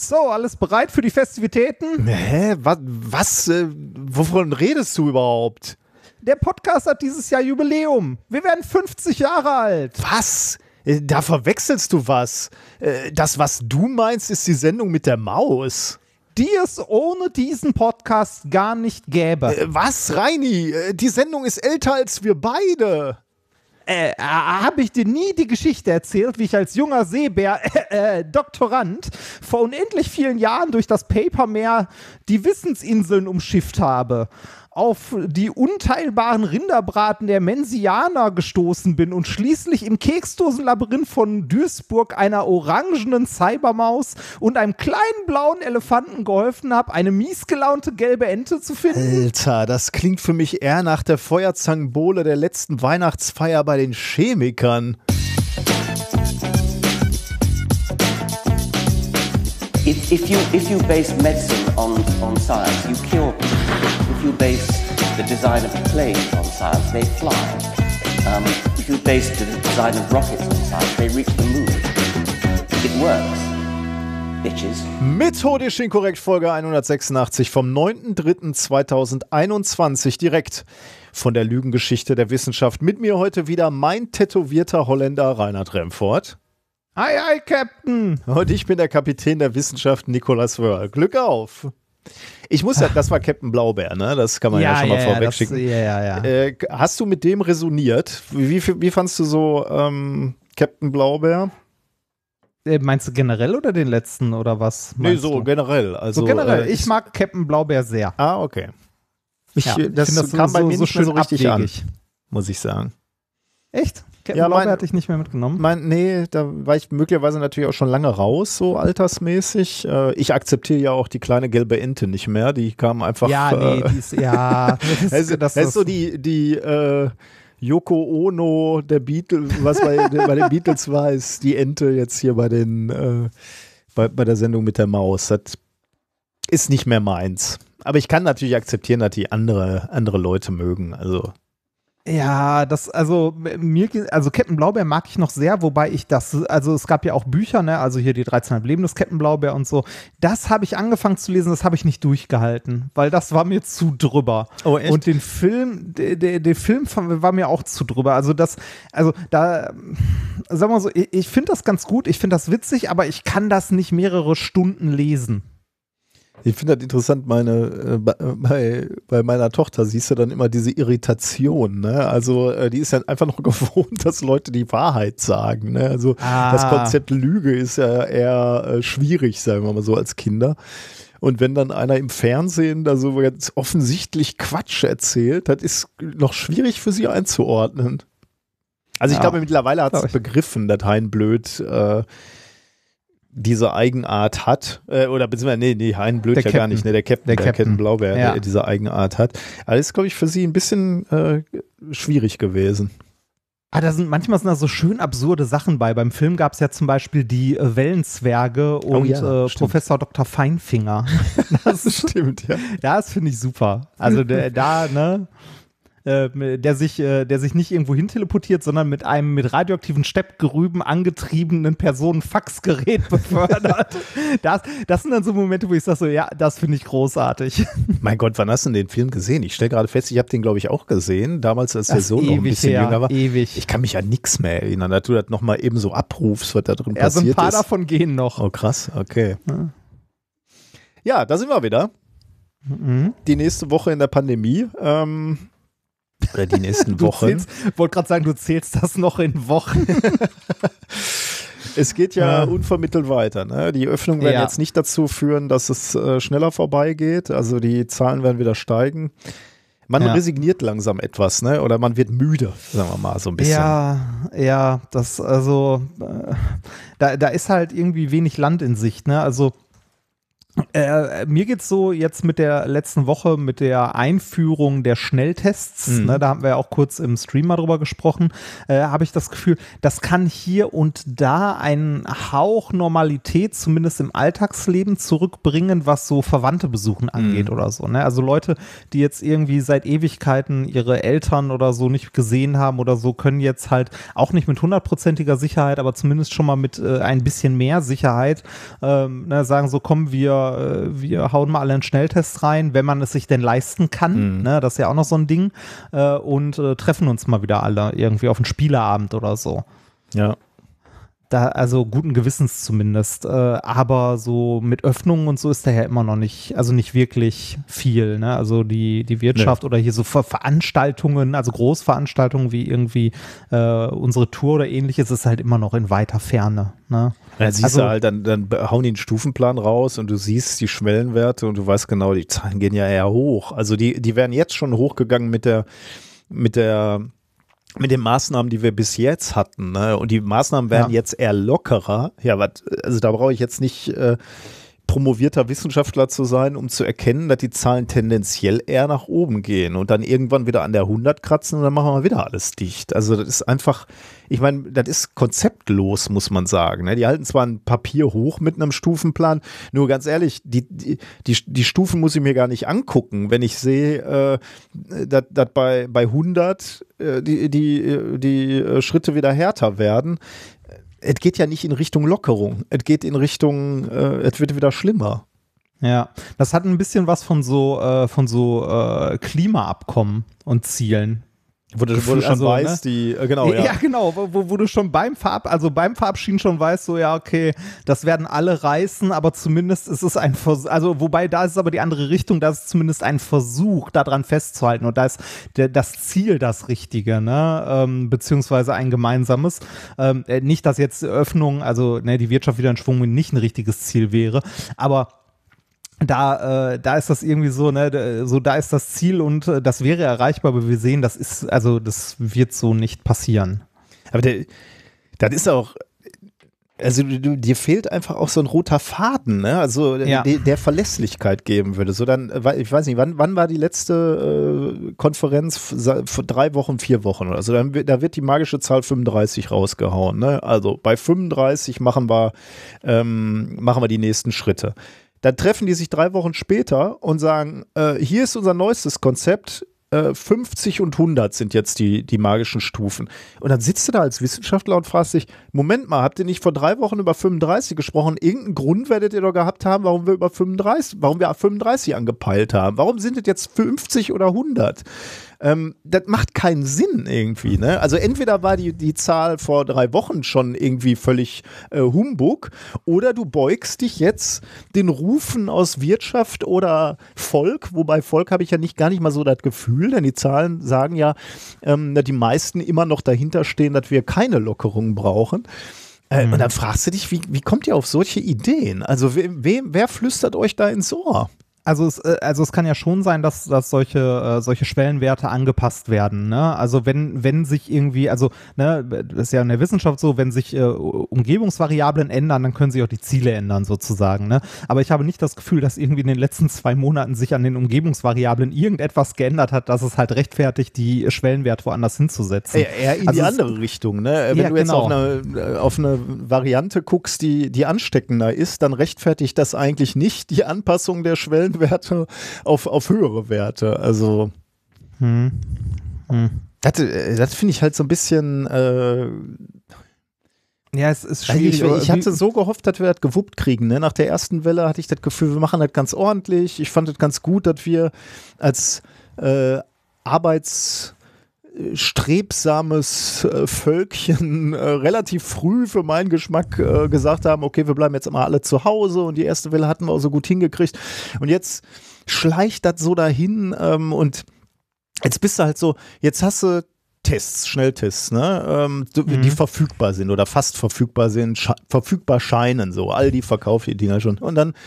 So, alles bereit für die Festivitäten? Hä? Was? Wovon redest du überhaupt? Der Podcast hat dieses Jahr Jubiläum. Wir werden 50 Jahre alt. Was? Da verwechselst du was. Das, was du meinst, ist die Sendung mit der Maus. Die es ohne diesen Podcast gar nicht gäbe. Was, Reini? Die Sendung ist älter als wir beide. Habe ich dir nie die Geschichte erzählt, wie ich als junger Seebär, Doktorand, vor unendlich vielen Jahren durch das Papermeer die Wissensinseln umschifft habe, auf die unteilbaren Rinderbraten der Mensianer gestoßen bin und schließlich im Keksdosenlabyrinth von Duisburg einer orangenen Cybermaus und einem kleinen blauen Elefanten geholfen habe, eine miesgelaunte gelbe Ente zu finden? Alter, das klingt für mich eher nach der Feuerzangenbowle der letzten Weihnachtsfeier bei den Chemikern. If you base medicine on science, you cure people. If you base the design of planes on science, they fly. If you base the design of rockets on science, they reach the moon. It works, bitches. Methodisch inkorrekt, Folge 186 vom 9.3.2021, direkt von der Lügengeschichte der Wissenschaft. Mit mir heute wieder mein tätowierter Holländer Reinhard Remford. Ei, Captain. Und ich bin der Kapitän der Wissenschaft, Nicolas Wörl. Glück auf. Ich muss ja, das war Captain Blaubeer, ne? Das kann man ja schon mal vorweg schicken. Hast du mit dem resoniert? Wie fandst du so Captain Blaubeer? Meinst du generell oder den letzten oder was? Nee, so generell. Also, so generell. Ich mag Captain Blaubeer sehr. Ah, okay. Das kam bei mir nicht schön so richtig abwegig an, muss ich sagen. Echt? Captain Blaubeer hatte ich nicht mehr mitgenommen. Nee, da war ich möglicherweise natürlich auch schon lange raus, so altersmäßig. Ich akzeptiere ja auch die kleine gelbe Ente nicht mehr. Die kam einfach. Ja, nee, die ist, ja. Das ist so die Yoko Ono der Beatles, was bei den Beatles war, ist die Ente jetzt hier bei der Sendung mit der Maus. Das ist nicht mehr meins. Aber ich kann natürlich akzeptieren, dass die andere Leute mögen. Also. Ja, also Captain Blaubeer mag ich noch sehr, wobei also es gab ja auch Bücher, ne, also hier die 13,5 Leben des Captain Blaubeer und so. Das habe ich angefangen zu lesen, das habe ich nicht durchgehalten, weil das war mir zu drüber. Oh, echt? Und den Film war mir auch zu drüber. Also sagen wir mal so, ich finde das ganz gut, ich finde das witzig, aber ich kann das nicht mehrere Stunden lesen. Ich finde das interessant, bei meiner Tochter siehst du dann immer diese Irritation, ne? Also die ist ja einfach noch gewohnt, dass Leute die Wahrheit sagen, ne? Also das Konzept Lüge ist ja eher schwierig, sagen wir mal so, als Kinder. Und wenn dann einer im Fernsehen da so ganz offensichtlich Quatsch erzählt, das ist noch schwierig für sie einzuordnen. Also ich glaube, mittlerweile hat es begriffen, dass Hein Blöd diese Eigenart hat, oder beziehungsweise, Hein Blöd ja gar nicht, ne, der Captain Blaubeer, der diese Eigenart hat. Aber das ist, glaube ich, für sie ein bisschen schwierig gewesen. Manchmal sind da so schön absurde Sachen bei. Beim Film gab es ja zum Beispiel die Welenzwerge und Professor Dr. Feinfinger. Das stimmt, ja. Ja, das finde ich super. Also der sich nicht irgendwo hin teleportiert, sondern mit einem mit radioaktiven Steppgerüben angetriebenen Personenfaxgerät befördert. Das sind dann so Momente, wo ich sage so, ja, das finde ich großartig. Mein Gott, wann hast du denn den Film gesehen? Ich stelle gerade fest, ich habe den, glaube ich, auch gesehen, damals, als der Sohn noch ein bisschen jünger war. Ewig. Ich kann mich an nichts mehr erinnern, dass du das nochmal eben so abrufst, was da drin passiert ist. Ja, so ein paar davon gehen noch. Oh, krass, okay. Ja, da sind wir wieder. Mhm. Die nächste Woche in der Pandemie. Oder die nächsten Wochen. Ich wollte gerade sagen, du zählst das noch in Wochen. Es geht ja unvermittelt weiter. Ne? Die Öffnungen werden jetzt nicht dazu führen, dass es schneller vorbeigeht. Also die Zahlen werden wieder steigen. Man resigniert langsam etwas, ne? Oder man wird müde, sagen wir mal, so ein bisschen. Ja, das, also, da ist halt irgendwie wenig Land in Sicht, ne? Also, Mir geht's so jetzt mit der letzten Woche, mit der Einführung der Schnelltests, ne, da haben wir ja auch kurz im Stream mal drüber gesprochen, habe ich das Gefühl, das kann hier und da einen Hauch Normalität zumindest im Alltagsleben zurückbringen, was so Verwandte besuchen angeht oder so. Ne? Also Leute, die jetzt irgendwie seit Ewigkeiten ihre Eltern oder so nicht gesehen haben oder so, können jetzt halt auch nicht mit 100%iger Sicherheit, aber zumindest schon mal mit ein bisschen mehr Sicherheit sagen so, komm, wir hauen mal alle einen Schnelltest rein, wenn man es sich denn leisten kann. Ne, das ist ja auch noch so ein Ding. Und treffen uns mal wieder alle irgendwie auf einen Spieleabend oder so. Ja. Da, also guten Gewissens zumindest. Aber so mit Öffnungen und so ist da ja immer noch nicht, also nicht wirklich viel. Ne? Also die Wirtschaft oder hier so Veranstaltungen, also Großveranstaltungen wie irgendwie unsere Tour oder ähnliches, ist halt immer noch in weiter Ferne. Ne? Dann siehst du halt, dann hauen die einen Stufenplan raus und du siehst die Schwellenwerte und du weißt genau, die Zahlen gehen ja eher hoch. Also die werden jetzt schon hochgegangen mit den Maßnahmen, die wir bis jetzt hatten, ne? Und die Maßnahmen werden jetzt eher lockerer. Ja, also da brauche ich jetzt nicht promovierter Wissenschaftler zu sein, um zu erkennen, dass die Zahlen tendenziell eher nach oben gehen und dann irgendwann wieder an der 100 kratzen und dann machen wir wieder alles dicht. Also das ist einfach, ich meine, das ist konzeptlos, muss man sagen. Ne? Die halten zwar ein Papier hoch mit einem Stufenplan, nur ganz ehrlich, die Stufen muss ich mir gar nicht angucken, wenn ich sehe, dass bei 100 die Schritte wieder härter werden. Es geht ja nicht in Richtung Lockerung. Es geht in Richtung, es wird wieder schlimmer. Ja, das hat ein bisschen was von so Klimaabkommen und Zielen. Wo du schon weißt, ne? Genau, ja. Ja, genau, wo du schon beim Verabschieden schon weißt, so, ja, okay, das werden alle reißen, aber zumindest ist es ein Versuch, also wobei da ist aber die andere Richtung, da ist zumindest ein Versuch, daran festzuhalten und da ist das Ziel das Richtige, ne, beziehungsweise ein gemeinsames. Nicht, dass jetzt Öffnung, also ne, die Wirtschaft wieder in Schwung nicht ein richtiges Ziel wäre, aber da ist das irgendwie so, ne, so da ist das Ziel und das wäre erreichbar, aber wir sehen, das wird so nicht passieren. Aber das ist auch, also dir fehlt einfach auch so ein roter Faden, ne? Also der Verlässlichkeit geben würde. So dann, ich weiß nicht, wann war die letzte Konferenz? Vor 3 Wochen, 4 Wochen oder so. Da wird die magische Zahl 35 rausgehauen, ne? Also bei 35 machen wir die nächsten Schritte. Dann treffen die sich 3 Wochen später und sagen, hier ist unser neuestes Konzept, 50 und 100 sind jetzt die magischen Stufen. Und dann sitzt du da als Wissenschaftler und fragst dich, Moment mal, habt ihr nicht vor 3 Wochen über 35 gesprochen? Irgendeinen Grund werdet ihr doch gehabt haben, warum wir 35 angepeilt haben. Warum sind es jetzt 50 oder 100? Das macht keinen Sinn irgendwie, ne? Also entweder war die Zahl vor 3 Wochen schon irgendwie völlig Humbug oder du beugst dich jetzt den Rufen aus Wirtschaft oder Volk, wobei Volk habe ich ja gar nicht mal so das Gefühl, denn die Zahlen sagen ja, dass die meisten immer noch dahinter stehen, dass wir keine Lockerungen brauchen. Und dann fragst du dich, wie kommt ihr auf solche Ideen? Also wer flüstert euch da ins Ohr? Also es kann ja schon sein, dass solche Schwellenwerte angepasst werden. Ne? Also wenn sich irgendwie, also ne, das ist ja in der Wissenschaft so, wenn sich Umgebungsvariablen ändern, dann können sich auch die Ziele ändern sozusagen. Ne? Aber ich habe nicht das Gefühl, dass irgendwie in den letzten 2 Monaten sich an den Umgebungsvariablen irgendetwas geändert hat, dass es halt rechtfertigt, die Schwellenwerte woanders hinzusetzen. Eher in die andere Richtung. Ne? Wenn du jetzt auf eine Variante guckst, die ansteckender ist, dann rechtfertigt das eigentlich nicht die Anpassung der Schwellenwerte auf höhere Werte. Also das finde ich halt so ein bisschen ja, es ist schwierig. Ich hatte so gehofft, dass wir das gewuppt kriegen. Ne? Nach der ersten Welle hatte ich das Gefühl, wir machen das ganz ordentlich. Ich fand es ganz gut, dass wir als arbeitsstrebsames Völkchen relativ früh für meinen Geschmack gesagt haben, okay, wir bleiben jetzt immer alle zu Hause und die erste Welle hatten wir auch so gut hingekriegt und jetzt schleicht das so dahin und jetzt bist du halt so, jetzt hast du Tests, Schnelltests, ne, die verfügbar sind oder fast verfügbar sind, verfügbar scheinen, so, Aldi verkauft die Dinger schon und dann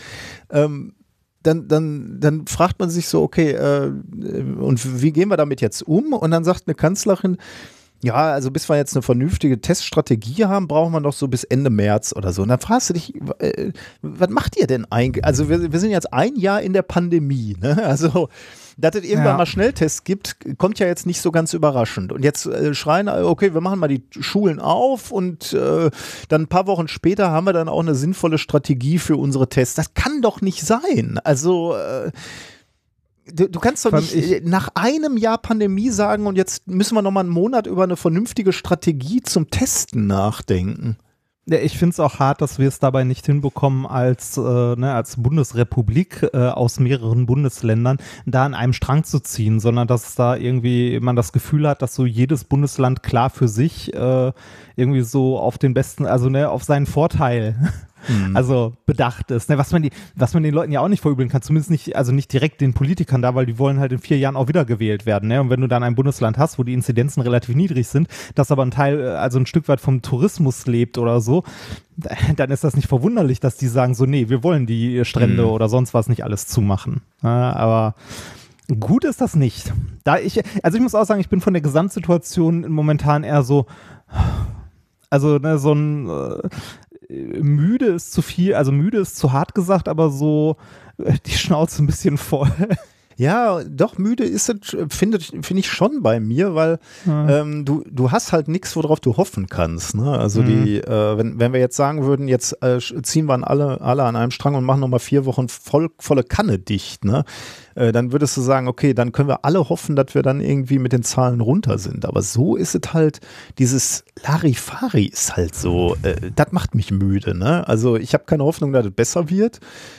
fragt man sich so, okay, und wie gehen wir damit jetzt um? Und dann sagt eine Kanzlerin, ja, also bis wir jetzt eine vernünftige Teststrategie haben, brauchen wir noch so bis Ende März oder so. Und dann fragst du dich, was macht ihr denn eigentlich? Also wir sind jetzt ein Jahr in der Pandemie, ne? Also dass es irgendwann mal Schnelltests gibt, kommt ja jetzt nicht so ganz überraschend. Und jetzt schreien, okay, wir machen mal die Schulen auf und dann ein paar Wochen später haben wir dann auch eine sinnvolle Strategie für unsere Tests. Das kann doch nicht sein. Also du kannst doch nicht nach einem Jahr Pandemie sagen und jetzt müssen wir noch mal einen Monat über eine vernünftige Strategie zum Testen nachdenken. Ja, ich finde es auch hart, dass wir es dabei nicht hinbekommen, als Bundesrepublik aus mehreren Bundesländern da an einem Strang zu ziehen, sondern dass da irgendwie man das Gefühl hat, dass so jedes Bundesland klar für sich irgendwie so auf den besten, also auf seinen Vorteil also bedacht ist, ne? Was man den Leuten ja auch nicht verübeln kann, zumindest nicht direkt den Politikern da, weil die wollen halt in 4 Jahren auch wieder gewählt werden, ne? Und wenn du dann ein Bundesland hast, wo die Inzidenzen relativ niedrig sind, das aber ein Stück weit vom Tourismus lebt oder so, dann ist das nicht verwunderlich, dass die sagen so, nee, wir wollen die Strände oder sonst was nicht alles zumachen. Aber gut ist das nicht. Ich muss auch sagen, ich bin von der Gesamtsituation momentan eher so, also so ein müde ist zu viel, also müde ist zu hart gesagt, aber so die Schnauze ein bisschen voll. Ja, doch, müde ist es, finde ich schon bei mir, weil du hast halt nichts, worauf du hoffen kannst. Ne? Also wenn wir jetzt sagen würden, jetzt ziehen wir alle an einem Strang und machen nochmal 4 Wochen volle Kanne dicht, ne? Dann würdest du sagen, okay, dann können wir alle hoffen, dass wir dann irgendwie mit den Zahlen runter sind. Aber so ist es halt, dieses Larifari ist halt so, das macht mich müde. Ne? Also ich habe keine Hoffnung, dass es besser wird.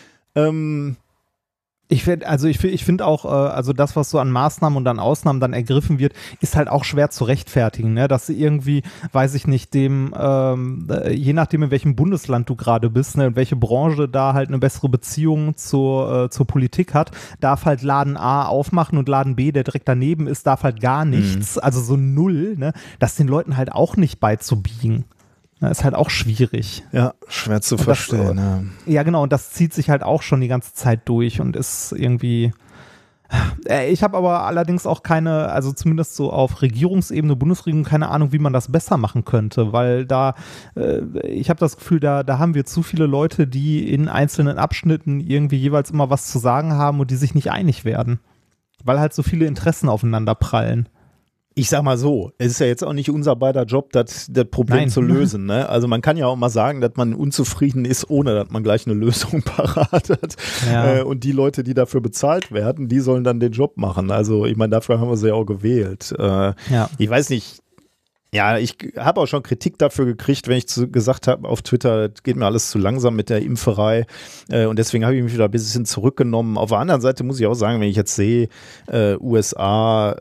Ich finde auch, also das, was so an Maßnahmen und an Ausnahmen dann ergriffen wird, ist halt auch schwer zu rechtfertigen, ne? Dass sie irgendwie, weiß ich nicht, je nachdem in welchem Bundesland du gerade bist, ne, und welche Branche da halt eine bessere Beziehung zur Politik hat, darf halt Laden A aufmachen und Laden B, der direkt daneben ist, darf halt gar nichts, also so null, ne? Das den Leuten halt auch nicht beizubiegen. Das ist halt auch schwierig. Ja, schwer zu verstehen. Ja, genau, und das zieht sich halt auch schon die ganze Zeit durch und ist irgendwie. Ich habe aber allerdings auch keine, also zumindest so auf Regierungsebene, Bundesregierung, keine Ahnung, wie man das besser machen könnte, weil ich habe das Gefühl, da haben wir zu viele Leute, die in einzelnen Abschnitten irgendwie jeweils immer was zu sagen haben und die sich nicht einig werden, weil halt so viele Interessen aufeinander prallen. Ich sag mal so, es ist ja jetzt auch nicht unser beider Job, das Problem zu lösen. Ne? Also man kann ja auch mal sagen, dass man unzufrieden ist, ohne dass man gleich eine Lösung parat hat. Ja. Und die Leute, die dafür bezahlt werden, die sollen dann den Job machen. Also ich meine, dafür haben wir sie ja auch gewählt. Ich weiß nicht, ja, ich habe auch schon Kritik dafür gekriegt, wenn ich gesagt habe auf Twitter, das geht mir alles zu langsam mit der Impferei, und deswegen habe ich mich wieder ein bisschen zurückgenommen. Auf der anderen Seite muss ich auch sagen, wenn ich jetzt sehe, USA,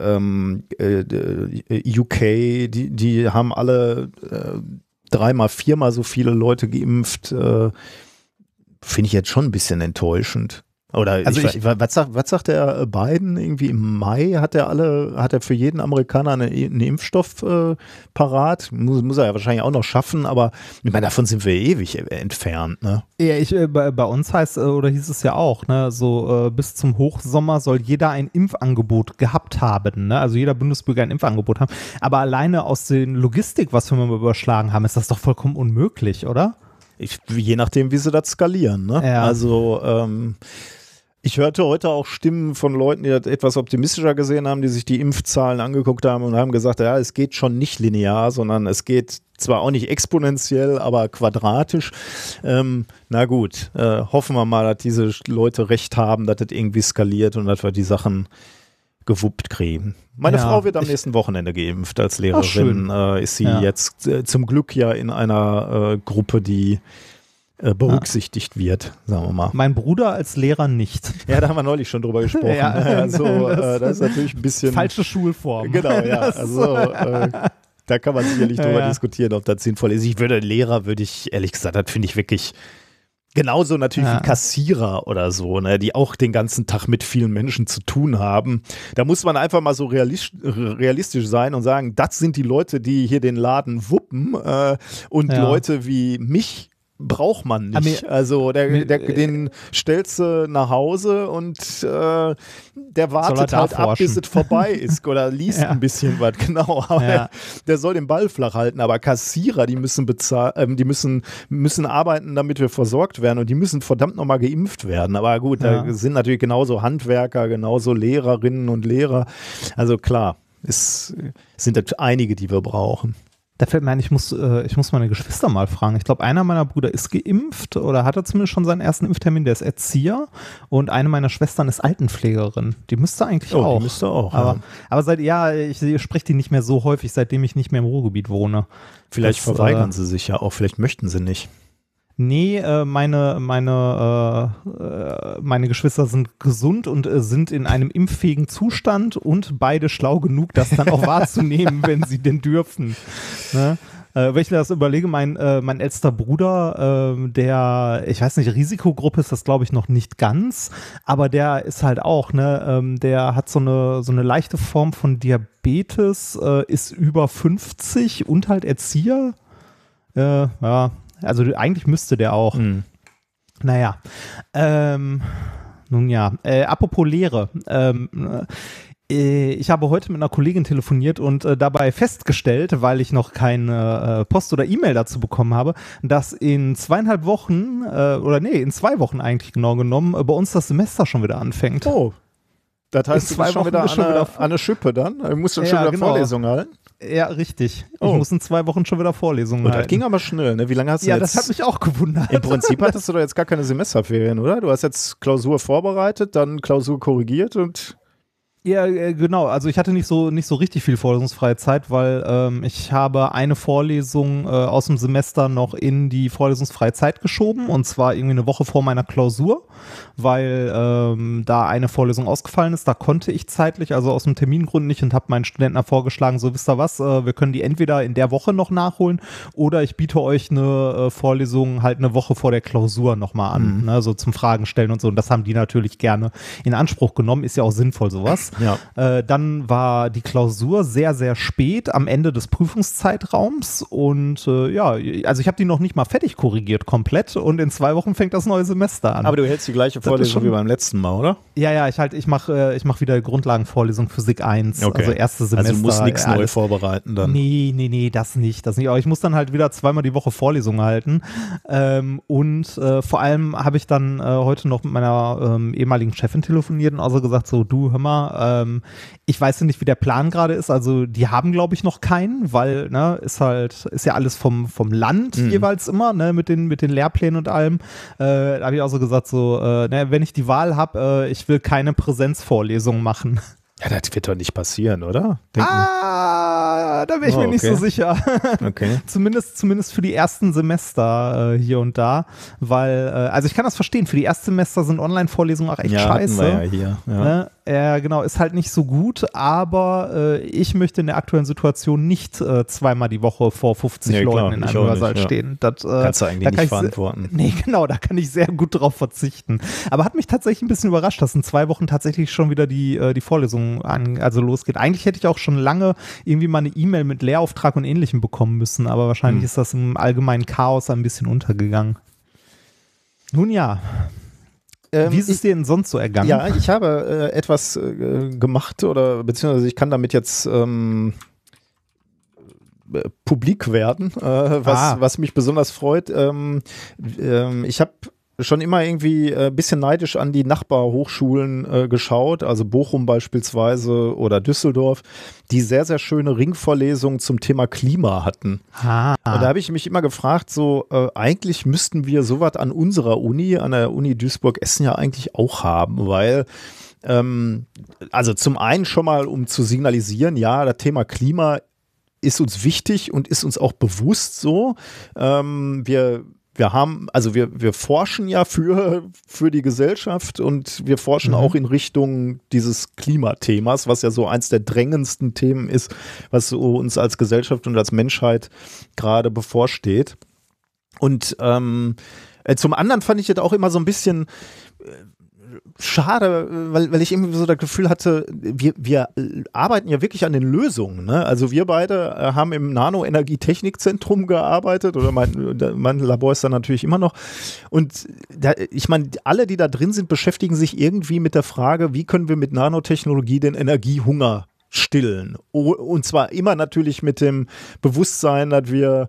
UK, die haben alle 3-mal, 4-mal so viele Leute geimpft, finde ich jetzt schon ein bisschen enttäuschend. Oder also was sagt der Biden? Irgendwie im Mai hat er für jeden Amerikaner einen Impfstoff parat. Muss er ja wahrscheinlich auch noch schaffen, aber ich meine, davon sind wir ewig entfernt. Ne? Ja, bei uns hieß es ja auch, ne, so bis zum Hochsommer soll jeder ein Impfangebot gehabt haben. Ne? Also jeder Bundesbürger ein Impfangebot haben. Aber alleine aus der Logistik, was wir mal überschlagen haben, ist das doch vollkommen unmöglich, oder? Je nachdem, wie sie das skalieren. Ne? Ja. Also ich hörte heute auch Stimmen von Leuten, die das etwas optimistischer gesehen haben, die sich die Impfzahlen angeguckt haben und haben gesagt, ja, es geht schon nicht linear, sondern es geht zwar auch nicht exponentiell, aber quadratisch. Na gut, hoffen wir mal, dass diese Leute recht haben, dass das irgendwie skaliert und dass wir die Sachen gewuppt kriegen. Meine Frau wird am nächsten Wochenende geimpft als Lehrerin. Ist sie jetzt zum Glück ja in einer Gruppe, die berücksichtigt wird, sagen wir mal. Mein Bruder als Lehrer nicht. Ja, da haben wir neulich schon drüber gesprochen. Ja, also, das ist natürlich ein bisschen... Falsche Schulform. Genau, ja. Also, da kann man sicherlich drüber diskutieren, ob das sinnvoll ist. Lehrer würde ich, ehrlich gesagt, das finde ich wirklich... Genauso natürlich wie Kassierer oder so, ne, die auch den ganzen Tag mit vielen Menschen zu tun haben. Da muss man einfach mal so realistisch sein und sagen, das sind die Leute, die hier den Laden wuppen, und Leute wie mich braucht man nicht. Also den stellst du nach Hause und der wartet halt ab, bis es vorbei ist oder liest ein bisschen was, genau. Aber der soll den Ball flach halten. Aber Kassierer, die müssen bezahlen, die müssen arbeiten, damit wir versorgt werden und die müssen verdammt nochmal geimpft werden. Aber gut, da sind natürlich genauso Handwerker, genauso Lehrerinnen und Lehrer. Also klar, es sind einige, die wir brauchen. Da fällt mir ein, ich muss meine Geschwister mal fragen. Ich glaube, einer meiner Brüder ist geimpft oder hatte zumindest schon seinen ersten Impftermin, der ist Erzieher und eine meiner Schwestern ist Altenpflegerin. Die müsste eigentlich auch. Die müsste auch, aber ich spreche die nicht mehr so häufig, seitdem ich nicht mehr im Ruhrgebiet wohne. Vielleicht verweigern sie sich ja auch, vielleicht möchten sie nicht. Nee, meine Geschwister sind gesund und sind in einem impffähigen Zustand und beide schlau genug, das dann auch wahrzunehmen, wenn sie denn dürfen. Ne? Wenn ich mir das überlege, mein ältester Bruder, der, ich weiß nicht, Risikogruppe ist das glaube ich noch nicht ganz, aber der ist halt auch, ne, der hat so eine leichte Form von Diabetes, ist über 50 und halt Erzieher. Also eigentlich müsste der auch. Naja. Nun ja. Apropos Lehre. Ich habe heute mit einer Kollegin telefoniert und dabei festgestellt, weil ich noch keine Post oder E-Mail dazu bekommen habe, dass in 2,5 Wochen, in 2 Wochen eigentlich genau genommen, bei uns das Semester schon wieder anfängt. Oh. Das heißt, du bist schon wieder an eine Schippe dann? Du musst dann schon wieder Vorlesungen halten? Ja, richtig. Ich muss in 2 Wochen schon wieder Vorlesungen halten. Das ging aber schnell, ne? Wie lange hast du jetzt? Ja, das hat mich auch gewundert. Im Prinzip hattest du doch jetzt gar keine Semesterferien, oder? Du hast jetzt Klausur vorbereitet, dann Klausur korrigiert und... Ja, genau. Also ich hatte nicht so richtig viel vorlesungsfreie Zeit, weil ich habe eine Vorlesung aus dem Semester noch in die vorlesungsfreie Zeit geschoben und zwar irgendwie eine Woche vor meiner Klausur, weil da eine Vorlesung ausgefallen ist. Da konnte ich zeitlich, also aus dem Termingrund nicht und habe meinen Studenten vorgeschlagen, so wisst ihr was, wir können die entweder in der Woche noch nachholen oder ich biete euch eine Vorlesung halt eine Woche vor der Klausur nochmal an, ne, so zum Fragen stellen und so. Und das haben die natürlich gerne in Anspruch genommen. Ist ja auch sinnvoll sowas. Ja. Dann war die Klausur sehr, sehr spät am Ende des Prüfungszeitraums und also ich habe die noch nicht mal fertig korrigiert komplett und in 2 Wochen fängt das neue Semester an. Aber du hältst die gleiche Vorlesung wie beim letzten Mal, oder? Ja, ich mache wieder Grundlagenvorlesung Physik 1, also erste Semester. Also du musst nichts neu vorbereiten dann? Nee, das nicht. Aber ich muss dann halt wieder 2-mal die Woche Vorlesungen halten und vor allem habe ich dann heute noch mit meiner ehemaligen Chefin telefoniert und also gesagt so, du, hör mal, ich weiß ja nicht, wie der Plan gerade ist, also die haben glaube ich noch keinen, weil ne, ist ja alles vom Land jeweils immer, ne, mit den Lehrplänen und allem. Da habe ich auch so gesagt so, wenn ich die Wahl habe, ich will keine Präsenzvorlesung machen. Ja, das wird doch nicht passieren, oder? Da bin ich mir nicht so sicher. Okay. Zumindest für die ersten Semester hier und da, weil, also ich kann das verstehen, für die Erstsemester sind Online-Vorlesungen auch echt scheiße. Ja, hier. Ja. Ne? Genau, ist halt nicht so gut, aber ich möchte in der aktuellen Situation nicht 2-mal die Woche vor 50 Leuten in einem Hörsaal stehen. Das kannst du eigentlich nicht verantworten. Nee, genau, da kann ich sehr gut drauf verzichten. Aber hat mich tatsächlich ein bisschen überrascht, dass in 2 Wochen tatsächlich schon wieder die Vorlesung losgeht. Eigentlich hätte ich auch schon lange irgendwie mal eine E-Mail mit Lehrauftrag und Ähnlichem bekommen müssen, aber wahrscheinlich ist das im allgemeinen Chaos ein bisschen untergegangen. Nun ja. Wie ist es dir denn sonst so ergangen? Ja, ich habe etwas gemacht oder beziehungsweise ich kann damit jetzt publik werden, was mich besonders freut. Ich habe schon immer irgendwie ein bisschen neidisch an die Nachbarhochschulen geschaut, also Bochum beispielsweise oder Düsseldorf, die sehr, sehr schöne Ringvorlesungen zum Thema Klima hatten. Und da habe ich mich immer gefragt, so eigentlich müssten wir sowas an unserer Uni, an der Uni Duisburg-Essen ja eigentlich auch haben, weil also zum einen schon mal, um zu signalisieren, ja, das Thema Klima ist uns wichtig und ist uns auch bewusst so. Wir forschen ja für die Gesellschaft und wir forschen auch in Richtung dieses Klimathemas, was ja so eins der drängendsten Themen ist, was so uns als Gesellschaft und als Menschheit gerade bevorsteht. Und zum anderen fand ich das auch immer so ein bisschen schade, weil ich irgendwie so das Gefühl hatte, wir arbeiten ja wirklich an den Lösungen. Ne? Also wir beide haben im Nanoenergietechnikzentrum gearbeitet oder mein Labor ist da natürlich immer noch. Und ich meine, alle, die da drin sind, beschäftigen sich irgendwie mit der Frage, wie können wir mit Nanotechnologie den Energiehunger stillen. Und zwar immer natürlich mit dem Bewusstsein, dass wir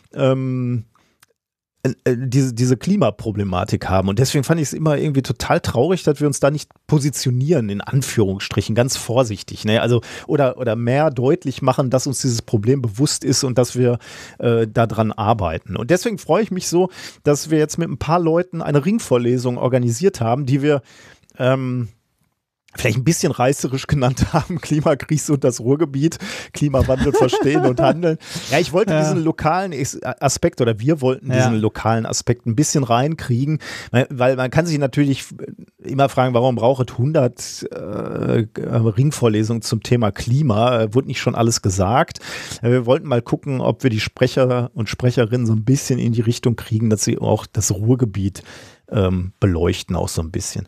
diese Klimaproblematik haben. Und deswegen fand ich es immer irgendwie total traurig, dass wir uns da nicht positionieren, in Anführungsstrichen, ganz vorsichtig. Ne? Also, oder mehr deutlich machen, dass uns dieses Problem bewusst ist und dass wir daran arbeiten. Und deswegen freue ich mich so, dass wir jetzt mit ein paar Leuten eine Ringvorlesung organisiert haben, die wir vielleicht ein bisschen reißerisch genannt haben, Klimakrise und das Ruhrgebiet, Klimawandel verstehen und handeln. Ja, ich wollte diesen lokalen Aspekt oder wir wollten diesen lokalen Aspekt ein bisschen reinkriegen, weil man kann sich natürlich immer fragen, warum braucht es 100 Ringvorlesungen zum Thema Klima? Wurde nicht schon alles gesagt? Wir wollten mal gucken, ob wir die Sprecher und Sprecherinnen so ein bisschen in die Richtung kriegen, dass sie auch das Ruhrgebiet beleuchten, auch so ein bisschen.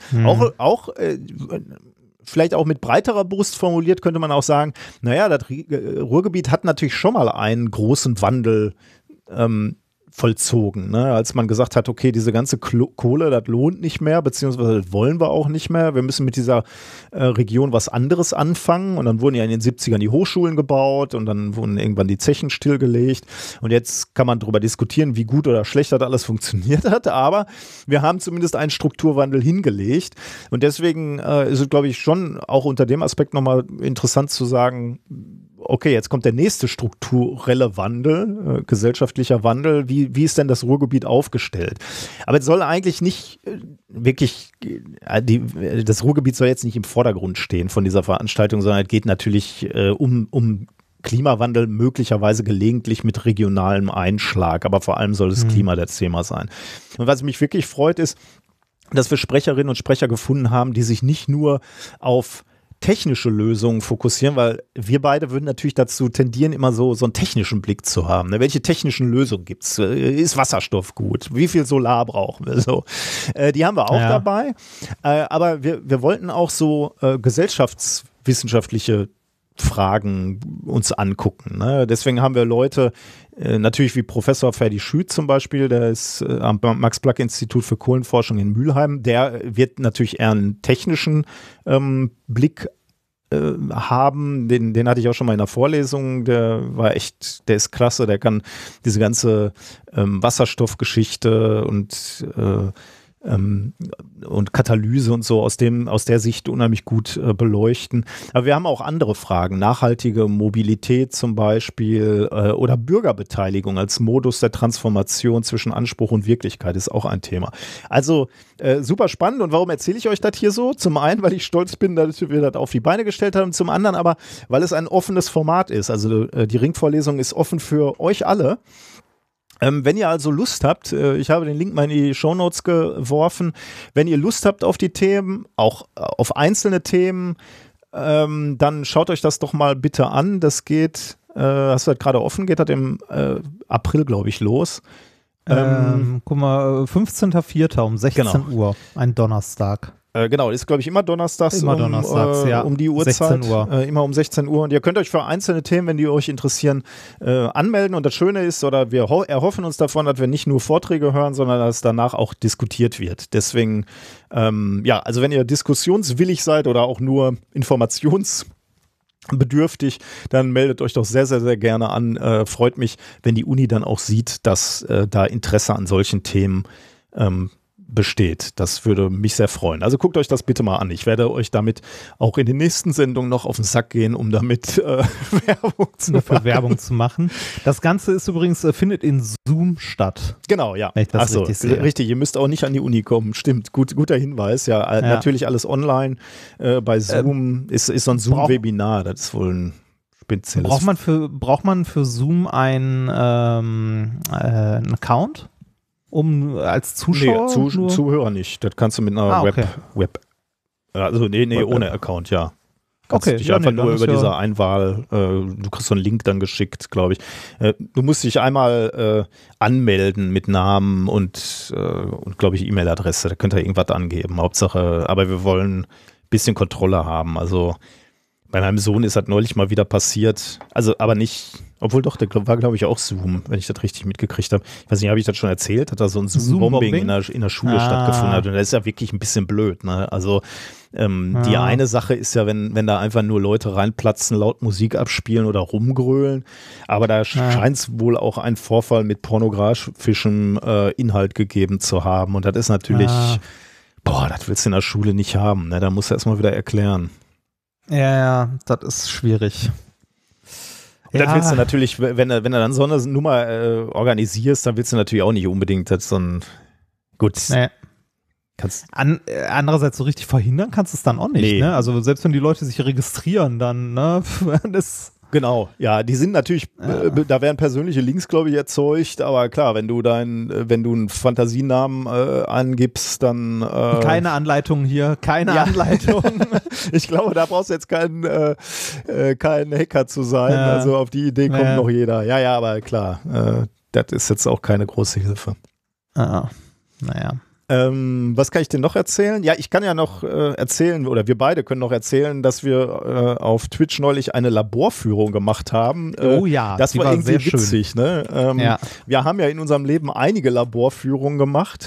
Vielleicht auch mit breiterer Brust formuliert, könnte man auch sagen, naja, das Ruhrgebiet hat natürlich schon mal einen großen Wandel vollzogen, ne? Als man gesagt hat, okay, diese ganze Kohle, das lohnt nicht mehr, beziehungsweise das wollen wir auch nicht mehr. Wir müssen mit dieser Region was anderes anfangen. Und dann wurden ja in den 70ern die Hochschulen gebaut und dann wurden irgendwann die Zechen stillgelegt. Und jetzt kann man darüber diskutieren, wie gut oder schlecht das alles funktioniert hat. Aber wir haben zumindest einen Strukturwandel hingelegt. Und deswegen ist es, glaube ich, schon auch unter dem Aspekt nochmal interessant zu sagen, okay, jetzt kommt der nächste strukturelle Wandel, gesellschaftlicher Wandel. Wie ist denn das Ruhrgebiet aufgestellt? Aber es soll eigentlich nicht wirklich, das Ruhrgebiet soll jetzt nicht im Vordergrund stehen von dieser Veranstaltung, sondern es geht natürlich um Klimawandel, möglicherweise gelegentlich mit regionalem Einschlag, aber vor allem soll das Klima das Thema sein. Und was mich wirklich freut, ist, dass wir Sprecherinnen und Sprecher gefunden haben, die sich nicht nur auf technische Lösungen fokussieren, weil wir beide würden natürlich dazu tendieren, immer so einen technischen Blick zu haben. Ne? Welche technischen Lösungen gibt es? Ist Wasserstoff gut? Wie viel Solar brauchen wir? So, die haben wir auch dabei. Aber wir wollten auch so gesellschaftswissenschaftliche Fragen uns angucken. Ne? Deswegen haben wir Leute, natürlich wie Professor Ferdi Schütt zum Beispiel, der ist am Max-Planck-Institut für Kohlenforschung in Mülheim, der wird natürlich eher einen technischen Blick haben, den hatte ich auch schon mal in der Vorlesung, der ist klasse, der kann diese ganze Wasserstoffgeschichte und Katalyse und so aus der Sicht unheimlich gut beleuchten. Aber wir haben auch andere Fragen, nachhaltige Mobilität zum Beispiel oder Bürgerbeteiligung als Modus der Transformation zwischen Anspruch und Wirklichkeit ist auch ein Thema. Also super spannend. Und warum erzähle ich euch das hier so? Zum einen, weil ich stolz bin, dass wir das auf die Beine gestellt haben, zum anderen aber, weil es ein offenes Format ist. Also die Ringvorlesung ist offen für euch alle. Wenn ihr also Lust habt, ich habe den Link mal in die Shownotes geworfen, wenn ihr Lust habt auf die Themen, auch auf einzelne Themen, dann schaut euch das doch mal bitte an. Das geht, hast du das gerade offen, geht das im April, glaube ich, los. Guck mal, 15.04. um 16 Uhr, ein Donnerstag. Genau, ist, glaube ich, immer donnerstags, um die Uhrzeit. 16 Uhr. Immer um 16 Uhr. Und ihr könnt euch für einzelne Themen, wenn die euch interessieren, anmelden. Und das Schöne ist, oder wir erhoffen uns davon, dass wir nicht nur Vorträge hören, sondern dass danach auch diskutiert wird. Deswegen, also wenn ihr diskussionswillig seid oder auch nur informationsbedürftig, dann meldet euch doch sehr, sehr, sehr gerne an. Freut mich, wenn die Uni dann auch sieht, dass da Interesse an solchen Themen besteht. Das würde mich sehr freuen. Also guckt euch das bitte mal an. Ich werde euch damit auch in den nächsten Sendungen noch auf den Sack gehen, um damit Werbung zu machen. Das Ganze ist übrigens, findet in Zoom statt. Genau, ja. Wenn ich das richtig sehe. Richtig, ihr müsst auch nicht an die Uni kommen. Stimmt, guter Hinweis. Ja, natürlich alles online. Bei Zoom ist so ein Zoom-Webinar. Das ist wohl ein spezielles. Braucht man für Zoom einen Account? Als Zuschauer? Zuhörer nicht. Das kannst du mit einer Web. Also ohne Account, ja. Kannst dich einfach nur über diese Einwahl, du kriegst so einen Link dann geschickt, glaube ich. Du musst dich einmal anmelden mit Namen und glaube ich, E-Mail-Adresse. Da könnt ihr irgendwas angeben. Hauptsache, aber wir wollen ein bisschen Kontrolle haben. Also bei meinem Sohn ist das neulich mal wieder passiert. Also, aber nicht, obwohl doch, der war, glaube ich, auch Zoom, wenn ich das richtig mitgekriegt habe. Ich weiß nicht, habe ich das schon erzählt? Hat da so ein Zoom-Bombing in der Schule stattgefunden hat. Und das ist ja wirklich ein bisschen blöd, ne? Also, die eine Sache ist ja, wenn da einfach nur Leute reinplatzen, laut Musik abspielen oder rumgrölen. Aber da scheint es wohl auch einen Vorfall mit pornografischem Inhalt gegeben zu haben. Und das ist natürlich, das willst du in der Schule nicht haben, ne? Da musst du erstmal wieder erklären. Ja, das ist schwierig. Und dann willst du natürlich, wenn du dann so eine Nummer organisierst, dann willst du natürlich auch nicht unbedingt so ein, gut. Nee. Andererseits so richtig verhindern kannst du es dann auch nicht, ne? Also selbst wenn die Leute sich registrieren, dann, ne, das. Genau, ja, die sind natürlich, da werden persönliche Links, glaube ich, erzeugt, aber klar, wenn du einen Fantasienamen angibst, dann keine Anleitung hier, keine Anleitung. Ich glaube, da brauchst du jetzt kein Hacker zu sein, also auf die Idee kommt noch jeder. Ja, aber klar, das ist jetzt auch keine große Hilfe. Naja. Was kann ich denn noch erzählen? Ja, ich kann ja noch erzählen, oder wir beide können noch erzählen, dass wir auf Twitch neulich eine Laborführung gemacht haben. Das war irgendwie witzig, ne? Wir haben ja in unserem Leben einige Laborführungen gemacht.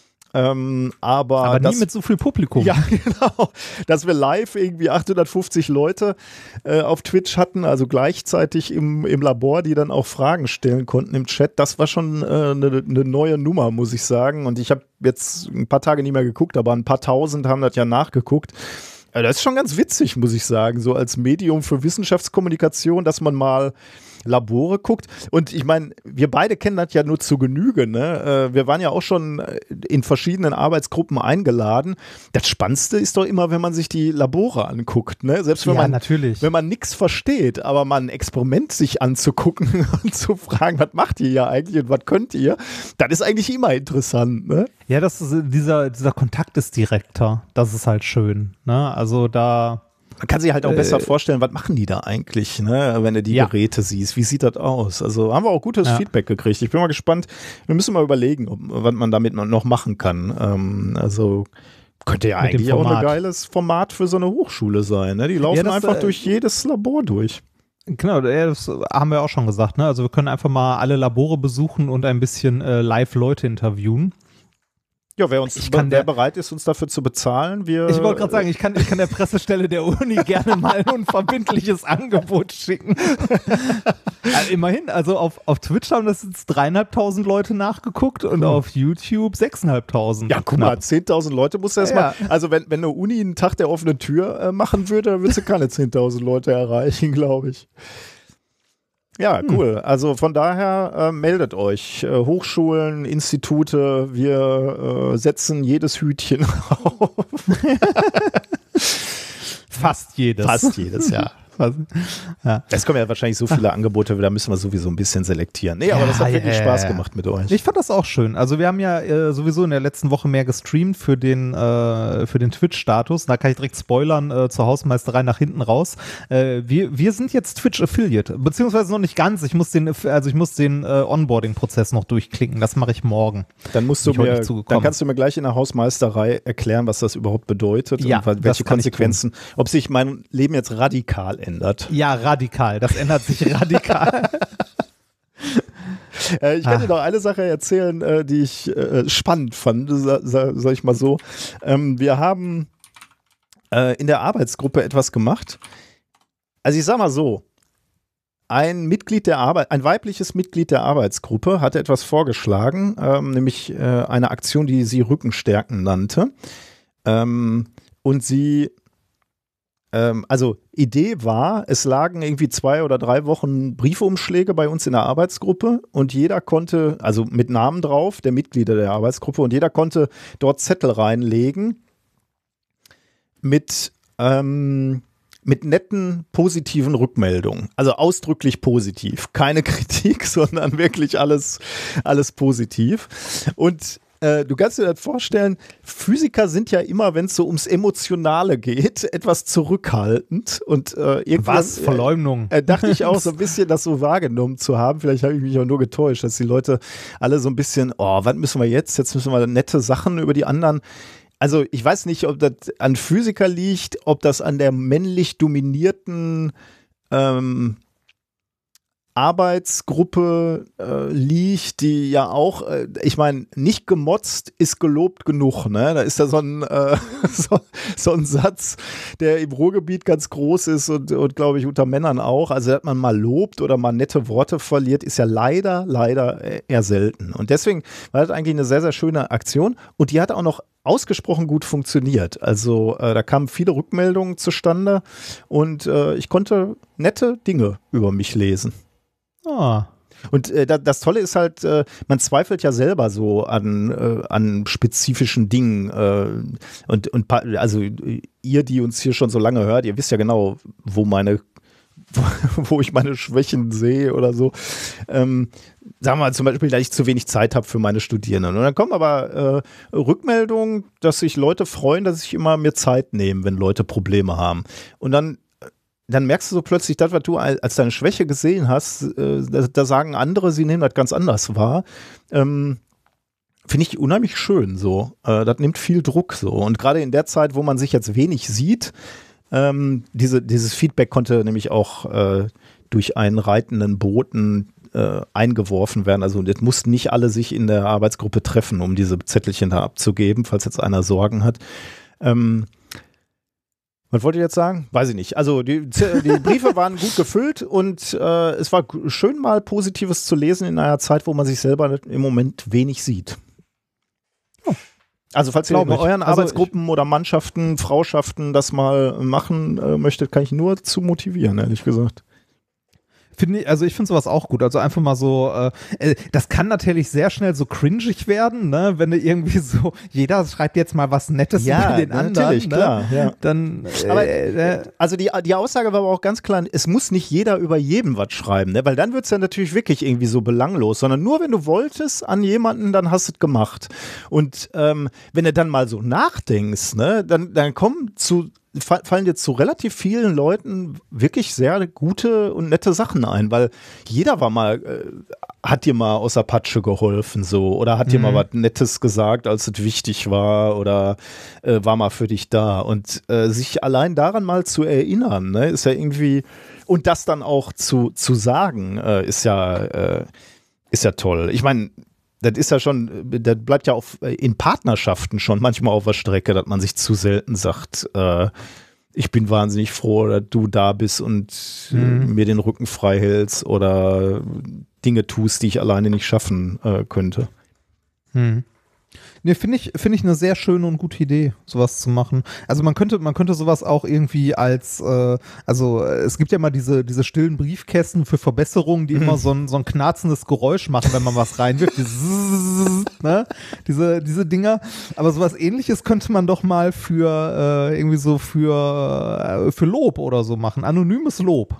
Aber nie mit so viel Publikum. Ja, genau. Dass wir live irgendwie 850 Leute auf Twitch hatten, also gleichzeitig im Labor, die dann auch Fragen stellen konnten im Chat. Das war schon eine neue Nummer, muss ich sagen. Und ich habe jetzt ein paar Tage nicht mehr geguckt, aber ein paar Tausend haben das ja nachgeguckt. Das ist schon ganz witzig, muss ich sagen, so als Medium für Wissenschaftskommunikation, dass man mal Labore guckt. Und ich meine, wir beide kennen das ja nur zu Genüge, ne? Wir waren ja auch schon in verschiedenen Arbeitsgruppen eingeladen. Das Spannendste ist doch immer, wenn man sich die Labore anguckt, ne? Selbst wenn man nichts versteht, aber mal ein Experiment sich anzugucken und zu fragen, was macht ihr ja eigentlich und was könnt ihr, das ist eigentlich immer interessant, ne? Ja, das ist dieser Kontakt ist direkter. Das ist halt schön, ne? Also man kann sich halt auch besser vorstellen, was machen die da eigentlich, ne? Wenn du die Geräte siehst. Wie sieht das aus? Also haben wir auch gutes Feedback gekriegt. Ich bin mal gespannt. Wir müssen mal überlegen, was man damit noch machen kann. Also könnte ja eigentlich auch ein geiles Format für so eine Hochschule sein, ne? Die laufen einfach durch jedes Labor durch. Genau, das haben wir auch schon gesagt, ne? Also wir können einfach mal alle Labore besuchen und ein bisschen live Leute interviewen. Ja, wer bereit ist, uns dafür zu bezahlen, ich wollte gerade sagen, ich kann der Pressestelle der Uni gerne mal ein unverbindliches Angebot schicken. Also immerhin, also auf Twitch haben das jetzt 3.500 Leute nachgeguckt und auf YouTube 6.500. Ja, guck mal, 10.000 Leute musst du erstmal, also wenn eine Uni einen Tag der offenen Tür machen würde, dann würdest du keine 10.000 Leute erreichen, glaube ich. Ja, cool. Also von daher meldet euch. Hochschulen, Institute, wir setzen jedes Hütchen auf. Fast jedes, ja. Es kommen ja wahrscheinlich so viele Angebote, da müssen wir sowieso ein bisschen selektieren. Nee, aber das hat wirklich Spaß gemacht mit euch. Ich fand das auch schön. Also wir haben ja sowieso in der letzten Woche mehr gestreamt für den Twitch-Status. Da kann ich direkt spoilern zur Hausmeisterei nach hinten raus. Wir sind jetzt Twitch-Affiliate, beziehungsweise noch nicht ganz. Ich muss den Onboarding-Prozess noch durchklicken. Das mache ich morgen. Dann kannst du mir gleich in der Hausmeisterei erklären, was das überhaupt bedeutet und welche Konsequenzen, ob sich mein Leben jetzt radikal ändert. Ja, radikal. Das ändert sich radikal. Ich kann dir noch eine Sache erzählen, die ich spannend fand, sag ich mal so. Wir haben in der Arbeitsgruppe etwas gemacht. Also ich sag mal so, ein weibliches Mitglied der Arbeitsgruppe hatte etwas vorgeschlagen, nämlich eine Aktion, die sie Rückenstärken nannte. Und sie also Idee war, es lagen irgendwie 2 oder 3 Wochen Briefumschläge bei uns in der Arbeitsgruppe und jeder konnte, also mit Namen drauf, der Mitglieder der Arbeitsgruppe, und jeder konnte dort Zettel reinlegen mit netten, positiven Rückmeldungen. Also ausdrücklich positiv. Keine Kritik, sondern wirklich alles positiv. Und Du kannst dir das vorstellen, Physiker sind ja immer, wenn es so ums Emotionale geht, etwas zurückhaltend und Was? Verleumdung? Dachte ich auch so ein bisschen, das so wahrgenommen zu haben. Vielleicht habe ich mich auch nur getäuscht, dass die Leute alle so ein bisschen, was müssen wir jetzt? Jetzt müssen wir nette Sachen über die anderen. Also ich weiß nicht, ob das an Physiker liegt, ob das an der männlich dominierten Arbeitsgruppe liegt, die ja auch, ich meine, nicht gemotzt ist gelobt genug, ne? Da ist da so ein Satz, der im Ruhrgebiet ganz groß ist und glaube ich unter Männern auch. Also, dass man mal lobt oder mal nette Worte verliert, ist ja leider eher selten. Und deswegen war das eigentlich eine sehr, sehr schöne Aktion und die hat auch noch ausgesprochen gut funktioniert. Also da kamen viele Rückmeldungen zustande und ich konnte nette Dinge über mich lesen. Ah. Und das Tolle ist halt, man zweifelt ja selber so an spezifischen Dingen. Also ihr, die uns hier schon so lange hört, ihr wisst ja genau, wo ich meine Schwächen sehe oder so. Sagen wir mal zum Beispiel, dass ich zu wenig Zeit habe für meine Studierenden. Und dann kommen aber Rückmeldungen, dass sich Leute freuen, dass ich immer mir Zeit nehme, wenn Leute Probleme haben. Und dann merkst du so plötzlich, das, was du als deine Schwäche gesehen hast, da sagen andere, sie nehmen das ganz anders wahr. Finde ich unheimlich schön so. Das nimmt viel Druck so. Und gerade in der Zeit, wo man sich jetzt wenig sieht, dieses Feedback konnte nämlich auch durch einen reitenden Boten eingeworfen werden. Also jetzt mussten nicht alle sich in der Arbeitsgruppe treffen, um diese Zettelchen da abzugeben, falls jetzt einer Sorgen hat. Was wollt ihr jetzt sagen? Weiß ich nicht. Also die Briefe waren gut gefüllt und es war schön mal Positives zu lesen in einer Zeit, wo man sich selber im Moment wenig sieht. Oh. Also falls ihr in euren Arbeitsgruppen oder Mannschaften, Frauschaften das mal machen möchtet, kann ich nur zu motivieren, ehrlich gesagt. Ich finde sowas auch gut. Also einfach mal so, das kann natürlich sehr schnell so cringig werden, ne? Wenn du irgendwie so, jeder schreibt jetzt mal was Nettes über den anderen. Natürlich, ne? Klar. Ja. Dann, also die Aussage war aber auch ganz klar, es muss nicht jeder über jedem was schreiben, ne? Weil dann wird es ja natürlich wirklich irgendwie so belanglos, sondern nur wenn du wolltest an jemanden, dann hast du es gemacht. Und wenn du dann mal so nachdenkst, ne, dann fallen dir zu relativ vielen Leuten wirklich sehr gute und nette Sachen ein, weil jeder hat dir mal aus der Patsche geholfen so oder hat dir mal was Nettes gesagt, als es wichtig war oder war mal für dich da und sich allein daran mal zu erinnern, ne, ist ja irgendwie und das dann auch zu sagen, ist ja toll. Ich meine, das ist ja schon, das bleibt ja auch in Partnerschaften schon manchmal auf der Strecke, dass man sich zu selten sagt, ich bin wahnsinnig froh, dass du da bist und mir den Rücken frei hältst oder Dinge tust, die ich alleine nicht schaffen könnte. Ne, finde ich eine sehr schöne und gute Idee, sowas zu machen. Also man könnte sowas auch irgendwie als, es gibt ja mal diese stillen Briefkästen für Verbesserungen, die immer so ein knarzendes Geräusch machen, wenn man was reinwirft. Ne? Diese Dinger. Aber sowas Ähnliches könnte man doch mal für Lob oder so machen. Anonymes Lob.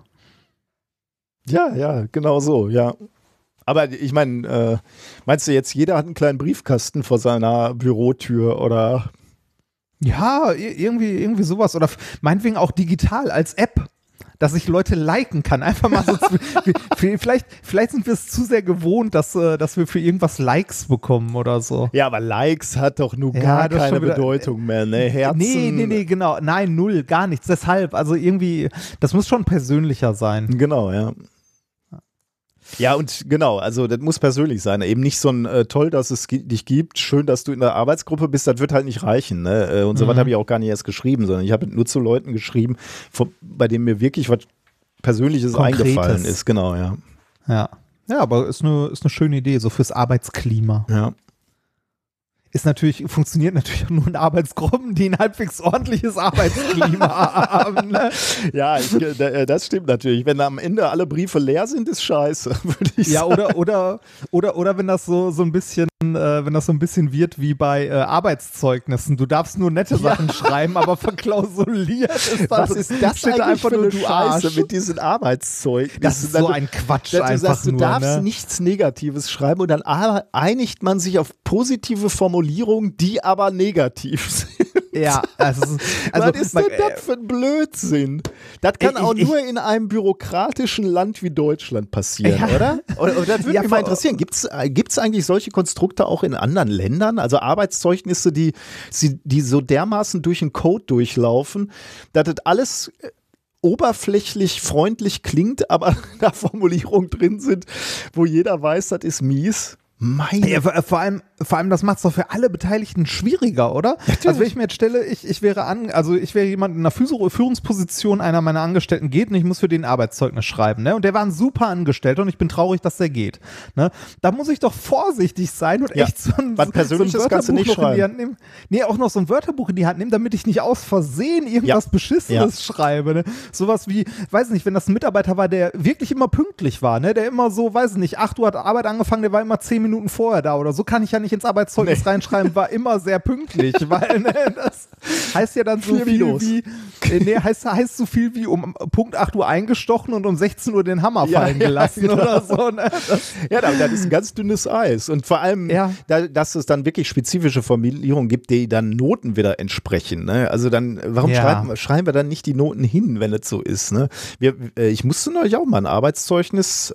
Ja, genau so, ja. Aber ich meine, meinst du jetzt, jeder hat einen kleinen Briefkasten vor seiner Bürotür oder? Ja, irgendwie sowas. Oder meinetwegen auch digital als App, dass ich Leute liken kann. Einfach mal so. Vielleicht sind wir es zu sehr gewohnt, dass wir für irgendwas Likes bekommen oder so. Ja, aber Likes hat doch nur gar keine Bedeutung mehr, ne? Herzen. Nee, genau. Nein, null, gar nichts. Deshalb, also irgendwie, das muss schon persönlicher sein. Genau, ja. Ja, und genau, also das muss persönlich sein. Eben nicht so ein toll, dass es dich gibt, schön, dass du in der Arbeitsgruppe bist, das wird halt nicht reichen. Ne? Und so was habe ich auch gar nicht erst geschrieben, sondern ich habe nur zu Leuten geschrieben, bei denen mir wirklich was Persönliches Konkretes eingefallen ist. Genau, ja. Ja, aber ist eine schöne Idee, so fürs Arbeitsklima. Ja. Funktioniert natürlich nur in Arbeitsgruppen, die ein halbwegs ordentliches Arbeitsklima haben. Ne? Ja, das stimmt natürlich. Wenn am Ende alle Briefe leer sind, ist scheiße, würde ich sagen. Ja, oder wenn das so ein bisschen wenn das so ein bisschen wird wie bei Arbeitszeugnissen. Du darfst nur nette Sachen schreiben, aber verklausuliert ist das. Was ist das steht eigentlich einfach für nur eine du Scheiße Arsch. mit diesen Arbeitszeugnissen? Das ist so ein Quatsch Du einfach sagst, du nur, darfst ne? nichts Negatives schreiben und dann einigt man sich auf positive Formulierungen, die aber negativ sind. Ja, also Was ist denn das für ein Blödsinn? Das kann auch nur in einem bürokratischen Land wie Deutschland passieren, oder? Oder das würde mich mal interessieren. Gibt's eigentlich solche Konstrukte auch in anderen Ländern? Also Arbeitszeugnisse, die so dermaßen durch den Code durchlaufen, dass das alles oberflächlich freundlich klingt, aber da Formulierungen drin sind, wo jeder weiß, das ist mies. Ja, vor allem, das macht es doch für alle Beteiligten schwieriger, oder? Natürlich. Also wenn ich mir jetzt stelle, ich wäre jemand in einer Führungsposition, einer meiner Angestellten geht und ich muss für den ein Arbeitszeugnis schreiben, ne? Und der war ein super Angestellter und ich bin traurig, dass der geht, ne? Da muss ich doch vorsichtig sein und echt so ein Persönliches kannst du nicht noch in die schreiben. Hand nehmen. Nee, auch noch so ein Wörterbuch in die Hand nehmen, damit ich nicht aus Versehen irgendwas Beschissenes schreibe, ne? Sowas wie, weiß nicht, wenn das ein Mitarbeiter war, der wirklich immer pünktlich war, ne? Der immer so, weiß nicht, 8 Uhr hat Arbeit angefangen, der war immer 10 Minuten vorher da oder so, kann ich ja nicht ins Arbeitszeugnis reinschreiben, war immer sehr pünktlich, weil das heißt ja dann so viel wie, heißt so viel wie um Punkt 8 Uhr eingestochen und um 16 Uhr den Hammer fallen gelassen genau. oder so. Ne? Das ist ein ganz dünnes Eis und vor allem, dass es dann wirklich spezifische Formulierungen gibt, die dann Noten wieder entsprechen. Ne? Also dann, warum schreiben wir dann nicht die Noten hin, wenn es so ist? Ne? Ich musste neulich auch mal ein Arbeitszeugnis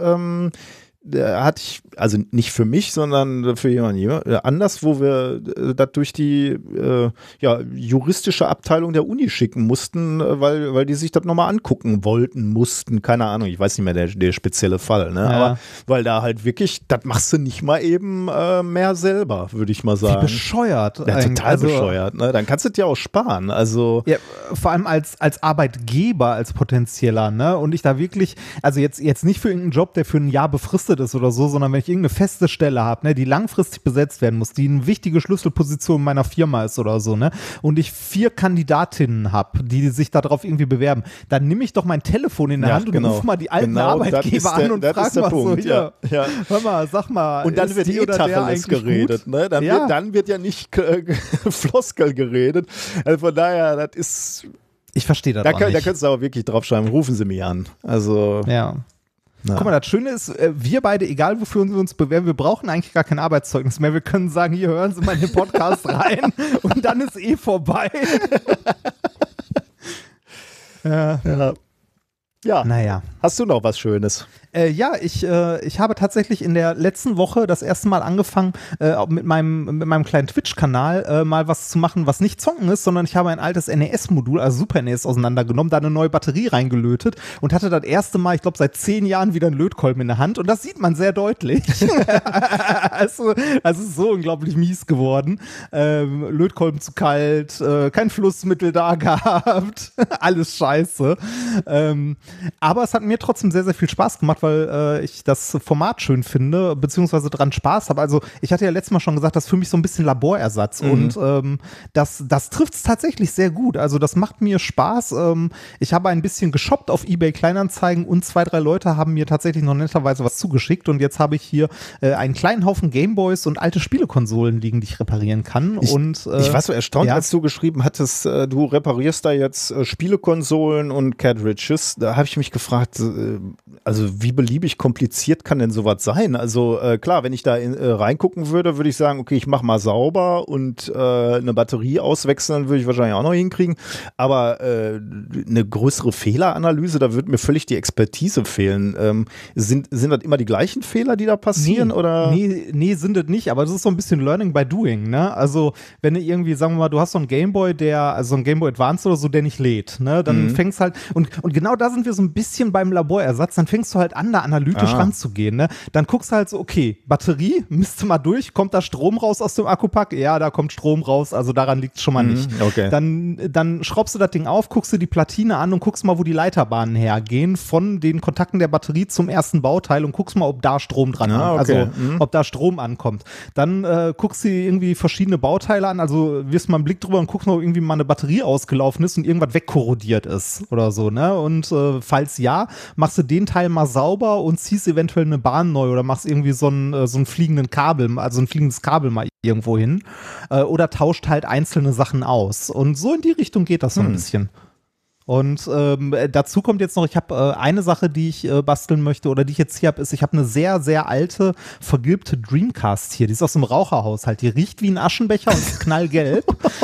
hatte ich, also nicht für mich, sondern für jemanden anders, wo wir das durch die juristische Abteilung der Uni schicken mussten, weil die sich das nochmal angucken mussten. Keine Ahnung, ich weiß nicht mehr der spezielle Fall, ne? Aber weil da halt wirklich, das machst du nicht mal eben mehr selber, würde ich mal sagen. Wie bescheuert. Ja, total bescheuert, ne? Dann kannst du dir auch sparen. Also ja, vor allem als Arbeitgeber, als potenzieller, ne? Und ich da wirklich, also jetzt nicht für irgendeinen Job, der für ein Jahr befristet ist oder so, sondern wenn ich irgendeine feste Stelle habe, ne, die langfristig besetzt werden muss, die eine wichtige Schlüsselposition in meiner Firma ist oder so, ne, und ich 4 Kandidatinnen habe, die sich darauf irgendwie bewerben, dann nehme ich doch mein Telefon in der Hand und rufe mal die alten Arbeitgeber an und frage mal so, hier, hör mal, sag mal, und dann wird Tacheles geredet, ne? Dann wird ja nicht Floskel geredet. Also von daher, das ist. Ich verstehe das auch nicht. Da könntest du aber wirklich draufschreiben, rufen Sie mich an. Also. Ja. Na. Guck mal, das Schöne ist, wir beide, egal wofür wir uns bewerben, wir brauchen eigentlich gar kein Arbeitszeugnis mehr. Wir können sagen, hier hören Sie mal in den Podcast rein und dann ist vorbei. Ja. Naja. Hast du noch was Schönes? Ich habe tatsächlich in der letzten Woche das erste Mal angefangen, mit meinem kleinen Twitch-Kanal mal was zu machen, was nicht Zonken ist, sondern ich habe ein altes NES-Modul, also Super NES, auseinandergenommen, da eine neue Batterie reingelötet und hatte das erste Mal, ich glaube, seit 10 Jahren wieder einen Lötkolben in der Hand und das sieht man sehr deutlich. Also es ist so unglaublich mies geworden. Lötkolben zu kalt, kein Flussmittel da gehabt, alles scheiße. Aber es hat mir trotzdem sehr, sehr viel Spaß gemacht, weil ich das Format schön finde, beziehungsweise dran Spaß habe. Also ich hatte ja letztes Mal schon gesagt, das ist für mich so ein bisschen Laborersatz und das trifft es tatsächlich sehr gut. Also das macht mir Spaß. Ich habe ein bisschen geshoppt auf eBay Kleinanzeigen und 2, 3 Leute haben mir tatsächlich noch netterweise was zugeschickt und jetzt habe ich hier einen kleinen Haufen Gameboys und alte Spielekonsolen liegen, die ich reparieren kann. Ich war so erstaunt, als du geschrieben hattest, du reparierst da jetzt Spielekonsolen und Cartridges. Da habe ich mich gefragt, also wie beliebig kompliziert kann denn sowas sein? Also klar, wenn ich da reingucken würde, würde ich sagen, okay, ich mache mal sauber und eine Batterie auswechseln würde ich wahrscheinlich auch noch hinkriegen. Aber eine größere Fehleranalyse, da würde mir völlig die Expertise fehlen. Sind das immer die gleichen Fehler, die da passieren? Nee, oder? Nee, sind das nicht, aber das ist so ein bisschen Learning by Doing, ne? Also wenn du irgendwie, sagen wir mal, du hast so einen Gameboy, also ein Gameboy Advance oder so, der nicht lädt, ne? Dann fängst halt, und genau da sind wir so ein bisschen beim Laborersatz, dann fängst du halt an, da analytisch ranzugehen, ne? Dann guckst du halt so, okay, Batterie, misst du mal durch, kommt da Strom raus aus dem Akkupack? Ja, da kommt Strom raus, also daran liegt es schon mal nicht. Okay. Dann schraubst du das Ding auf, guckst du die Platine an und guckst mal, wo die Leiterbahnen hergehen von den Kontakten der Batterie zum ersten Bauteil und guckst mal, ob da Strom dran ist, also ob da Strom ankommt. Dann guckst du irgendwie verschiedene Bauteile an, also wirst mal einen Blick drüber und guckst mal, ob irgendwie mal eine Batterie ausgelaufen ist und irgendwas wegkorrodiert ist oder so, ne? Und falls ja, machst du den Teil Teil mal sauber und ziehst eventuell eine Bahn neu oder machst irgendwie so ein fliegendes Kabel mal irgendwo hin oder tauscht halt einzelne Sachen aus. Und so in die Richtung geht das so ein bisschen. Und dazu kommt jetzt noch, ich habe eine Sache, die ich basteln möchte oder die ich jetzt hier habe, ist, ich habe eine sehr, sehr alte, vergilbte Dreamcast hier. Die ist aus einem Raucherhaushalt. Die riecht wie ein Aschenbecher und ist knallgelb.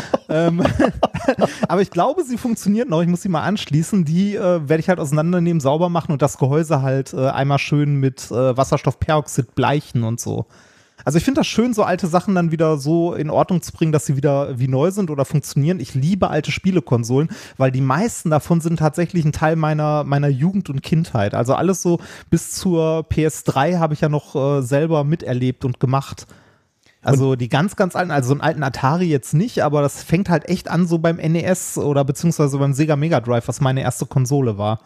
Aber ich glaube, sie funktioniert noch. Ich muss sie mal anschließen. Die werde ich halt auseinandernehmen, sauber machen und das Gehäuse halt einmal schön mit Wasserstoffperoxid bleichen und so. Also ich finde das schön, so alte Sachen dann wieder so in Ordnung zu bringen, dass sie wieder wie neu sind oder funktionieren. Ich liebe alte Spielekonsolen, weil die meisten davon sind tatsächlich ein Teil meiner Jugend und Kindheit. Also alles so bis zur PS3 habe ich ja noch selber miterlebt und gemacht. Also die ganz, ganz alten, also so einen alten Atari jetzt nicht, aber das fängt halt echt an so beim NES oder beziehungsweise beim Sega Mega Drive, was meine erste Konsole war.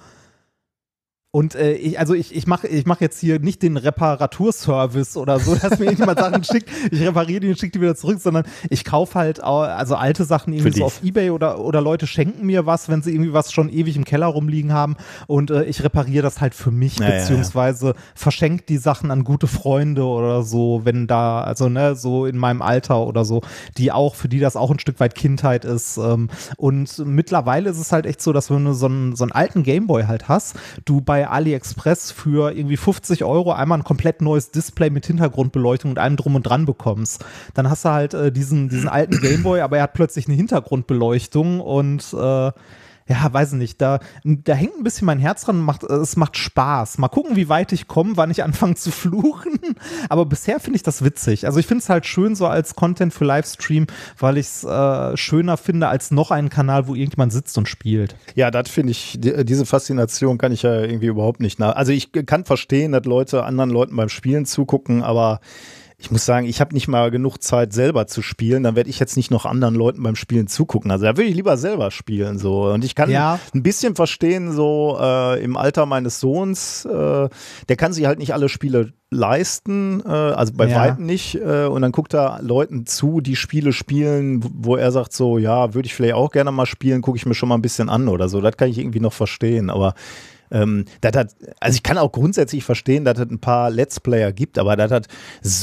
Und ich mach jetzt hier nicht den Reparaturservice oder so, dass mir jemand Sachen schickt, ich repariere die und schicke die wieder zurück, sondern ich kaufe halt also alte Sachen irgendwie so auf Ebay oder Leute schenken mir was, wenn sie irgendwie was schon ewig im Keller rumliegen haben und ich repariere das halt für mich, beziehungsweise verschenke die Sachen an gute Freunde oder so, wenn da, also ne, so in meinem Alter oder so, für die das auch ein Stück weit Kindheit ist. Und mittlerweile ist es halt echt so, dass wenn du so einen alten Gameboy halt hast, du bei AliExpress für irgendwie 50 € einmal ein komplett neues Display mit Hintergrundbeleuchtung und allem drum und dran bekommst. Dann hast du halt diesen alten Gameboy, aber er hat plötzlich eine Hintergrundbeleuchtung und ja, weiß nicht, da hängt ein bisschen mein Herz dran, es macht Spaß. Mal gucken, wie weit ich komme, wann ich anfange zu fluchen. Aber bisher finde ich das witzig. Also ich finde es halt schön so als Content für Livestream, weil ich es schöner finde als noch einen Kanal, wo irgendjemand sitzt und spielt. Ja, das finde ich, diese Faszination kann ich ja irgendwie überhaupt nicht Also ich kann verstehen, dass Leute anderen Leuten beim Spielen zugucken, aber ich muss sagen, ich habe nicht mal genug Zeit, selber zu spielen. Dann werde ich jetzt nicht noch anderen Leuten beim Spielen zugucken. Also da würde ich lieber selber spielen. So. Und ich kann ein bisschen verstehen, so im Alter meines Sohns, der kann sich halt nicht alle Spiele leisten, also bei Weitem nicht. Und dann guckt er Leuten zu, die Spiele spielen, wo er sagt so, ja, würde ich vielleicht auch gerne mal spielen, gucke ich mir schon mal ein bisschen an oder so. Das kann ich irgendwie noch verstehen. Aber also ich kann auch grundsätzlich verstehen, dass es ein paar Let's Player gibt, aber dass es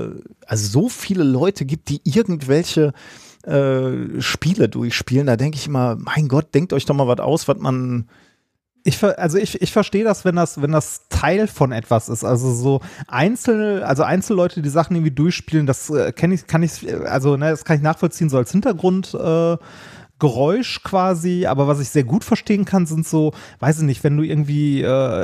so viele Leute gibt, die irgendwelche Spiele durchspielen, da denke ich immer, mein Gott, denkt euch doch mal was aus, was man Ich verstehe das, wenn das Teil von etwas ist. Also so Einzelleute, die Sachen irgendwie durchspielen, das kann ich nachvollziehen, so als Hintergrund Geräusch quasi, aber was ich sehr gut verstehen kann, sind so, weiß ich nicht, wenn du irgendwie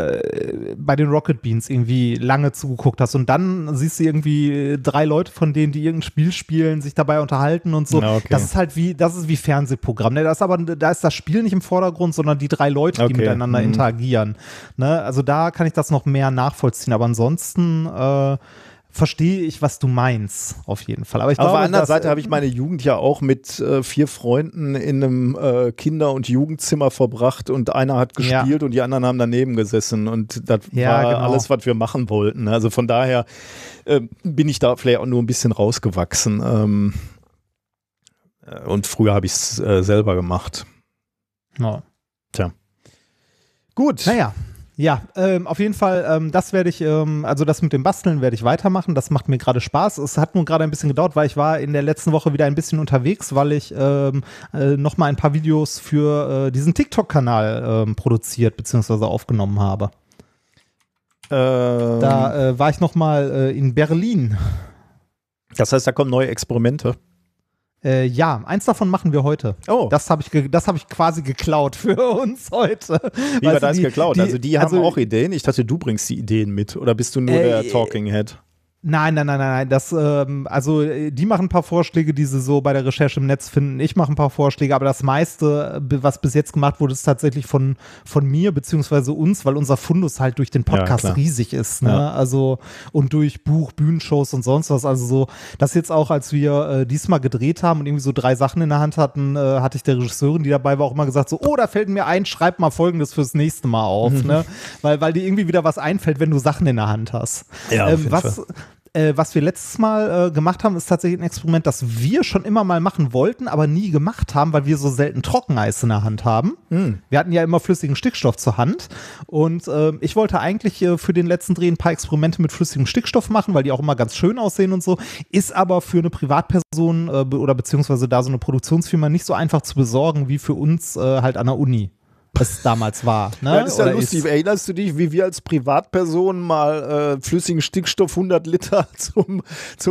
bei den Rocket Beans irgendwie lange zugeguckt hast und dann siehst du irgendwie 3 Leute von denen, die irgendein Spiel spielen, sich dabei unterhalten und so. Okay. Das ist wie Fernsehprogramm. Ne? Da ist das Spiel nicht im Vordergrund, sondern die 3 Leute, die miteinander interagieren. Ne? Also da kann ich das noch mehr nachvollziehen, aber ansonsten verstehe ich, was du meinst, auf jeden Fall. Aber ich glaube, auf der anderen Seite habe ich meine Jugend ja auch mit 4 Freunden in einem Kinder- und Jugendzimmer verbracht und einer hat gespielt und die anderen haben daneben gesessen und das war alles, was wir machen wollten. Also von daher bin ich da vielleicht auch nur ein bisschen rausgewachsen und früher habe ich es selber gemacht. Ja. Tja. Gut. Naja. Ja, auf jeden Fall, das werde ich, also das mit dem Basteln werde ich weitermachen, das macht mir gerade Spaß. Es hat nur gerade ein bisschen gedauert, weil ich war in der letzten Woche wieder ein bisschen unterwegs, weil ich nochmal ein paar Videos für diesen TikTok-Kanal produziert bzw. aufgenommen habe. Da war ich nochmal in Berlin. Das heißt, da kommen neue Experimente? Ja, eins davon machen wir heute. Oh. Das hab ich quasi geklaut für uns heute. Wie war das geklaut? Also die haben auch Ideen? Ich dachte, du bringst die Ideen mit. Oder bist du nur der Talking Head? Nein. Das, also die machen ein paar Vorschläge, die sie so bei der Recherche im Netz finden. Ich mache ein paar Vorschläge, aber das meiste, was bis jetzt gemacht wurde, ist tatsächlich von mir beziehungsweise uns, weil unser Fundus halt durch den Podcast riesig ist. Ne? Ja. Also und durch Buch, Bühnenshows und sonst was. Also so, das jetzt auch, als wir diesmal gedreht haben und irgendwie so 3 Sachen in der Hand hatten, hatte ich der Regisseurin, die dabei war, auch immer gesagt so, da fällt mir ein, schreib mal Folgendes fürs nächste Mal auf. Ne? Weil dir irgendwie wieder was einfällt, wenn du Sachen in der Hand hast. Ja, Was wir letztes Mal gemacht haben, ist tatsächlich ein Experiment, das wir schon immer mal machen wollten, aber nie gemacht haben, weil wir so selten Trockeneis in der Hand haben. Wir hatten ja immer flüssigen Stickstoff zur Hand und ich wollte eigentlich für den letzten Dreh ein paar Experimente mit flüssigem Stickstoff machen, weil die auch immer ganz schön aussehen und so, ist aber für eine Privatperson oder beziehungsweise da so eine Produktionsfirma nicht so einfach zu besorgen, wie für uns halt an der Uni es damals war. Ne? Ja, das ist ja lustig. Erinnerst du dich, wie wir als Privatpersonen mal flüssigen Stickstoff 100 Liter zum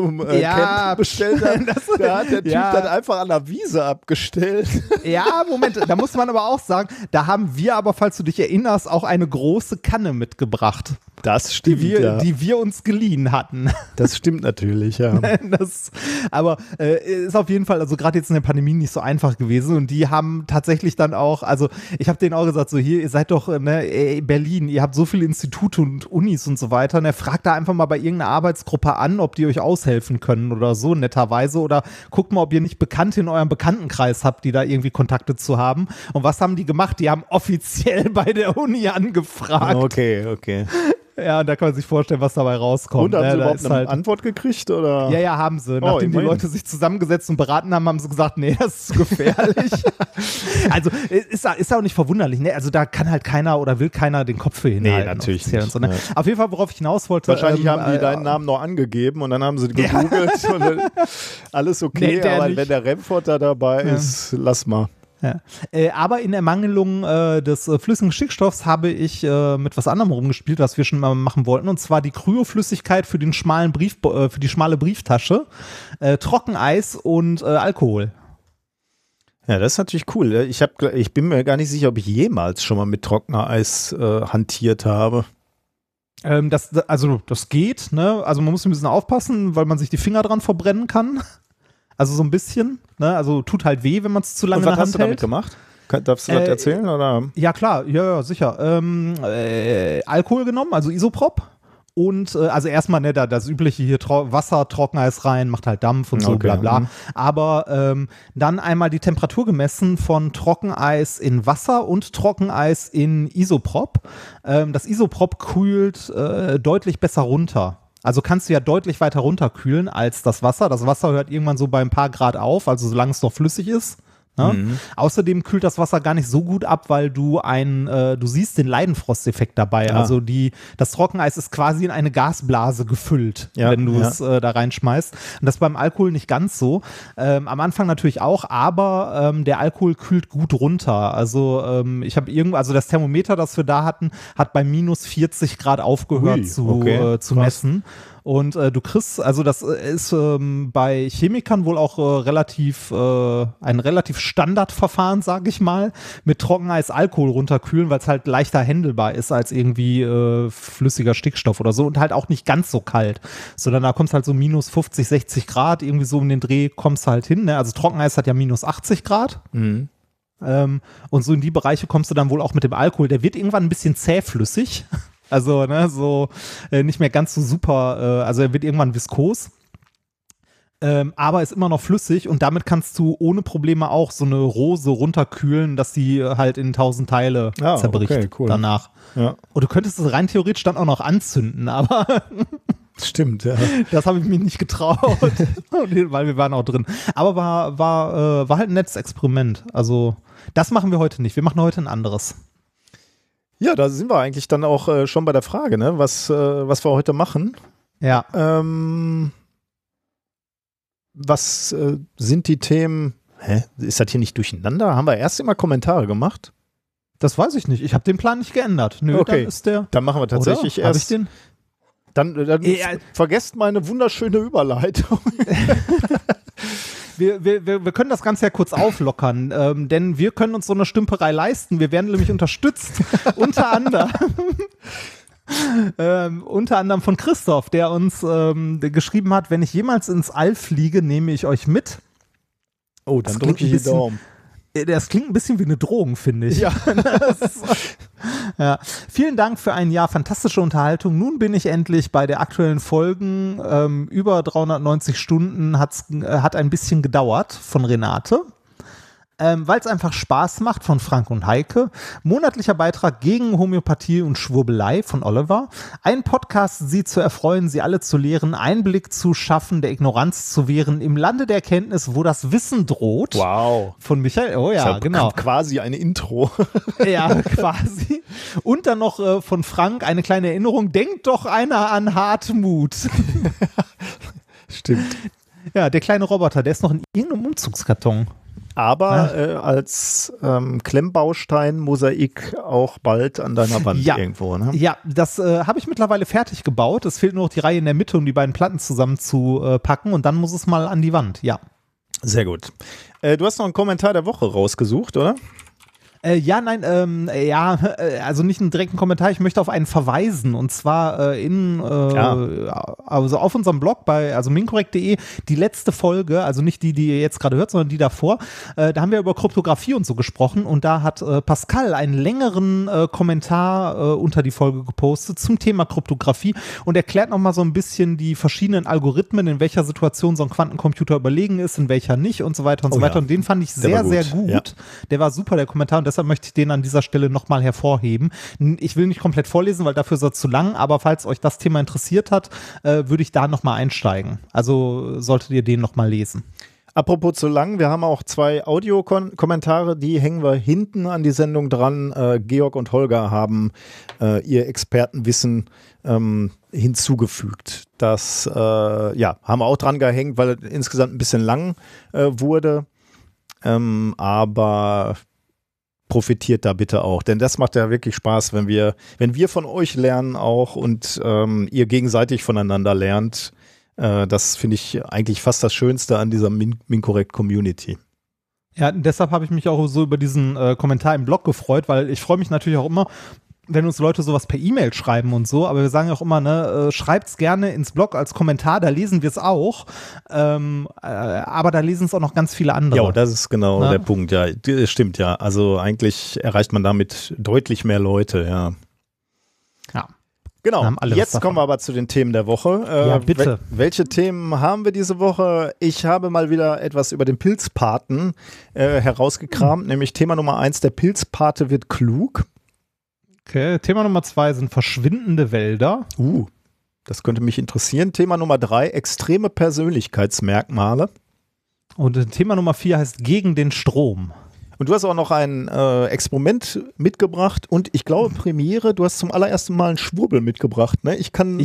Camp bestellt haben? Da hat der Typ dann einfach an der Wiese abgestellt. Ja, Moment, da muss man aber auch sagen, da haben wir aber, falls du dich erinnerst, auch eine große Kanne mitgebracht. Das stimmt, die wir uns geliehen hatten. Das stimmt natürlich, ja. Aber ist auf jeden Fall, also gerade jetzt in der Pandemie nicht so einfach gewesen und die haben tatsächlich dann auch, also ich habe denen auch gesagt, so hier, ihr seid doch Berlin, ihr habt so viele Institute und Unis und so weiter, ne, fragt da einfach mal bei irgendeiner Arbeitsgruppe an, ob die euch aushelfen können oder so, netterweise, oder guckt mal, ob ihr nicht Bekannte in eurem Bekanntenkreis habt, die da irgendwie Kontakte zu haben. Und was haben die gemacht? Die haben offiziell bei der Uni angefragt. Okay. Ja, und da kann man sich vorstellen, was dabei rauskommt. Und haben sie überhaupt eine Antwort gekriegt? Oder? Ja, haben sie. Nachdem die Leute sich zusammengesetzt und beraten haben, haben sie gesagt, nee, das ist zu gefährlich. Also ist auch nicht verwunderlich. Ne? Also da kann halt keiner oder will keiner den Kopf für hinhalten. Nee, natürlich nicht. So, ne? Auf jeden Fall, worauf ich hinaus wollte. Wahrscheinlich haben die deinen Namen noch angegeben und dann haben sie gegoogelt und alles okay, nee, aber wenn der Remford da dabei ist, lass mal. Ja. Aber in Ermangelung des flüssigen Stickstoffs habe ich mit was anderem rumgespielt, was wir schon mal machen wollten, und zwar die Kryoflüssigkeit für den schmalen für die schmale Brieftasche, Trockeneis und Alkohol. Ja, das ist natürlich cool. Ich bin mir gar nicht sicher, ob ich jemals schon mal mit Trockeneis hantiert habe. Das geht, ne? Also man muss ein bisschen aufpassen, weil man sich die Finger dran verbrennen kann. Also so ein bisschen, ne? Also tut halt weh, wenn man es zu lange in der Hand hält. Was hast du damit gemacht? Darfst du das erzählen? Oder? Ja, klar, ja, sicher. Alkohol genommen, also Isoprop. Und also erstmal ne, das übliche hier Wasser, Trockeneis rein, macht halt Dampf und so, okay, bla bla. Aber dann einmal die Temperatur gemessen von Trockeneis in Wasser und Trockeneis in Isoprop. Das Isoprop kühlt deutlich besser runter. Also kannst du ja deutlich weiter runterkühlen als das Wasser. Das Wasser hört irgendwann so bei ein paar Grad auf, also solange es noch flüssig ist. Ne? Mhm. Außerdem kühlt das Wasser gar nicht so gut ab, weil du du siehst den Leidenfrosteffekt dabei. Ja. Also das Trockeneis ist quasi in eine Gasblase gefüllt, wenn du es da reinschmeißt. Und das ist beim Alkohol nicht ganz so. Am Anfang natürlich auch, aber der Alkohol kühlt gut runter. Also ich habe also das Thermometer, das wir da hatten, hat bei minus 40 Grad aufgehört zu messen. Und du kriegst, also das ist bei Chemikern wohl auch ein relativ Standardverfahren, sage ich mal, mit Trockeneis Alkohol runterkühlen, weil es halt leichter händelbar ist als irgendwie flüssiger Stickstoff oder so und halt auch nicht ganz so kalt, sondern da kommst halt so minus 50, 60 Grad, irgendwie so um den Dreh kommst du halt hin. Ne? Also Trockeneis hat ja minus 80 Grad. Mhm. Und so in die Bereiche kommst du dann wohl auch mit dem Alkohol. Der wird irgendwann ein bisschen zähflüssig. Also, ne, so nicht mehr ganz so super, also er wird irgendwann viskos, aber ist immer noch flüssig und damit kannst du ohne Probleme auch so eine Rose runterkühlen, dass die halt in 1000 Teile zerbricht danach. Ja. Und du könntest es rein theoretisch dann auch noch anzünden, aber stimmt, ja. Das habe ich mir nicht getraut, weil wir waren auch drin. Aber war halt ein nettes Experiment. Also das machen wir heute nicht, wir machen heute ein anderes. Ja, da sind wir eigentlich dann auch schon bei der Frage, ne? Was wir heute machen. Ja. Was sind die Themen? Ist das hier nicht durcheinander? Haben wir erst immer Kommentare gemacht? Das weiß ich nicht. Ich habe den Plan nicht geändert. Nö, okay. Dann machen wir tatsächlich erst. Hab ich den? Dann vergesst meine wunderschöne Überleitung. Wir können das Ganze ja kurz auflockern, denn wir können uns so eine Stümperei leisten. Wir werden nämlich unterstützt, unter anderem von Christoph, der uns geschrieben hat, wenn ich jemals ins All fliege, nehme ich euch mit. Oh, dann drücke ich die Daumen. Das klingt ein bisschen wie eine Drohung, finde ich. Ja. Ja. Vielen Dank für ein Jahr fantastische Unterhaltung. Nun bin ich endlich bei der aktuellen Folgen. Über 390 Stunden hat ein bisschen gedauert von Renate. Weil es einfach Spaß macht von Frank und Heike. Monatlicher Beitrag gegen Homöopathie und Schwurbelei von Oliver. Ein Podcast, sie zu erfreuen, sie alle zu lehren, Einblick zu schaffen, der Ignoranz zu wehren, im Lande der Erkenntnis, wo das Wissen droht. Wow. Von Michael, oh ja, das genau. Quasi ein Intro. Ja, quasi. Und dann noch von Frank eine kleine Erinnerung. Denkt doch einer an Hartmut. Stimmt. Ja, der kleine Roboter, der ist noch in irgendeinem Umzugskarton. Aber als Klemmbaustein, Mosaik auch bald an deiner Wand irgendwo, ne? Ja, das habe ich mittlerweile fertig gebaut. Es fehlt nur noch die Reihe in der Mitte, um die beiden Platten zusammen zu packen und dann muss es mal an die Wand, ja. Sehr gut. Du hast noch einen Kommentar der Woche rausgesucht, oder? Also nicht einen direkten Kommentar, ich möchte auf einen verweisen und zwar also auf unserem Blog also minkorrekt.de, die letzte Folge, also nicht die ihr jetzt gerade hört, sondern die davor, da haben wir über Kryptographie und so gesprochen und da hat Pascal einen längeren Kommentar unter die Folge gepostet zum Thema Kryptographie und erklärt nochmal so ein bisschen die verschiedenen Algorithmen, in welcher Situation so ein Quantencomputer überlegen ist, in welcher nicht und so weiter und so weiter und den fand ich sehr, sehr gut. Ja. Der war super, der Kommentar, und deshalb möchte ich den an dieser Stelle nochmal hervorheben. Ich will nicht komplett vorlesen, weil dafür ist er zu lang, aber falls euch das Thema interessiert hat, würde ich da nochmal einsteigen. Also solltet ihr den nochmal lesen. Apropos zu lang, wir haben auch 2 Audiokommentare, die hängen wir hinten an die Sendung dran. Georg und Holger haben ihr Expertenwissen hinzugefügt. Das haben wir auch dran gehängt, weil es insgesamt ein bisschen lang wurde. Aber profitiert da bitte auch, denn das macht ja wirklich Spaß, wenn wir von euch lernen auch und ihr gegenseitig voneinander lernt. Das finde ich eigentlich fast das Schönste an dieser Minkorrekt-Community. Ja, deshalb habe ich mich auch so über diesen Kommentar im Blog gefreut, weil ich freue mich natürlich auch immer, wenn uns Leute sowas per E-Mail schreiben und so, aber wir sagen auch immer, ne, schreibt's gerne ins Blog als Kommentar, da lesen wir es auch, aber da lesen es auch noch ganz viele andere. Ja, das ist genau der Punkt, ja, stimmt, ja, also eigentlich erreicht man damit deutlich mehr Leute, ja. Ja. Genau, jetzt kommen wir aber zu den Themen der Woche. Ja, bitte. Welche Themen haben wir diese Woche? Ich habe mal wieder etwas über den Pilzpaten herausgekramt, nämlich Thema Nummer 1, der Pilzpate wird klug. Okay, Thema Nummer 2 sind verschwindende Wälder. Das könnte mich interessieren. Thema Nummer 3, extreme Persönlichkeitsmerkmale. Und Thema Nummer 4 heißt gegen den Strom. Und du hast auch noch ein Experiment mitgebracht und ich glaube Premiere, du hast zum allerersten Mal einen Schwurbel mitgebracht, ne? Ich bin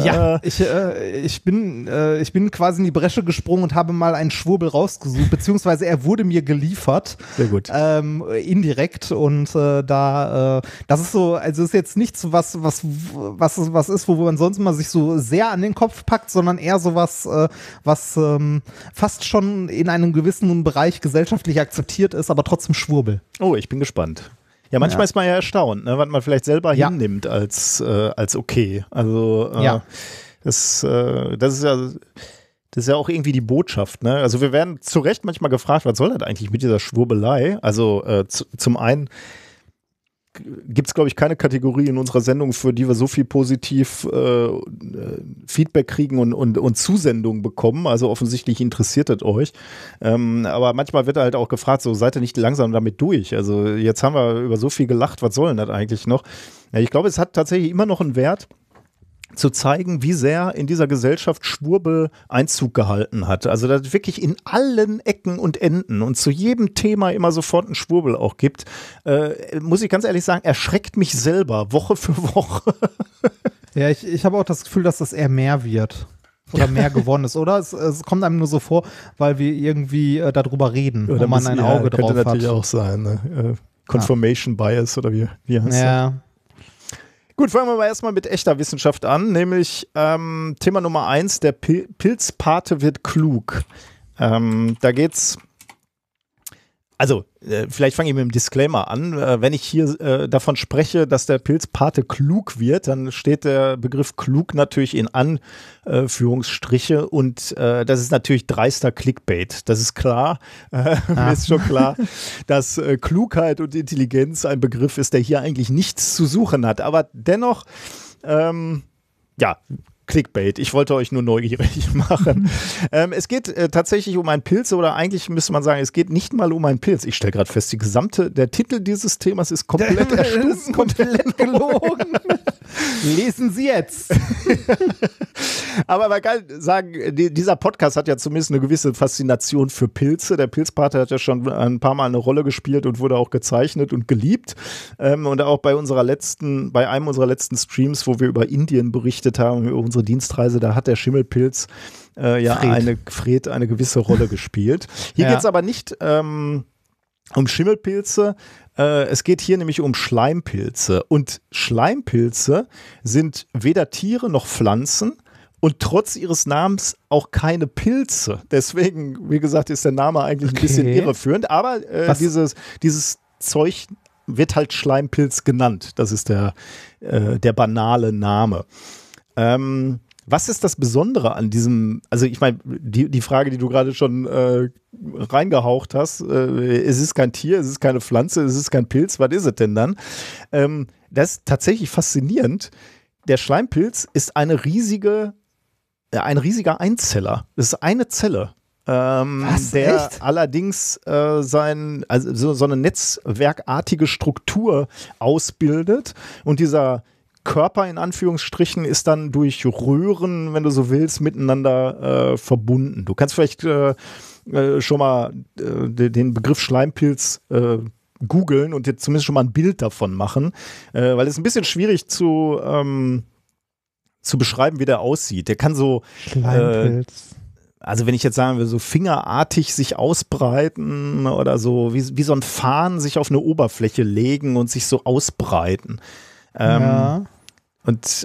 quasi in die Bresche gesprungen und habe mal einen Schwurbel rausgesucht, beziehungsweise er wurde mir geliefert. Sehr gut. Indirekt und das ist so, also ist jetzt nichts, was ist, wo man sonst mal sich so sehr an den Kopf packt, sondern eher sowas, was fast schon in einem gewissen Bereich gesellschaftlich akzeptiert ist, aber trotzdem Schwurbel. Oh, ich bin gespannt. Ja, manchmal ist man ja erstaunt, ne, was man vielleicht selber hinnimmt als okay. Also das ist ja auch irgendwie die Botschaft, ne? Also wir werden zu Recht manchmal gefragt, was soll das eigentlich mit dieser Schwurbelei? Also zum einen gibt es, glaube ich, keine Kategorie in unserer Sendung, für die wir so viel positiv Feedback kriegen und Zusendungen bekommen. Also offensichtlich interessiert es euch. Aber manchmal wird halt auch gefragt, so seid ihr nicht langsam damit durch? Also jetzt haben wir über so viel gelacht, was soll denn das eigentlich noch? Ja, ich glaube, es hat tatsächlich immer noch einen Wert, zu zeigen, wie sehr in dieser Gesellschaft Schwurbel Einzug gehalten hat. Also dass es wirklich in allen Ecken und Enden und zu jedem Thema immer sofort einen Schwurbel auch gibt, muss ich ganz ehrlich sagen, erschreckt mich selber Woche für Woche. Ja, ich habe auch das Gefühl, dass das eher mehr wird. Oder mehr geworden ist, oder? Es kommt einem nur so vor, weil wir irgendwie darüber reden, oder wo man ein Auge drauf hat. Könnte natürlich auch sein, ne? Confirmation Bias oder wie heißt das? Ja. Gut, fangen wir mal erstmal mit echter Wissenschaft an, nämlich Thema Nummer 1, der Pilzpate wird klug. Da geht's, also vielleicht fange ich mit dem Disclaimer an. Wenn ich hier davon spreche, dass der Pilzpate klug wird, dann steht der Begriff klug natürlich in Anführungsstriche und das ist natürlich dreister Clickbait. Das ist klar, mir ist schon klar, dass Klugheit und Intelligenz ein Begriff ist, der hier eigentlich nichts zu suchen hat. Aber dennoch, Clickbait. Ich wollte euch nur neugierig machen. Es geht tatsächlich um einen Pilz, oder eigentlich müsste man sagen, es geht nicht mal um einen Pilz. Ich stelle gerade fest, der Titel dieses Themas ist komplett erstunken. ist komplett gelogen. Lesen Sie jetzt. Aber man kann sagen, dieser Podcast hat ja zumindest eine gewisse Faszination für Pilze. Der Pilzpate hat ja schon ein paar Mal eine Rolle gespielt und wurde auch gezeichnet und geliebt. Und auch bei einem unserer letzten Streams, wo wir über Indien berichtet haben, über unsere Dienstreise, da hat der Schimmelpilz eine gewisse Rolle gespielt. Hier geht es aber nicht um Schimmelpilze. Es geht hier nämlich um Schleimpilze. Und Schleimpilze sind weder Tiere noch Pflanzen und trotz ihres Namens auch keine Pilze. Deswegen, wie gesagt, ist der Name eigentlich ein bisschen irreführend. Aber dieses Zeug wird halt Schleimpilz genannt. Das ist der banale Name. Was ist das Besondere an diesem, also ich meine, die Frage, die du gerade schon reingehaucht hast, es ist kein Tier, es ist keine Pflanze, es ist kein Pilz, was ist es denn dann? Das ist tatsächlich faszinierend. Der Schleimpilz ist ein riesiger Einzeller. Das ist eine Zelle. Der echt? allerdings so eine netzwerkartige Struktur ausbildet, und dieser Körper in Anführungsstrichen ist dann durch Röhren, wenn du so willst, miteinander verbunden. Du kannst vielleicht schon mal den Begriff Schleimpilz googeln und dir zumindest schon mal ein Bild davon machen, weil es ein bisschen schwierig zu beschreiben, wie der aussieht. Der kann so Schleimpilz. Also wenn ich jetzt sagen will, so fingerartig sich ausbreiten oder so, wie so ein Faden sich auf eine Oberfläche legen und sich so ausbreiten. Und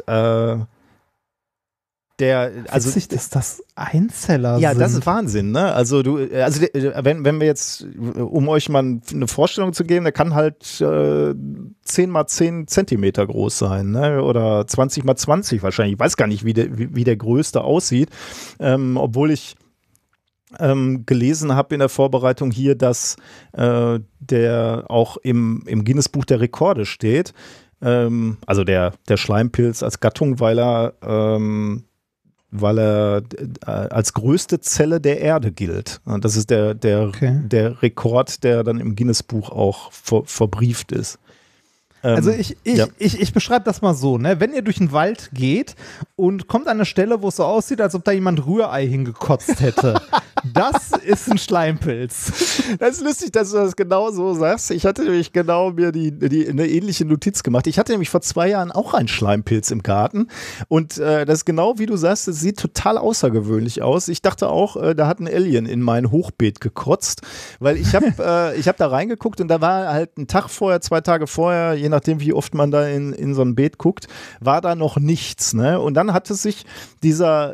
witzig, dass das Einzeller sind. Ja, das ist Wahnsinn, ne? Also wenn wir jetzt, um euch mal eine Vorstellung zu geben, der kann halt 10 mal 10 Zentimeter groß sein, ne? Oder 20 mal 20 wahrscheinlich. Ich weiß gar nicht, wie der größte aussieht. Obwohl ich gelesen habe in der Vorbereitung hier, dass der auch im Guinness-Buch der Rekorde steht. Also der Schleimpilz als Gattung, weil er als größte Zelle der Erde gilt. Und das ist der Rekord, der dann im Guinness-Buch auch verbrieft ist. Also ich beschreibe das mal so, ne? Wenn ihr durch den Wald geht und kommt an eine Stelle, wo es so aussieht, als ob da jemand Rührei hingekotzt hätte. Das ist ein Schleimpilz. Das ist lustig, dass du das genau so sagst. Ich hatte nämlich genau mir eine ähnliche Notiz gemacht. Ich hatte nämlich vor 2 Jahren auch einen Schleimpilz im Garten. Und das ist genau wie du sagst, es sieht total außergewöhnlich aus. Ich dachte auch, da hat ein Alien in mein Hochbeet gekotzt. Weil ich hab da reingeguckt und da war halt ein Tag vorher, 2 Tage vorher, je nachdem wie oft man da in so ein Beet guckt, war da noch nichts. Ne? Und dann hatte sich dieser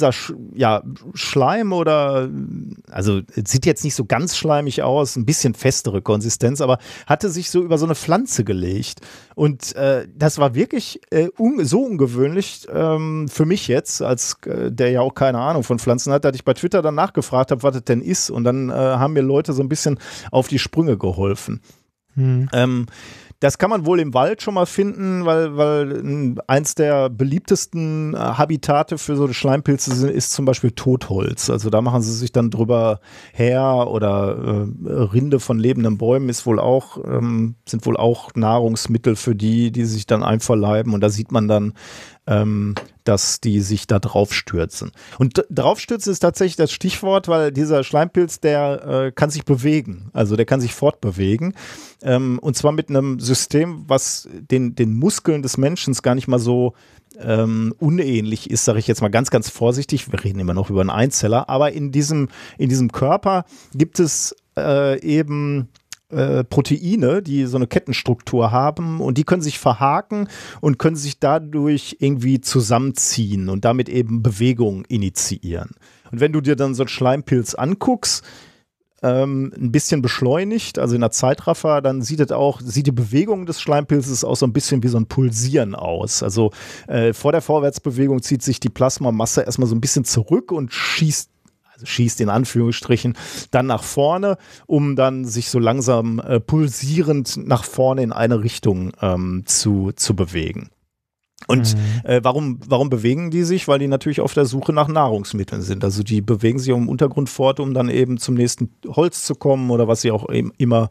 Schleim also es sieht jetzt nicht so ganz schleimig aus, ein bisschen festere Konsistenz, aber hatte sich so über so eine Pflanze gelegt. Und das war wirklich so ungewöhnlich für mich jetzt, als der ja auch keine Ahnung von Pflanzen hat, dass ich bei Twitter dann nachgefragt habe, was das denn ist. Und dann haben mir Leute so ein bisschen auf die Sprünge geholfen. Das kann man wohl im Wald schon mal finden, weil eins der beliebtesten Habitate für so Schleimpilze ist zum Beispiel Totholz. Also da machen sie sich dann drüber her, oder Rinde von lebenden Bäumen sind wohl auch Nahrungsmittel für die sich dann einverleiben. Und da sieht man dann, dass die sich da draufstürzen. Und draufstürzen ist tatsächlich das Stichwort, weil dieser Schleimpilz, der kann sich bewegen. Also der kann sich fortbewegen. Und zwar mit einem System, was den Muskeln des Menschen gar nicht mal so unähnlich ist, sage ich jetzt mal ganz, ganz vorsichtig. Wir reden immer noch über einen Einzeller, aber in diesem Körper gibt es eben Proteine, die so eine Kettenstruktur haben, und die können sich verhaken und können sich dadurch irgendwie zusammenziehen und damit eben Bewegung initiieren. Und wenn du dir dann so einen Schleimpilz anguckst, ein bisschen beschleunigt, also in der Zeitraffer, dann sieht die Bewegung des Schleimpilzes auch so ein bisschen wie so ein Pulsieren aus. Also vor der Vorwärtsbewegung zieht sich die Plasmamasse erstmal so ein bisschen zurück und schießt in Anführungsstrichen dann nach vorne, um dann sich so langsam pulsierend nach vorne in eine Richtung zu bewegen. Und warum bewegen die sich? Weil die natürlich auf der Suche nach Nahrungsmitteln sind. Also die bewegen sich im Untergrund fort, um dann eben zum nächsten Holz zu kommen oder was sie auch eben immer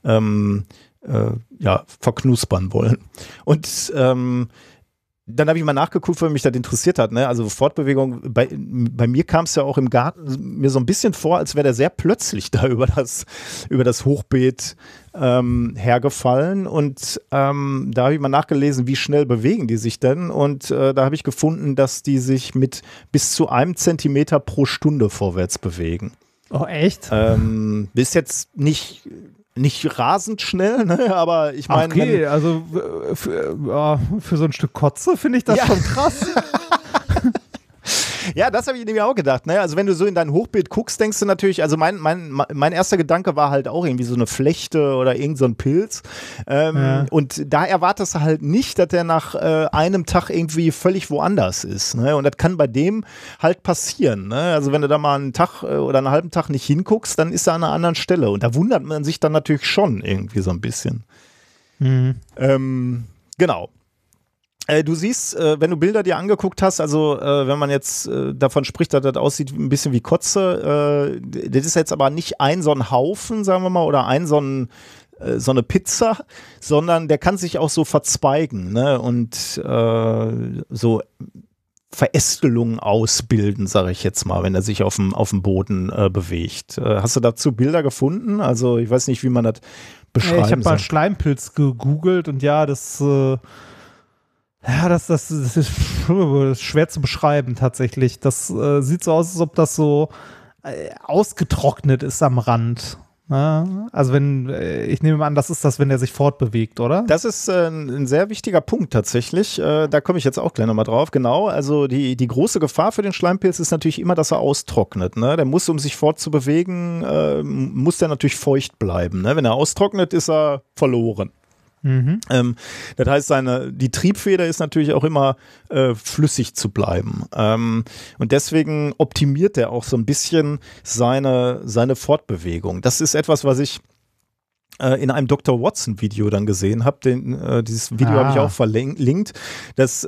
verknuspern wollen. Und dann habe ich mal nachgeguckt, weil mich das interessiert hat. Ne? Also Fortbewegung, bei mir kam es ja auch im Garten mir so ein bisschen vor, als wäre der sehr plötzlich da über das Hochbeet hergefallen. Und da habe ich mal nachgelesen, wie schnell bewegen die sich denn. Und da habe ich gefunden, dass die sich mit bis zu 1 Zentimeter pro Stunde vorwärts bewegen. Oh, echt? Ist jetzt nicht rasend schnell, ne? Aber ich meine. Okay, also für so ein Stück Kotze finde ich das schon krass. Ja, das habe ich nämlich auch gedacht. Ne? Also wenn du so in dein Hochbeet guckst, denkst du natürlich, also mein erster Gedanke war halt auch irgendwie so eine Flechte oder irgend so ein Pilz. Und da erwartest du halt nicht, dass der nach einem Tag irgendwie völlig woanders ist. Ne? Und das kann bei dem halt passieren. Ne? Also wenn du da mal einen Tag oder einen halben Tag nicht hinguckst, dann ist er an einer anderen Stelle. Und da wundert man sich dann natürlich schon irgendwie so ein bisschen. Genau. Du siehst, wenn du Bilder dir angeguckt hast, also wenn man jetzt davon spricht, dass das aussieht ein bisschen wie Kotze, das ist jetzt aber nicht so ein Haufen, sagen wir mal, oder so eine Pizza, sondern der kann sich auch so verzweigen, ne? Und so Verästelungen ausbilden, sage ich jetzt mal, wenn er sich auf dem Boden bewegt. Hast du dazu Bilder gefunden? Also ich weiß nicht, wie man das beschreiben soll. Ich habe mal Schleimpilz gegoogelt und das ist schwer zu beschreiben tatsächlich. Das sieht so aus, als ob das so ausgetrocknet ist am Rand. Ja? Also ich nehme an, das ist das, wenn der sich fortbewegt, oder? Das ist ein sehr wichtiger Punkt tatsächlich. Da komme ich jetzt auch gleich nochmal drauf. Genau, also die große Gefahr für den Schleimpilz ist natürlich immer, dass er austrocknet. Ne? Der muss, um sich fortzubewegen, muss der natürlich feucht bleiben. Ne? Wenn er austrocknet, ist er verloren. Das heißt, die Triebfeder ist natürlich auch immer flüssig zu bleiben. Und deswegen optimiert er auch so ein bisschen seine Fortbewegung. Das ist etwas, was ich in einem Dr. Watson-Video dann gesehen habe. Dieses Video habe ich auch verlinkt. Dass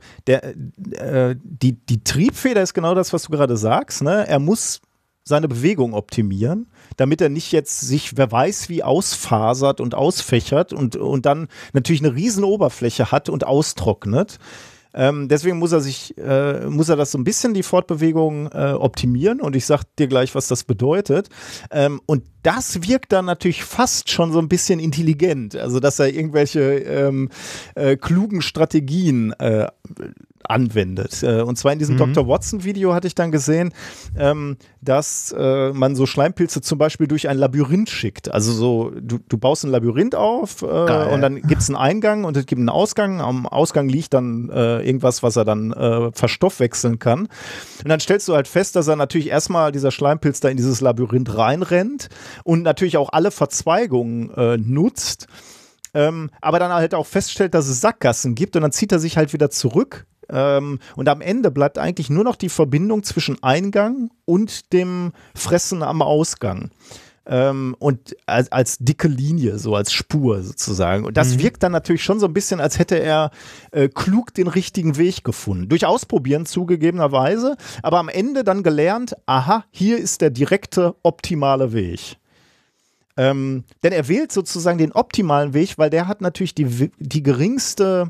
die Triebfeder ist genau das, was du gerade sagst. Ne? Er muss seine Bewegung optimieren, damit er nicht jetzt sich, wer weiß wie, ausfasert und ausfächert und dann natürlich eine riesen Oberfläche hat und austrocknet. Deswegen muss er das so ein bisschen, die Fortbewegung, optimieren, und ich sag dir gleich, was das bedeutet. Und das wirkt dann natürlich fast schon so ein bisschen intelligent, also dass er irgendwelche klugen Strategien anwendet. Und zwar in diesem Dr. Watson-Video hatte ich dann gesehen, dass man so Schleimpilze zum Beispiel durch ein Labyrinth schickt. Also so, du baust ein Labyrinth auf und dann gibt es einen Eingang und es gibt einen Ausgang. Am Ausgang liegt dann irgendwas, was er dann verstoffwechseln kann. Und dann stellst du halt fest, dass er natürlich erstmal, dieser Schleimpilz, da in dieses Labyrinth reinrennt und natürlich auch alle Verzweigungen nutzt. Aber dann halt auch feststellt, dass es Sackgassen gibt, und dann zieht er sich halt wieder zurück. Und am Ende bleibt eigentlich nur noch die Verbindung zwischen Eingang und dem Fressen am Ausgang. Und als dicke Linie, so als Spur sozusagen. Und das wirkt dann natürlich schon so ein bisschen, als hätte er klug den richtigen Weg gefunden. Durch Ausprobieren zugegebenerweise, aber am Ende dann gelernt, aha, hier ist der direkte, optimale Weg. Denn er wählt sozusagen den optimalen Weg, weil der hat natürlich die geringste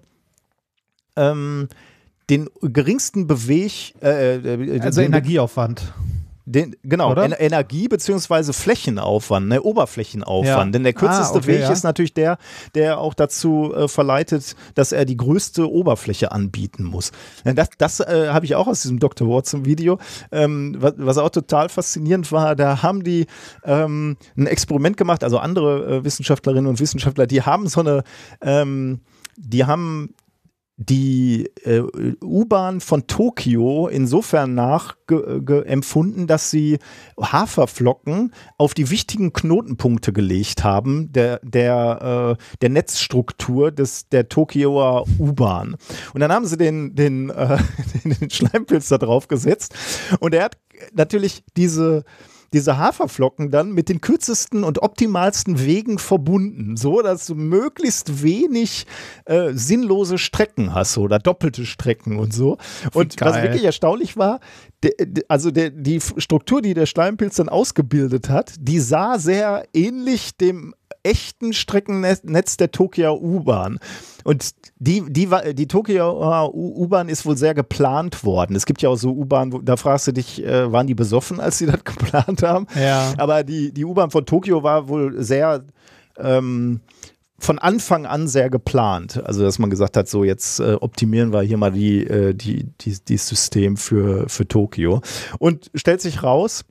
den geringsten also Energieaufwand. Energie- bzw. Flächenaufwand, ne, Oberflächenaufwand. Ja. Denn der kürzeste Weg ist natürlich der auch dazu verleitet, dass er die größte Oberfläche anbieten muss. Das habe ich auch aus diesem Dr. Watson-Video. Was auch total faszinierend war, da haben die ein Experiment gemacht, also andere Wissenschaftlerinnen und Wissenschaftler, die haben die U-Bahn von Tokio insofern nachempfunden, dass sie Haferflocken auf die wichtigen Knotenpunkte gelegt haben, der Netzstruktur der Tokioer U-Bahn. Und dann haben sie den Schleimpilz da drauf gesetzt, und er hat natürlich diese diese Haferflocken dann mit den kürzesten und optimalsten Wegen verbunden, so dass du möglichst wenig sinnlose Strecken hast oder doppelte Strecken und so. Und was wirklich erstaunlich war, die Struktur, die der Schleimpilz dann ausgebildet hat, die sah sehr ähnlich dem echten Streckennetz der Tokio U-Bahn. Und die Tokio U-Bahn ist wohl sehr geplant worden. Es gibt ja auch so U-Bahnen, da fragst du dich, waren die besoffen, als sie das geplant haben? Ja. Aber die U-Bahn von Tokio war wohl sehr von Anfang an sehr geplant. Also, dass man gesagt hat, so jetzt optimieren wir hier mal das System für Tokio. Und stellt sich raus,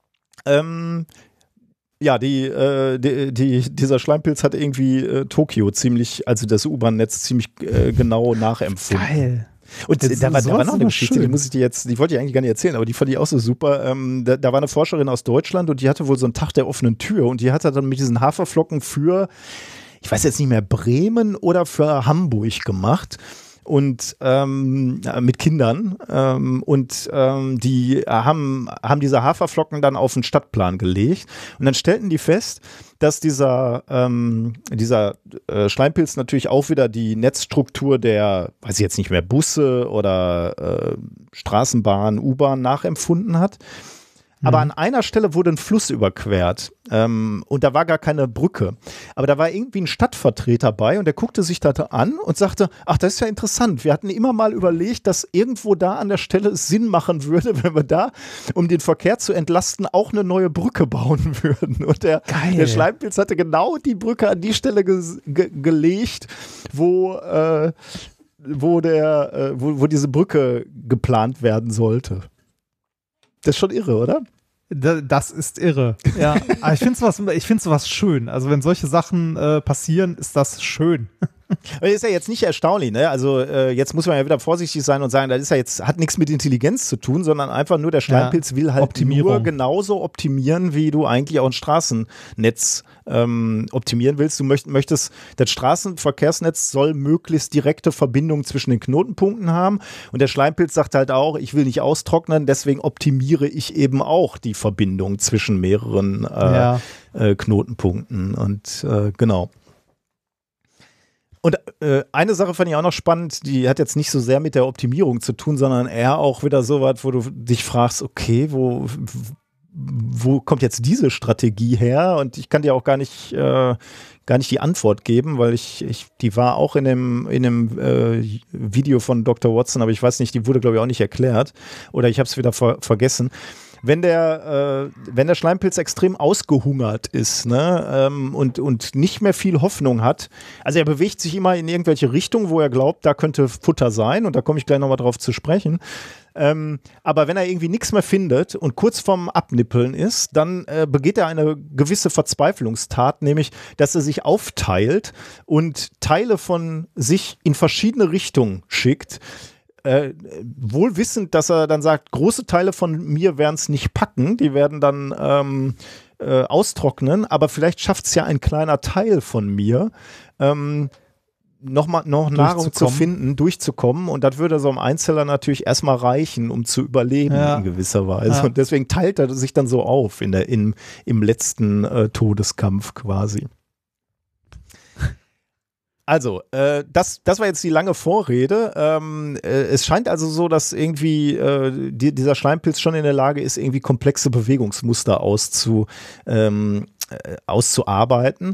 ja, dieser Schleimpilz hat irgendwie Tokio also das U-Bahn-Netz ziemlich genau nachempfunden. Geil. Und da war noch eine Geschichte, die wollte ich eigentlich gar nicht erzählen, aber die fand ich auch so super. Da war eine Forscherin aus Deutschland und die hatte wohl so einen Tag der offenen Tür und die hat dann mit diesen Haferflocken für, ich weiß jetzt nicht mehr, Bremen oder für Hamburg gemacht. Und mit Kindern die haben diese Haferflocken dann auf den Stadtplan gelegt und dann stellten die fest, dass dieser Schleimpilz natürlich auch wieder die Netzstruktur der, weiß ich jetzt nicht mehr, Busse oder Straßenbahn, U-Bahn nachempfunden hat. Aber an einer Stelle wurde ein Fluss überquert und da war gar keine Brücke. Aber da war irgendwie ein Stadtvertreter bei und der guckte sich das an und sagte, ach, das ist ja interessant. Wir hatten immer mal überlegt, dass irgendwo da an der Stelle es Sinn machen würde, wenn wir da, um den Verkehr zu entlasten, auch eine neue Brücke bauen würden. Und der Schleimpilz hatte genau die Brücke an die Stelle gelegt, wo diese Brücke geplant werden sollte. Das ist schon irre, oder? Das ist irre. Ja, aber ich finde sowas schön. Also wenn solche Sachen passieren, ist das schön. Aber das ist ja jetzt nicht erstaunlich, ne? Also jetzt muss man ja wieder vorsichtig sein und sagen, das ist ja jetzt, hat nichts mit Intelligenz zu tun, sondern einfach nur der Schleimpilz will halt nur genauso optimieren, wie du eigentlich auch ein Straßennetz optimieren willst. Du möchtest, das Straßenverkehrsnetz soll möglichst direkte Verbindungen zwischen den Knotenpunkten haben und der Schleimpilz sagt halt auch, ich will nicht austrocknen, deswegen optimiere ich eben auch die Verbindung zwischen mehreren Knotenpunkten und genau. Und eine Sache fand ich auch noch spannend, die hat jetzt nicht so sehr mit der Optimierung zu tun, sondern eher auch wieder so was, wo du dich fragst, okay, wo kommt jetzt diese Strategie her? Und ich kann dir auch gar nicht die Antwort geben, weil die war auch in dem Video von Dr. Watson, aber ich weiß nicht, die wurde, glaube ich, auch nicht erklärt. Oder ich habe es wieder vergessen. Wenn der Schleimpilz extrem ausgehungert ist, ne, und nicht mehr viel Hoffnung hat, also er bewegt sich immer in irgendwelche Richtungen, wo er glaubt, da könnte Futter sein und da komme ich gleich nochmal drauf zu sprechen. Aber wenn er irgendwie nichts mehr findet und kurz vorm Abnippeln ist, dann begeht er eine gewisse Verzweiflungstat, nämlich, dass er sich aufteilt und Teile von sich in verschiedene Richtungen schickt. Wohl wissend, dass er dann sagt, große Teile von mir werden es nicht packen, die werden dann austrocknen, aber vielleicht schafft es ja ein kleiner Teil von mir, noch Nahrung zu finden, durchzukommen und das würde so einem Einzeller natürlich erstmal reichen, um zu überleben in gewisser Weise. Ja. Und deswegen teilt er sich dann so auf im letzten Todeskampf quasi. Also, das war jetzt die lange Vorrede. Es scheint also so, dass irgendwie dieser Schleimpilz schon in der Lage ist, irgendwie komplexe Bewegungsmuster auszuarbeiten.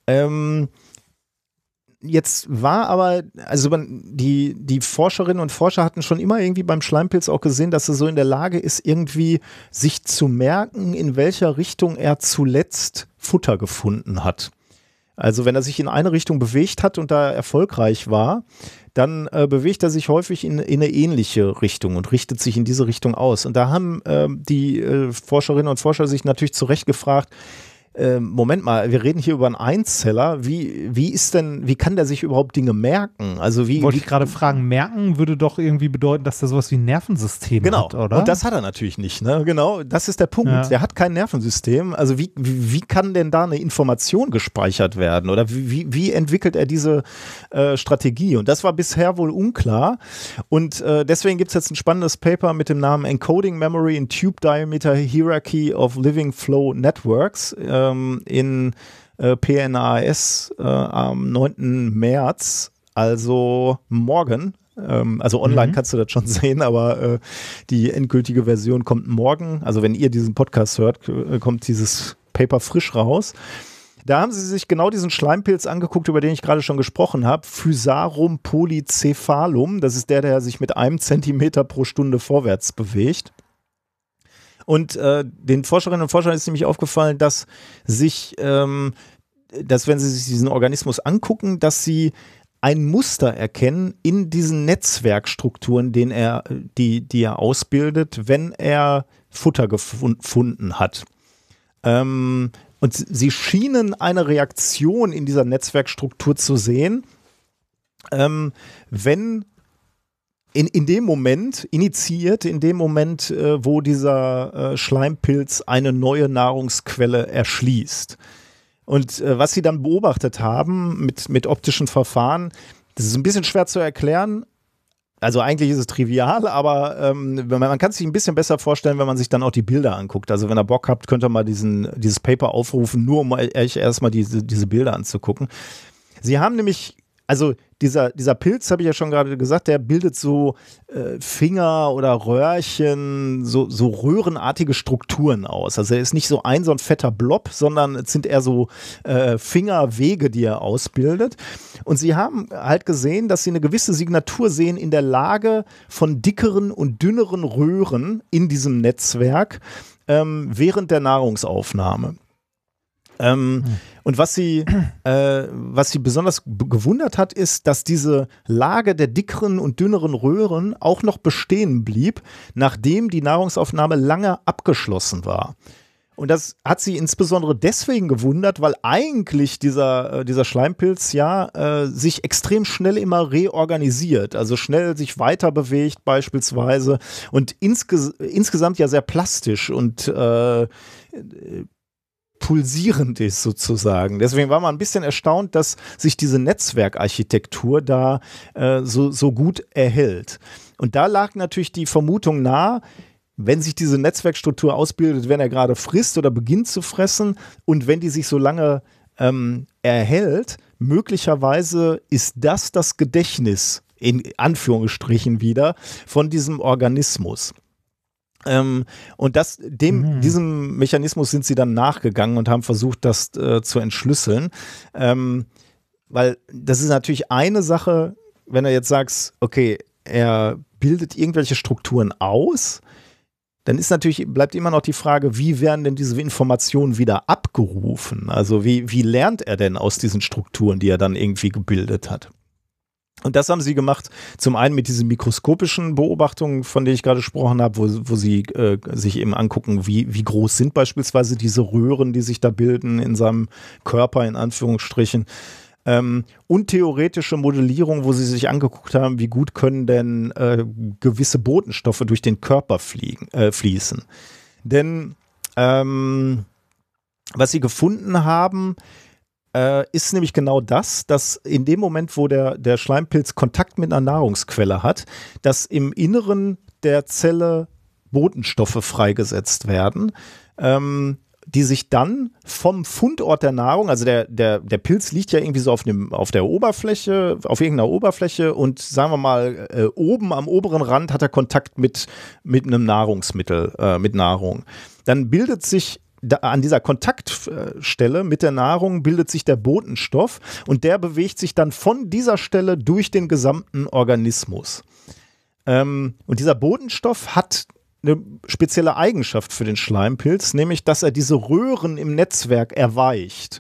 Jetzt war aber, also die Forscherinnen und Forscher hatten schon immer irgendwie beim Schleimpilz auch gesehen, dass er so in der Lage ist, irgendwie sich zu merken, in welcher Richtung er zuletzt Futter gefunden hat. Also wenn er sich in eine Richtung bewegt hat und da erfolgreich war, dann bewegt er sich häufig in eine ähnliche Richtung und richtet sich in diese Richtung aus. Und da haben die Forscherinnen und Forscher sich natürlich zu Recht gefragt, Moment mal, wir reden hier über einen Einzeller, wie kann der sich überhaupt Dinge merken? Also wollte ich gerade fragen, merken würde doch irgendwie bedeuten, dass der sowas wie ein Nervensystem hat, oder? Und das hat er natürlich nicht, ne? Genau, das ist der Punkt. Ja. Der hat kein Nervensystem. Also wie kann denn da eine Information gespeichert werden? Oder wie entwickelt er diese Strategie? Und das war bisher wohl unklar. Und deswegen gibt es jetzt ein spannendes Paper mit dem Namen Encoding Memory in Tube Diameter Hierarchy of Living Flow Networks in PNAS am 9. März, also morgen. Also online kannst du das schon sehen, aber die endgültige Version kommt morgen. Also wenn ihr diesen Podcast hört, kommt dieses Paper frisch raus. Da haben sie sich genau diesen Schleimpilz angeguckt, über den ich gerade schon gesprochen habe. Physarum polycephalum. Das ist der sich mit 1 Zentimeter pro Stunde vorwärts bewegt. Und den Forscherinnen und Forschern ist nämlich aufgefallen, dass wenn sie sich diesen Organismus angucken, dass sie ein Muster erkennen in diesen Netzwerkstrukturen, die er ausbildet, wenn er Futter gefunden hat. Und sie schienen eine Reaktion in dieser Netzwerkstruktur zu sehen, wenn in dem Moment, wo dieser Schleimpilz eine neue Nahrungsquelle erschließt. Und was sie dann beobachtet haben mit optischen Verfahren, das ist ein bisschen schwer zu erklären. Also eigentlich ist es trivial, aber man kann es sich ein bisschen besser vorstellen, wenn man sich dann auch die Bilder anguckt. Also wenn ihr Bock habt, könnt ihr mal dieses Paper aufrufen, nur um euch erstmal diese Bilder anzugucken. Sie haben nämlich, also dieser Pilz, habe ich ja schon gerade gesagt, der bildet so Finger oder Röhrchen, so röhrenartige Strukturen aus. Also er ist nicht so ein fetter Blob, sondern es sind eher so Fingerwege, die er ausbildet. Und sie haben halt gesehen, dass sie eine gewisse Signatur sehen in der Lage von dickeren und dünneren Röhren in diesem Netzwerk während der Nahrungsaufnahme. Und was sie besonders gewundert hat, ist, dass diese Lage der dickeren und dünneren Röhren auch noch bestehen blieb, nachdem die Nahrungsaufnahme lange abgeschlossen war. Und das hat sie insbesondere deswegen gewundert, weil eigentlich dieser Schleimpilz sich extrem schnell immer reorganisiert, also schnell sich weiter bewegt beispielsweise und insgesamt ja sehr plastisch und pulsierend ist sozusagen. Deswegen war man ein bisschen erstaunt, dass sich diese Netzwerkarchitektur da so gut erhält. Und da lag natürlich die Vermutung nahe, wenn sich diese Netzwerkstruktur ausbildet, wenn er gerade frisst oder beginnt zu fressen und wenn die sich so lange erhält, möglicherweise ist das Gedächtnis, in Anführungsstrichen wieder, von diesem Organismus. Und diesem Mechanismus sind sie dann nachgegangen und haben versucht, das zu entschlüsseln. Weil das ist natürlich eine Sache, wenn du jetzt sagst, okay, er bildet irgendwelche Strukturen aus, dann bleibt immer noch die Frage, wie werden denn diese Informationen wieder abgerufen? Also wie lernt er denn aus diesen Strukturen, die er dann irgendwie gebildet hat? Und das haben sie gemacht, zum einen mit diesen mikroskopischen Beobachtungen, von denen ich gerade gesprochen habe, wo sie sich eben angucken, wie groß sind beispielsweise diese Röhren, die sich da bilden in seinem Körper, in Anführungsstrichen. Und theoretische Modellierung, wo sie sich angeguckt haben, wie gut können denn gewisse Botenstoffe durch den Körper fließen. Denn was sie gefunden haben, ist nämlich genau das, dass in dem Moment, wo der Schleimpilz Kontakt mit einer Nahrungsquelle hat, dass im Inneren der Zelle Botenstoffe freigesetzt werden, die sich dann vom Fundort der Nahrung, also der Pilz liegt ja irgendwie so auf der Oberfläche, auf irgendeiner Oberfläche und sagen wir mal, oben am oberen Rand hat er Kontakt mit einem Nahrungsmittel, mit Nahrung. Dann bildet sich an dieser Kontaktstelle mit der Nahrung bildet sich der Botenstoff und der bewegt sich dann von dieser Stelle durch den gesamten Organismus. Und dieser Botenstoff hat eine spezielle Eigenschaft für den Schleimpilz, nämlich dass er diese Röhren im Netzwerk erweicht.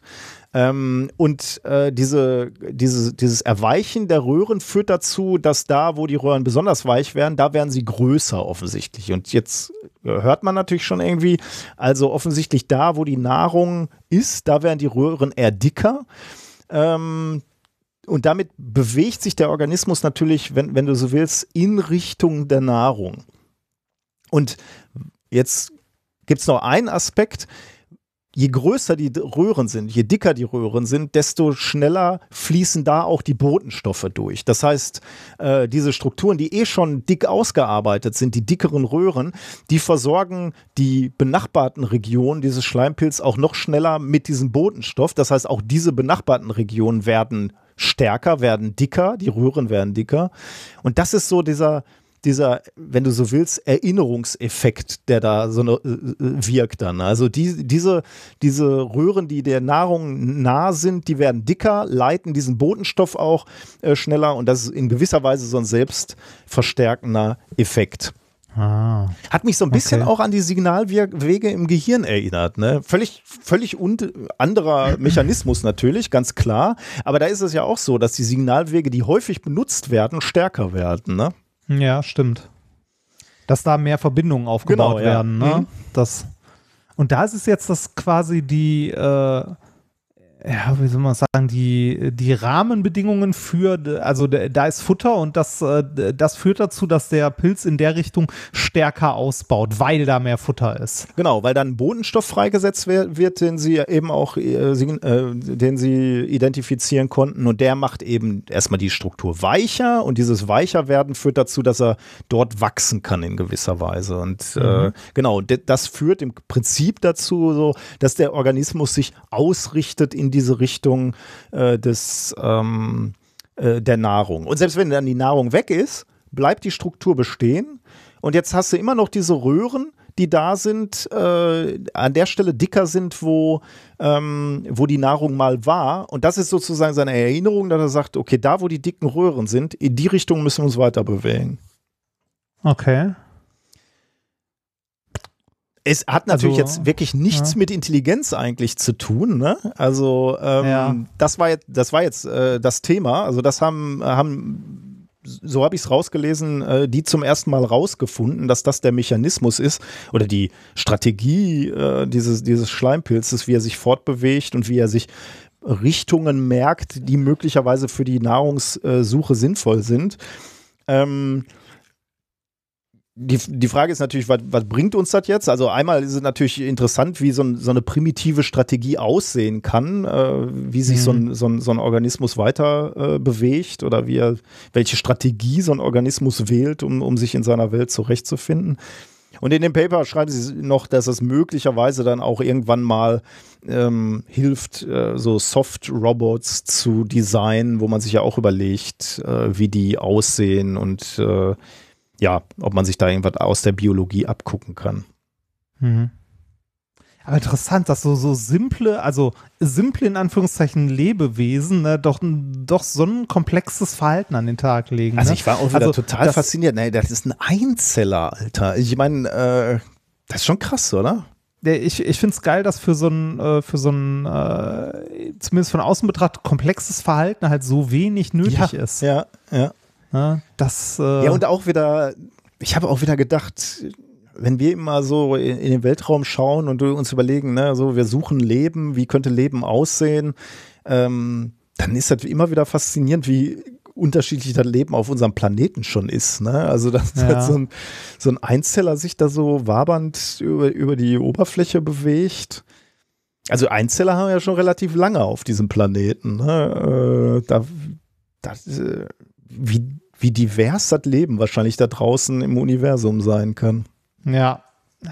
Dieses Erweichen der Röhren führt dazu, dass da, wo die Röhren besonders weich werden, da werden sie größer offensichtlich. Und jetzt hört man natürlich schon irgendwie, also offensichtlich da, wo die Nahrung ist, da werden die Röhren eher dicker. Und damit bewegt sich der Organismus natürlich, wenn du so willst, in Richtung der Nahrung. Und jetzt gibt es noch einen Aspekt. Je größer die Röhren sind, je dicker die Röhren sind, desto schneller fließen da auch die Botenstoffe durch. Das heißt, diese Strukturen, die schon dick ausgearbeitet sind, die dickeren Röhren, die versorgen die benachbarten Regionen dieses Schleimpilz auch noch schneller mit diesem Botenstoff. Das heißt, auch diese benachbarten Regionen werden stärker, werden dicker, die Röhren werden dicker. Und das ist so dieser, wenn du so willst, Erinnerungseffekt, der da so wirkt dann. Also diese Röhren, die der Nahrung nah sind, die werden dicker, leiten diesen Botenstoff auch schneller und das ist in gewisser Weise so ein selbstverstärkender Effekt. Hat mich so ein bisschen auch an die Signalwege im Gehirn erinnert. Ne? Völlig anderer Mechanismus natürlich, ganz klar. Aber da ist es ja auch so, dass die Signalwege, die häufig benutzt werden, stärker werden. Ne? Ja, stimmt. Dass da mehr Verbindungen aufgebaut werden. Ne? Und da ist es jetzt, dass quasi die wie soll man sagen, die Rahmenbedingungen also da ist Futter und das führt dazu, dass der Pilz in der Richtung stärker ausbaut, weil da mehr Futter ist. Genau, weil dann Botenstoff freigesetzt wird, den sie eben auch, den sie identifizieren konnten und der macht eben erstmal die Struktur weicher und dieses Weicherwerden führt dazu, dass er dort wachsen kann in gewisser Weise und genau, das führt im Prinzip dazu, so, dass der Organismus sich ausrichtet in diese Richtung der Nahrung. Und selbst wenn dann die Nahrung weg ist, bleibt die Struktur bestehen. Und jetzt hast du immer noch diese Röhren, die da sind, an der Stelle dicker sind, wo die Nahrung mal war. Und das ist sozusagen seine Erinnerung, dass er sagt, okay, da wo die dicken Röhren sind, in die Richtung müssen wir uns weiter bewegen. Okay. Es hat natürlich jetzt wirklich nichts mit Intelligenz eigentlich zu tun, ne? Also das war jetzt das Thema. Also das haben so habe ich es rausgelesen, die zum ersten Mal rausgefunden, dass das der Mechanismus ist oder die Strategie dieses Schleimpilzes, wie er sich fortbewegt und wie er sich Richtungen merkt, die möglicherweise für die Nahrungssuche sinnvoll sind. Die Frage ist natürlich, was bringt uns das jetzt? Also einmal ist es natürlich interessant, wie so eine primitive Strategie aussehen kann, wie sich so ein Organismus weiter bewegt oder welche Strategie so ein Organismus wählt, um sich in seiner Welt zurechtzufinden. Und in dem Paper schreiben sie noch, dass es möglicherweise dann auch irgendwann mal hilft, so Soft-Robots zu designen, wo man sich ja auch überlegt, wie die aussehen und ob man sich da irgendwas aus der Biologie abgucken kann. Aber interessant, dass so simple in Anführungszeichen Lebewesen doch so ein komplexes Verhalten an den Tag legen. Also ich war auch wieder total fasziniert. Nee, das ist ein Einzeller, Alter. Ich meine, das ist schon krass, oder? Ich finde es geil, dass für so ein zumindest von außen betrachtet komplexes Verhalten halt so wenig nötig ist. Ja. Ja, und auch wieder, ich habe auch wieder gedacht, wenn wir immer so in den Weltraum schauen und uns überlegen, ne, so wir suchen Leben, wie könnte Leben aussehen, dann ist das immer wieder faszinierend, wie unterschiedlich das Leben auf unserem Planeten schon ist. Ne? Also dass so ein Einzeller sich da so wabernd über die Oberfläche bewegt. Also Einzeller haben wir ja schon relativ lange auf diesem Planeten. Ne? Wie divers das Leben wahrscheinlich da draußen im Universum sein kann. Ja.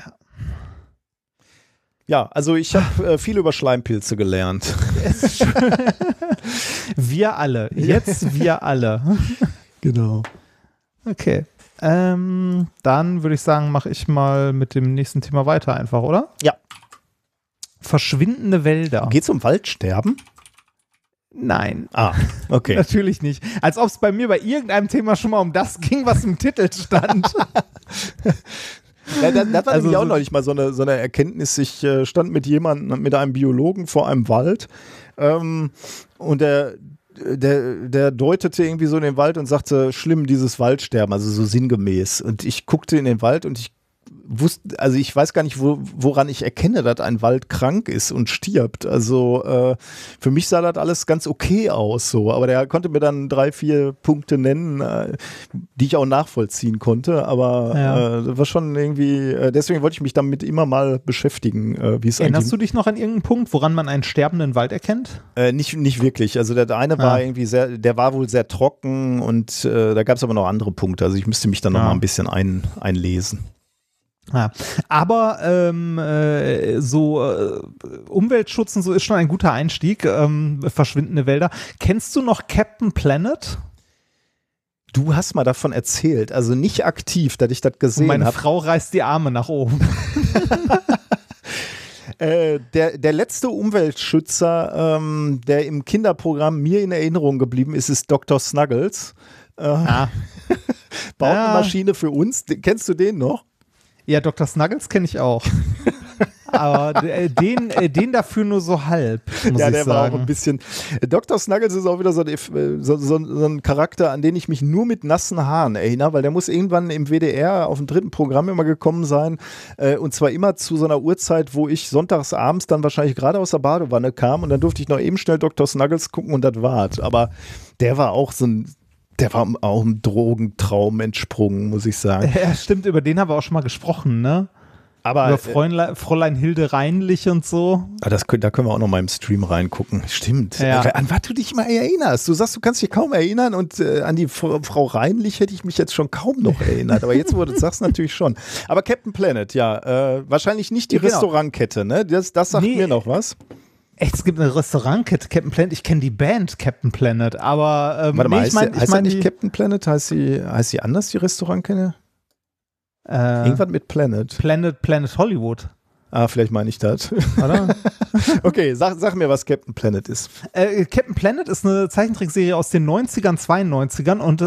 Ja, also ich habe viel über Schleimpilze gelernt. Wir alle. Jetzt wir alle. Genau. Okay. Dann würde ich sagen, mache ich mal mit dem nächsten Thema weiter einfach, oder? Ja. Verschwindende Wälder. Geht's um Waldsterben? Nein. Okay. Natürlich nicht. Als ob es bei mir bei irgendeinem Thema schon mal um das ging, was im Titel stand. Ja, das war nämlich auch neulich mal so eine Erkenntnis. Ich stand mit einem Biologen vor einem Wald Und der deutete irgendwie so in den Wald und sagte, schlimm, dieses Waldsterben, also so sinngemäß. Und ich guckte in den Wald und ich wusste, also ich weiß gar nicht, woran ich erkenne, dass ein Wald krank ist und stirbt. Also für mich sah das alles ganz okay aus, so. Aber der konnte mir dann 3, 4 Punkte nennen, die ich auch nachvollziehen konnte. Aber das war schon irgendwie, deswegen wollte ich mich damit immer mal beschäftigen, wie es eigentlich. Erinnerst du dich noch an irgendeinen Punkt, woran man einen sterbenden Wald erkennt? Nicht wirklich. Also der eine war irgendwie der war wohl sehr trocken und da gab es aber noch andere Punkte. Also ich müsste mich dann noch mal ein bisschen einlesen. Ja, aber Umweltschutz und so ist schon ein guter Einstieg, verschwindende Wälder. Kennst du noch Captain Planet? Du hast mal davon erzählt, also nicht aktiv, dass ich das gesehen habe. Meine Frau reißt die Arme nach oben. Der letzte Umweltschützer, der im Kinderprogramm mir in Erinnerung geblieben ist, ist Dr. Snuggles. Baut eine Maschine für uns. Kennst du den noch? Ja, Dr. Snuggles kenne ich auch. Aber den dafür nur so halb, muss ich sagen. Ja, der war auch ein bisschen. Dr. Snuggles ist auch wieder so ein Charakter, an den ich mich nur mit nassen Haaren erinnere, weil der muss irgendwann im WDR auf dem 3. Programm immer gekommen sein. Und zwar immer zu so einer Uhrzeit, wo ich sonntags abends dann wahrscheinlich gerade aus der Badewanne kam und dann durfte ich noch eben schnell Dr. Snuggles gucken und das war's. Aber der war auch der war auch einem Drogentraum entsprungen, muss ich sagen. Ja, stimmt, über den haben wir auch schon mal gesprochen, ne? Aber, über Fräulein Hilde Reinlich und so. Da können wir auch noch mal im Stream reingucken. Stimmt. Ja. An was du dich mal erinnerst. Du sagst, du kannst dich kaum erinnern und an die Frau Reinlich hätte ich mich jetzt schon kaum noch erinnert. Aber jetzt, wo du das sagst, natürlich schon. Aber Captain Planet, ja. Wahrscheinlich nicht die Restaurantkette, ne? Das sagt mir noch was. Echt, es gibt eine Restaurantkette, Captain Planet. Ich kenne die Band Captain Planet, aber warte mal, heißt die nicht Captain Planet? Heißt sie anders, die Restaurantkette? Irgendwas mit Planet. Planet Hollywood. Ah, vielleicht meine ich das. Oder? Okay, sag mir, was Captain Planet ist. Captain Planet ist eine Zeichentrickserie aus den 90ern, 92ern und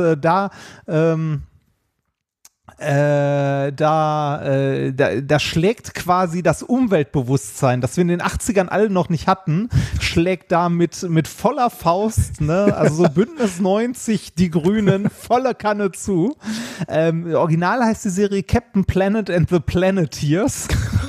da schlägt quasi das Umweltbewusstsein, das wir in den 80ern alle noch nicht hatten, schlägt da mit voller Faust, ne? Also so Bündnis 90, die Grünen, volle Kanne zu. Original heißt die Serie Captain Planet and the Planeteers.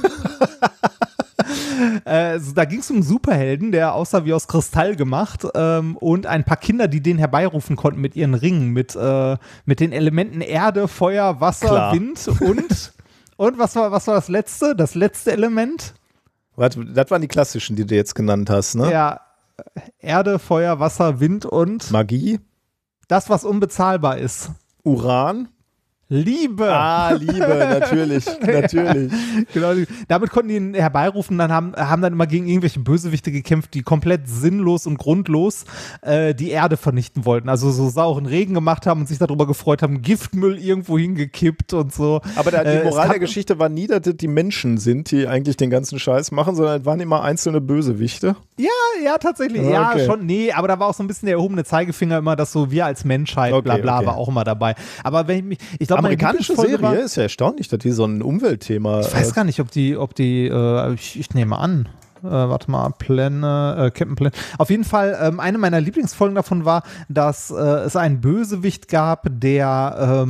Da ging es um einen Superhelden, der aussah wie aus Kristall gemacht und ein paar Kinder, die den herbeirufen konnten mit ihren Ringen, mit den Elementen Erde, Feuer, Wasser, Wind und was war das letzte? Das letzte Element? Warte, das waren die klassischen, die du jetzt genannt hast, ne? Ja, Erde, Feuer, Wasser, Wind und Magie? Das, was unbezahlbar ist. Uran? Liebe. Ah, Liebe, natürlich. Genau, damit konnten die ihn herbeirufen, dann haben dann immer gegen irgendwelche Bösewichte gekämpft, die komplett sinnlos und grundlos die Erde vernichten wollten. Also so sauren Regen gemacht haben und sich darüber gefreut haben, Giftmüll irgendwo hingekippt und so. Aber die Moral der Geschichte war nie, dass das die Menschen sind, die eigentlich den ganzen Scheiß machen, sondern es waren immer einzelne Bösewichte. Ja, tatsächlich. Okay. Ja, schon. Nee, aber da war auch so ein bisschen der erhobene Zeigefinger immer, dass so wir als Menschheit, bla bla, war auch immer dabei. Aber wenn ich glaube, amerikanische Serie ist ja erstaunlich, dass die so ein Umweltthema. Ich weiß gar nicht, ob die ich nehme an. Warte mal, Captain Planet. Auf jeden Fall, eine meiner Lieblingsfolgen davon war, dass es einen Bösewicht gab, der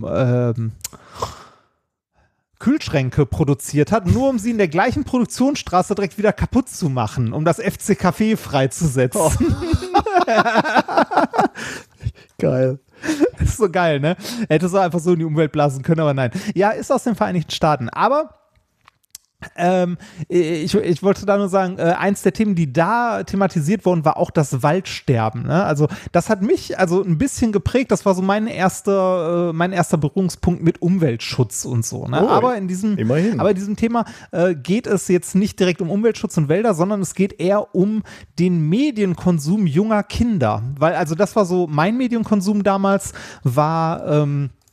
Kühlschränke produziert hat, nur um sie in der gleichen Produktionsstraße direkt wieder kaputt zu machen, um das FC Café freizusetzen. Oh. Geil. Das ist so geil, ne? Er hätte es auch einfach so in die Umwelt blasen können, aber nein. Ja, ist aus den Vereinigten Staaten. Aber ich wollte da nur sagen, eins der Themen, die da thematisiert wurden, war auch das Waldsterben. Ne? Also das hat mich also ein bisschen geprägt. Das war so mein erster Berührungspunkt mit Umweltschutz und so. Ne? Oh, aber in diesem Thema geht es jetzt nicht direkt um Umweltschutz und Wälder, sondern es geht eher um den Medienkonsum junger Kinder. Weil also das war so, mein Medienkonsum damals war,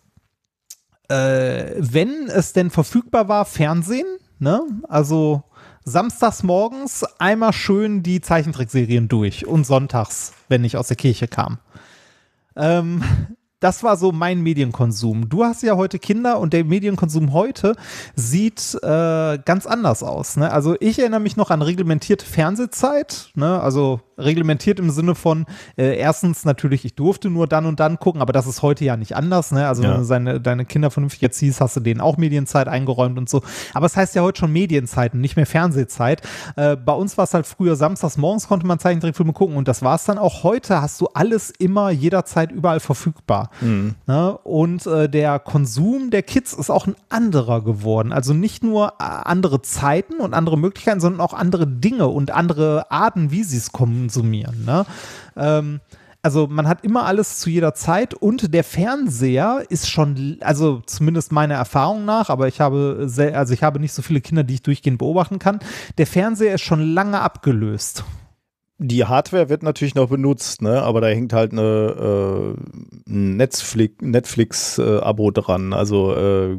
wenn es denn verfügbar war, Fernsehen. Ne? Also samstags morgens einmal schön die Zeichentrickserien durch und sonntags, wenn ich aus der Kirche kam. das war so mein Medienkonsum. Du hast ja heute Kinder und der Medienkonsum heute sieht ganz anders aus. Ne? Also ich erinnere mich noch an reglementierte Fernsehzeit, ne? Also reglementiert im Sinne von erstens natürlich, ich durfte nur dann und dann gucken, aber das ist heute ja nicht anders. Ne? Also wenn du deine Kinder vernünftig erziehst, hast du denen auch Medienzeit eingeräumt und so. Aber es heißt ja heute schon Medienzeit und nicht mehr Fernsehzeit. Bei uns war es halt früher samstags morgens konnte man Zeichentrickfilme gucken und das war es dann auch. Heute hast du alles immer jederzeit überall verfügbar. Ne? Und der Konsum der Kids ist auch ein anderer geworden. Also nicht nur andere Zeiten und andere Möglichkeiten, sondern auch andere Dinge und andere Arten, wie sie es konsumieren. Ne? Also man hat immer alles zu jeder Zeit und der Fernseher ist schon, also zumindest meiner Erfahrung nach, aber ich habe nicht so viele Kinder, die ich durchgehend beobachten kann, der Fernseher ist schon lange abgelöst. Die Hardware wird natürlich noch benutzt, ne? Aber da hängt halt ein Netflix-Abo dran. Also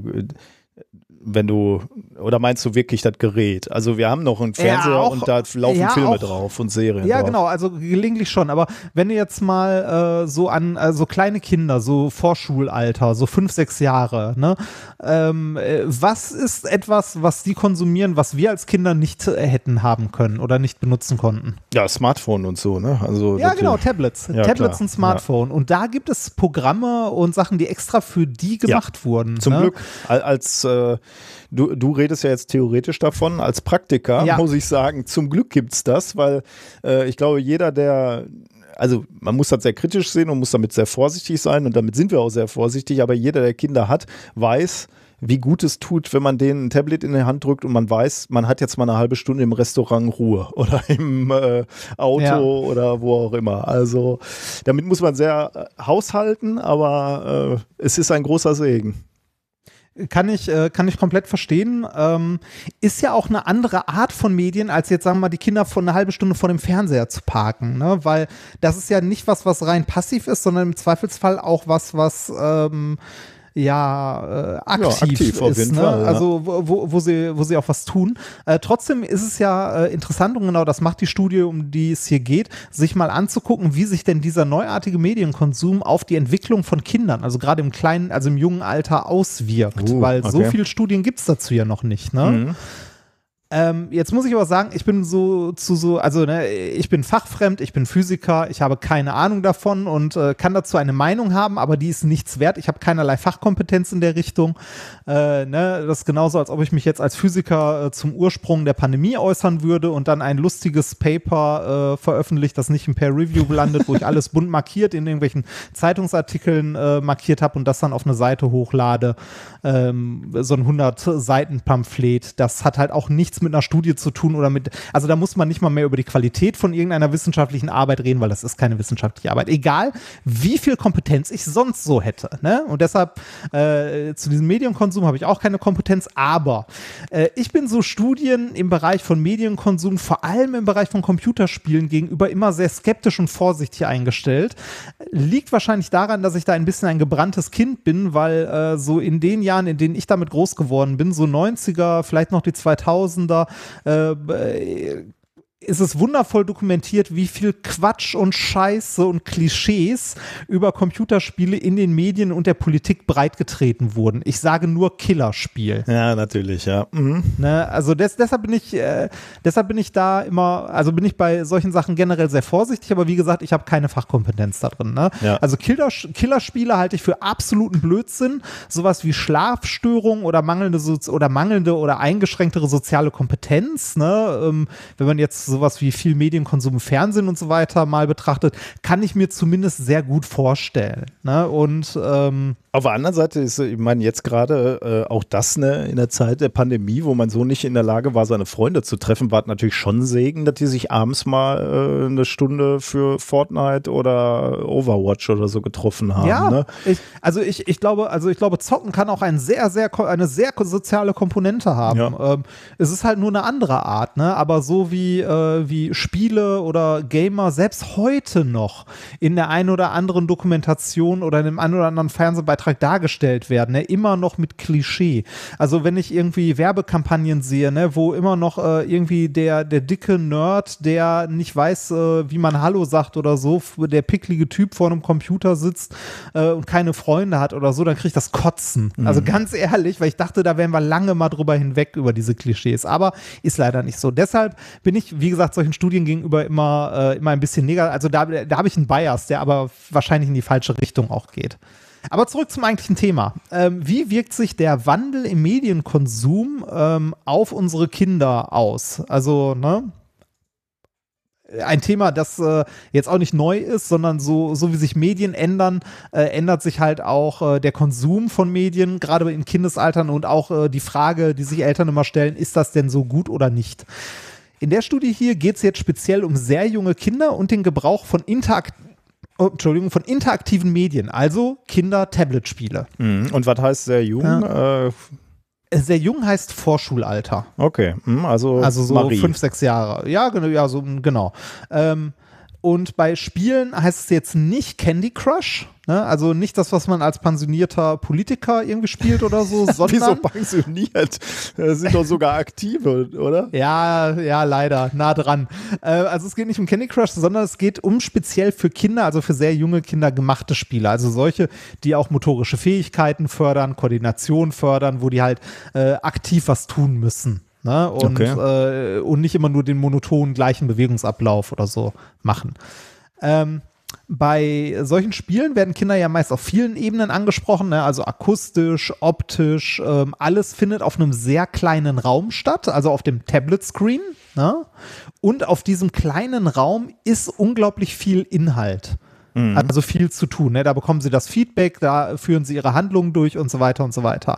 oder meinst du wirklich das Gerät? Also wir haben noch einen Fernseher und da laufen Filme drauf und Serien drauf. Genau, also gelegentlich schon. Aber wenn du jetzt mal so an so kleine Kinder, so Vorschulalter, so 5, 6 Jahre, ne? Was ist etwas, was die konsumieren, was wir als Kinder nicht hätten haben können oder nicht benutzen konnten? Ja, Smartphone und so, ne? Also ja, genau, Tablets. Ja, Tablets klar. und Smartphone. Ja. Und da gibt es Programme und Sachen, die extra für die gemacht wurden. Zum Glück. Als Du redest ja jetzt theoretisch davon, als Praktiker muss ich sagen, zum Glück gibt's das, weil ich glaube, also man muss das sehr kritisch sehen und muss damit sehr vorsichtig sein und damit sind wir auch sehr vorsichtig, aber jeder, der Kinder hat, weiß, wie gut es tut, wenn man denen ein Tablet in die Hand drückt und man weiß, man hat jetzt mal eine halbe Stunde im Restaurant Ruhe oder im Auto oder wo auch immer. Also damit muss man sehr haushalten, aber es ist ein großer Segen. Kann ich komplett verstehen. Ist ja auch eine andere Art von Medien, als jetzt, sagen wir mal, die Kinder von eine halbe Stunde vor dem Fernseher zu parken, ne? Weil das ist ja nicht was rein passiv ist, sondern im Zweifelsfall auch was aktiv auf ist, jeden ne? Fall, ja. Also wo sie auch was tun. Trotzdem ist es ja interessant und genau das macht die Studie, um die es hier geht, sich mal anzugucken, wie sich denn dieser neuartige Medienkonsum auf die Entwicklung von Kindern, also gerade im kleinen, also im jungen Alter auswirkt, weil so viele Studien gibt es dazu ja noch nicht, ne? Mhm. Jetzt muss ich aber sagen, ich bin ich bin fachfremd, ich bin Physiker, ich habe keine Ahnung davon und kann dazu eine Meinung haben, aber die ist nichts wert. Ich habe keinerlei Fachkompetenz in der Richtung. Das ist genauso, als ob ich mich jetzt als Physiker zum Ursprung der Pandemie äußern würde und dann ein lustiges Paper veröffentlicht, das nicht im Peer Review landet, wo ich alles bunt markiert in irgendwelchen Zeitungsartikeln markiert habe und das dann auf eine Seite hochlade. So ein 100-Seiten-Pamphlet. Das hat halt auch nichts mit einer Studie zu tun also da muss man nicht mal mehr über die Qualität von irgendeiner wissenschaftlichen Arbeit reden, weil das ist keine wissenschaftliche Arbeit. Egal, wie viel Kompetenz ich sonst so hätte, ne? Und deshalb zu diesem Medienkonsum habe ich auch keine Kompetenz, aber ich bin so Studien im Bereich von Medienkonsum, vor allem im Bereich von Computerspielen gegenüber immer sehr skeptisch und vorsichtig eingestellt. Liegt wahrscheinlich daran, dass ich da ein bisschen ein gebranntes Kind bin, weil so in den Jahren, in denen ich damit groß geworden bin, so 90er, vielleicht noch die 2000er, ist es wundervoll dokumentiert, wie viel Quatsch und Scheiße und Klischees über Computerspiele in den Medien und der Politik breitgetreten wurden. Ich sage nur Killerspiel. Ja, natürlich, ja. Mhm. Ne, also deshalb bin ich da immer, also bin ich bei solchen Sachen generell sehr vorsichtig, aber wie gesagt, ich habe keine Fachkompetenz da drin. Ne? Ja. Also Killerspiele halte ich für absoluten Blödsinn. Sowas wie Schlafstörungen oder mangelnde oder eingeschränktere soziale Kompetenz, ne? Wenn man jetzt sowas wie viel Medienkonsum, Fernsehen und so weiter mal betrachtet, kann ich mir zumindest sehr gut vorstellen. Ne? Und auf der anderen Seite ist, ich meine, jetzt gerade auch das in der Zeit der Pandemie, wo man so nicht in der Lage war, seine Freunde zu treffen, war es natürlich schon ein Segen, dass die sich abends mal eine Stunde für Fortnite oder Overwatch oder so getroffen haben. Ja, ne? Ich glaube, Zocken kann auch eine sehr soziale Komponente haben. Ja. Es ist halt nur eine andere Art, ne? Aber so wie Spiele oder Gamer selbst heute noch in der einen oder anderen Dokumentation oder in dem einen oder anderen Fernsehbeitrag Beitrag dargestellt werden, ne? Immer noch mit Klischee. Also wenn ich irgendwie Werbekampagnen sehe, ne, wo immer noch irgendwie der dicke Nerd, der nicht weiß, wie man Hallo sagt oder so, der picklige Typ vor einem Computer sitzt und keine Freunde hat oder so, dann kriege ich das Kotzen. Also ganz ehrlich, weil ich dachte, da wären wir lange mal drüber hinweg über diese Klischees, aber ist leider nicht so. Deshalb bin ich, wie gesagt, solchen Studien gegenüber immer ein bisschen negativ. Also da habe ich einen Bias, der aber wahrscheinlich in die falsche Richtung auch geht. Aber zurück zum eigentlichen Thema. Wie wirkt sich der Wandel im Medienkonsum auf unsere Kinder aus? Also, ne? Ein Thema, das jetzt auch nicht neu ist, sondern so wie sich Medien ändern, ändert sich halt auch der Konsum von Medien, gerade in Kindesaltern und auch die Frage, die sich Eltern immer stellen, ist das denn so gut oder nicht? In der Studie hier geht es jetzt speziell um sehr junge Kinder und den Gebrauch von interaktiven Medien, also Kinder-Tablet-Spiele. Und was heißt sehr jung? Ja. Sehr jung heißt Vorschulalter. Okay, also so Marie. 5, 6 Jahre. Ja, genau. Und bei Spielen heißt es jetzt nicht Candy Crush, ne? Also nicht das, was man als pensionierter Politiker irgendwie spielt oder so, sondern... Wieso pensioniert? Das sind doch sogar Aktive, oder? Ja, leider, nah dran. Also es geht nicht um Candy Crush, sondern es geht um speziell für Kinder, also für sehr junge Kinder gemachte Spiele. Also solche, die auch motorische Fähigkeiten fördern, Koordination fördern, wo die halt aktiv was tun müssen. Ne? Und nicht immer nur den monotonen gleichen Bewegungsablauf oder so machen. Bei solchen Spielen werden Kinder ja meist auf vielen Ebenen angesprochen, ne? Also akustisch, optisch, alles findet auf einem sehr kleinen Raum statt, also auf dem Tablet-Screen. Ne? Und auf diesem kleinen Raum ist unglaublich viel Inhalt. Also viel zu tun. Ne? Da bekommen sie das Feedback, da führen sie ihre Handlungen durch und so weiter und so weiter.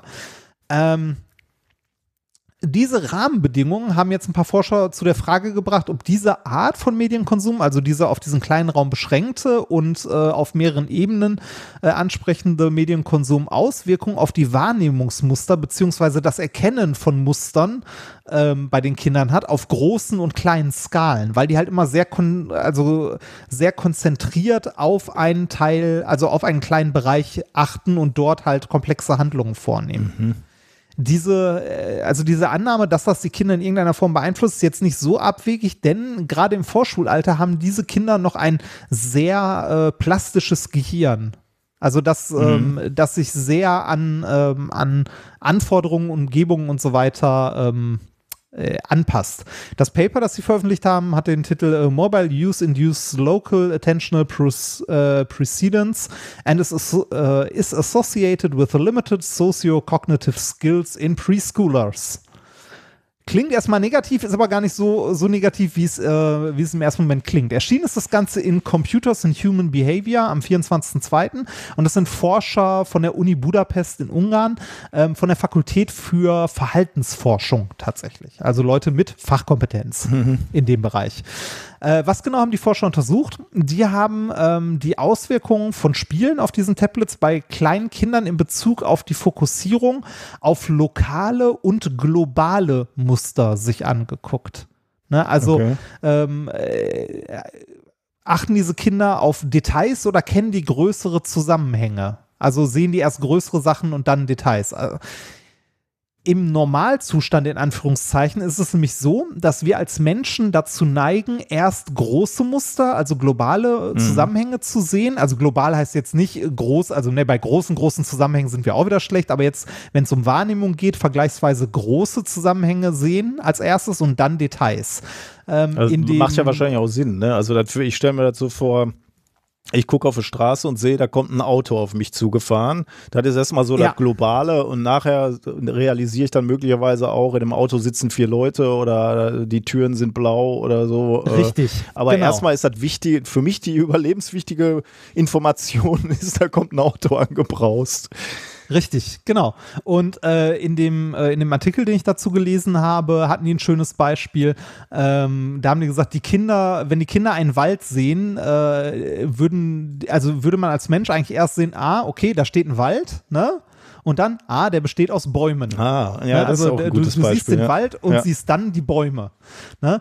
Diese Rahmenbedingungen haben jetzt ein paar Forscher zu der Frage gebracht, ob diese Art von Medienkonsum, also diese auf diesen kleinen Raum beschränkte und auf mehreren Ebenen ansprechende Medienkonsum Auswirkungen auf die Wahrnehmungsmuster beziehungsweise das Erkennen von Mustern bei den Kindern hat, auf großen und kleinen Skalen, weil die halt immer sehr konzentriert auf einen Teil, also auf einen kleinen Bereich achten und dort halt komplexe Handlungen vornehmen. Diese Annahme, dass das die Kinder in irgendeiner Form beeinflusst, ist jetzt nicht so abwegig, denn gerade im Vorschulalter haben diese Kinder noch ein sehr plastisches Gehirn. Also das sich sehr an Anforderungen, Umgebungen und so weiter anpasst. Das Paper, das sie veröffentlicht haben, hat den Titel Mobile Use Induced Local Attentional Precedence and is associated with limited socio-cognitive skills in preschoolers. Klingt erstmal negativ, ist aber gar nicht so negativ, wie es im ersten Moment klingt. Erschienen ist das Ganze in Computers and Human Behavior am 24.02. Und das sind Forscher von der Uni Budapest in Ungarn, von der Fakultät für Verhaltensforschung tatsächlich. Also Leute mit Fachkompetenz in dem Bereich. Was genau haben die Forscher untersucht? Die haben die Auswirkungen von Spielen auf diesen Tablets bei kleinen Kindern in Bezug auf die Fokussierung auf lokale und globale Muster sich angeguckt. Ne? Also achten diese Kinder auf Details oder kennen die größere Zusammenhänge? Also sehen die erst größere Sachen und dann Details? Im Normalzustand, in Anführungszeichen, ist es nämlich so, dass wir als Menschen dazu neigen, erst große Muster, also globale Zusammenhänge zu sehen. Also global heißt jetzt nicht groß, also bei großen Zusammenhängen sind wir auch wieder schlecht, aber jetzt, wenn es um Wahrnehmung geht, vergleichsweise große Zusammenhänge sehen als erstes und dann Details. Also macht ja wahrscheinlich auch Sinn, ne? Also ich stelle mir das so vor, ich gucke auf die Straße und sehe, da kommt ein Auto auf mich zugefahren. Das ist erstmal so das Globale und nachher realisiere ich dann möglicherweise auch, in dem Auto sitzen 4 Leute oder die Türen sind blau oder so. Richtig. Aber erstmal ist das wichtig, für mich die überlebenswichtige Information ist, da kommt ein Auto angebraust. Richtig, genau. Und in dem Artikel, den ich dazu gelesen habe, hatten die ein schönes Beispiel. Da haben die gesagt, wenn die Kinder einen Wald sehen, würde man als Mensch eigentlich erst sehen, okay, da steht ein Wald, ne? Und dann, der besteht aus Bäumen. Das ist auch ein gutes du Beispiel. siehst den Wald und siehst dann die Bäume. Ne?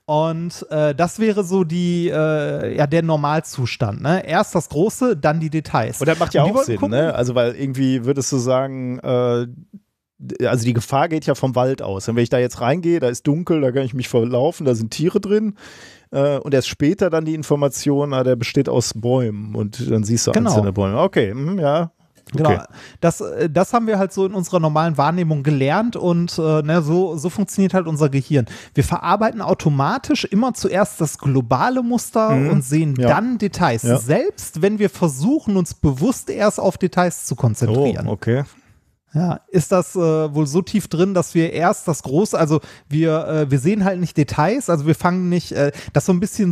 Und das wäre so der Normalzustand. Ne? Erst das Große, dann die Details. Und das macht ja auch Sinn, ne? Also weil irgendwie würdest du sagen, also die Gefahr geht ja vom Wald aus. Und wenn ich da jetzt reingehe, da ist dunkel, da kann ich mich verlaufen, da sind Tiere drin. Und erst später dann die Information, der besteht aus Bäumen und dann siehst du einzelne Bäume. Okay, ja. Okay. Genau, das haben wir halt so in unserer normalen Wahrnehmung gelernt und so funktioniert halt unser Gehirn. Wir verarbeiten automatisch immer zuerst das globale Muster und sehen dann Details, selbst wenn wir versuchen, uns bewusst erst auf Details zu konzentrieren. Oh, okay. Ja, ist das wohl so tief drin, dass wir erst das Große, also wir sehen halt nicht Details, also wir fangen nicht, das ist so ein bisschen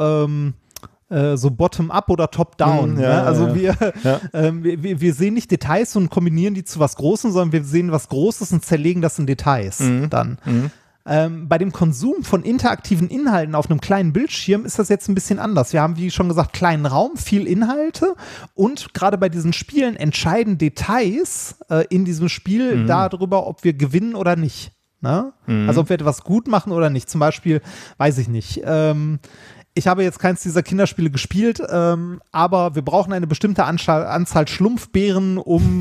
so bottom-up oder top-down. Ja, ne? Also ja. wir sehen nicht Details und kombinieren die zu was Großem, sondern wir sehen was Großes und zerlegen das in Details dann. Bei dem Konsum von interaktiven Inhalten auf einem kleinen Bildschirm ist das jetzt ein bisschen anders. Wir haben, wie schon gesagt, kleinen Raum, viel Inhalte und gerade bei diesen Spielen entscheiden Details in diesem Spiel darüber, ob wir gewinnen oder nicht. Ne? Also ob wir etwas gut machen oder nicht. Zum Beispiel, weiß ich nicht, ich habe jetzt keins dieser Kinderspiele gespielt, aber wir brauchen eine bestimmte Anzahl Schlumpfbeeren, um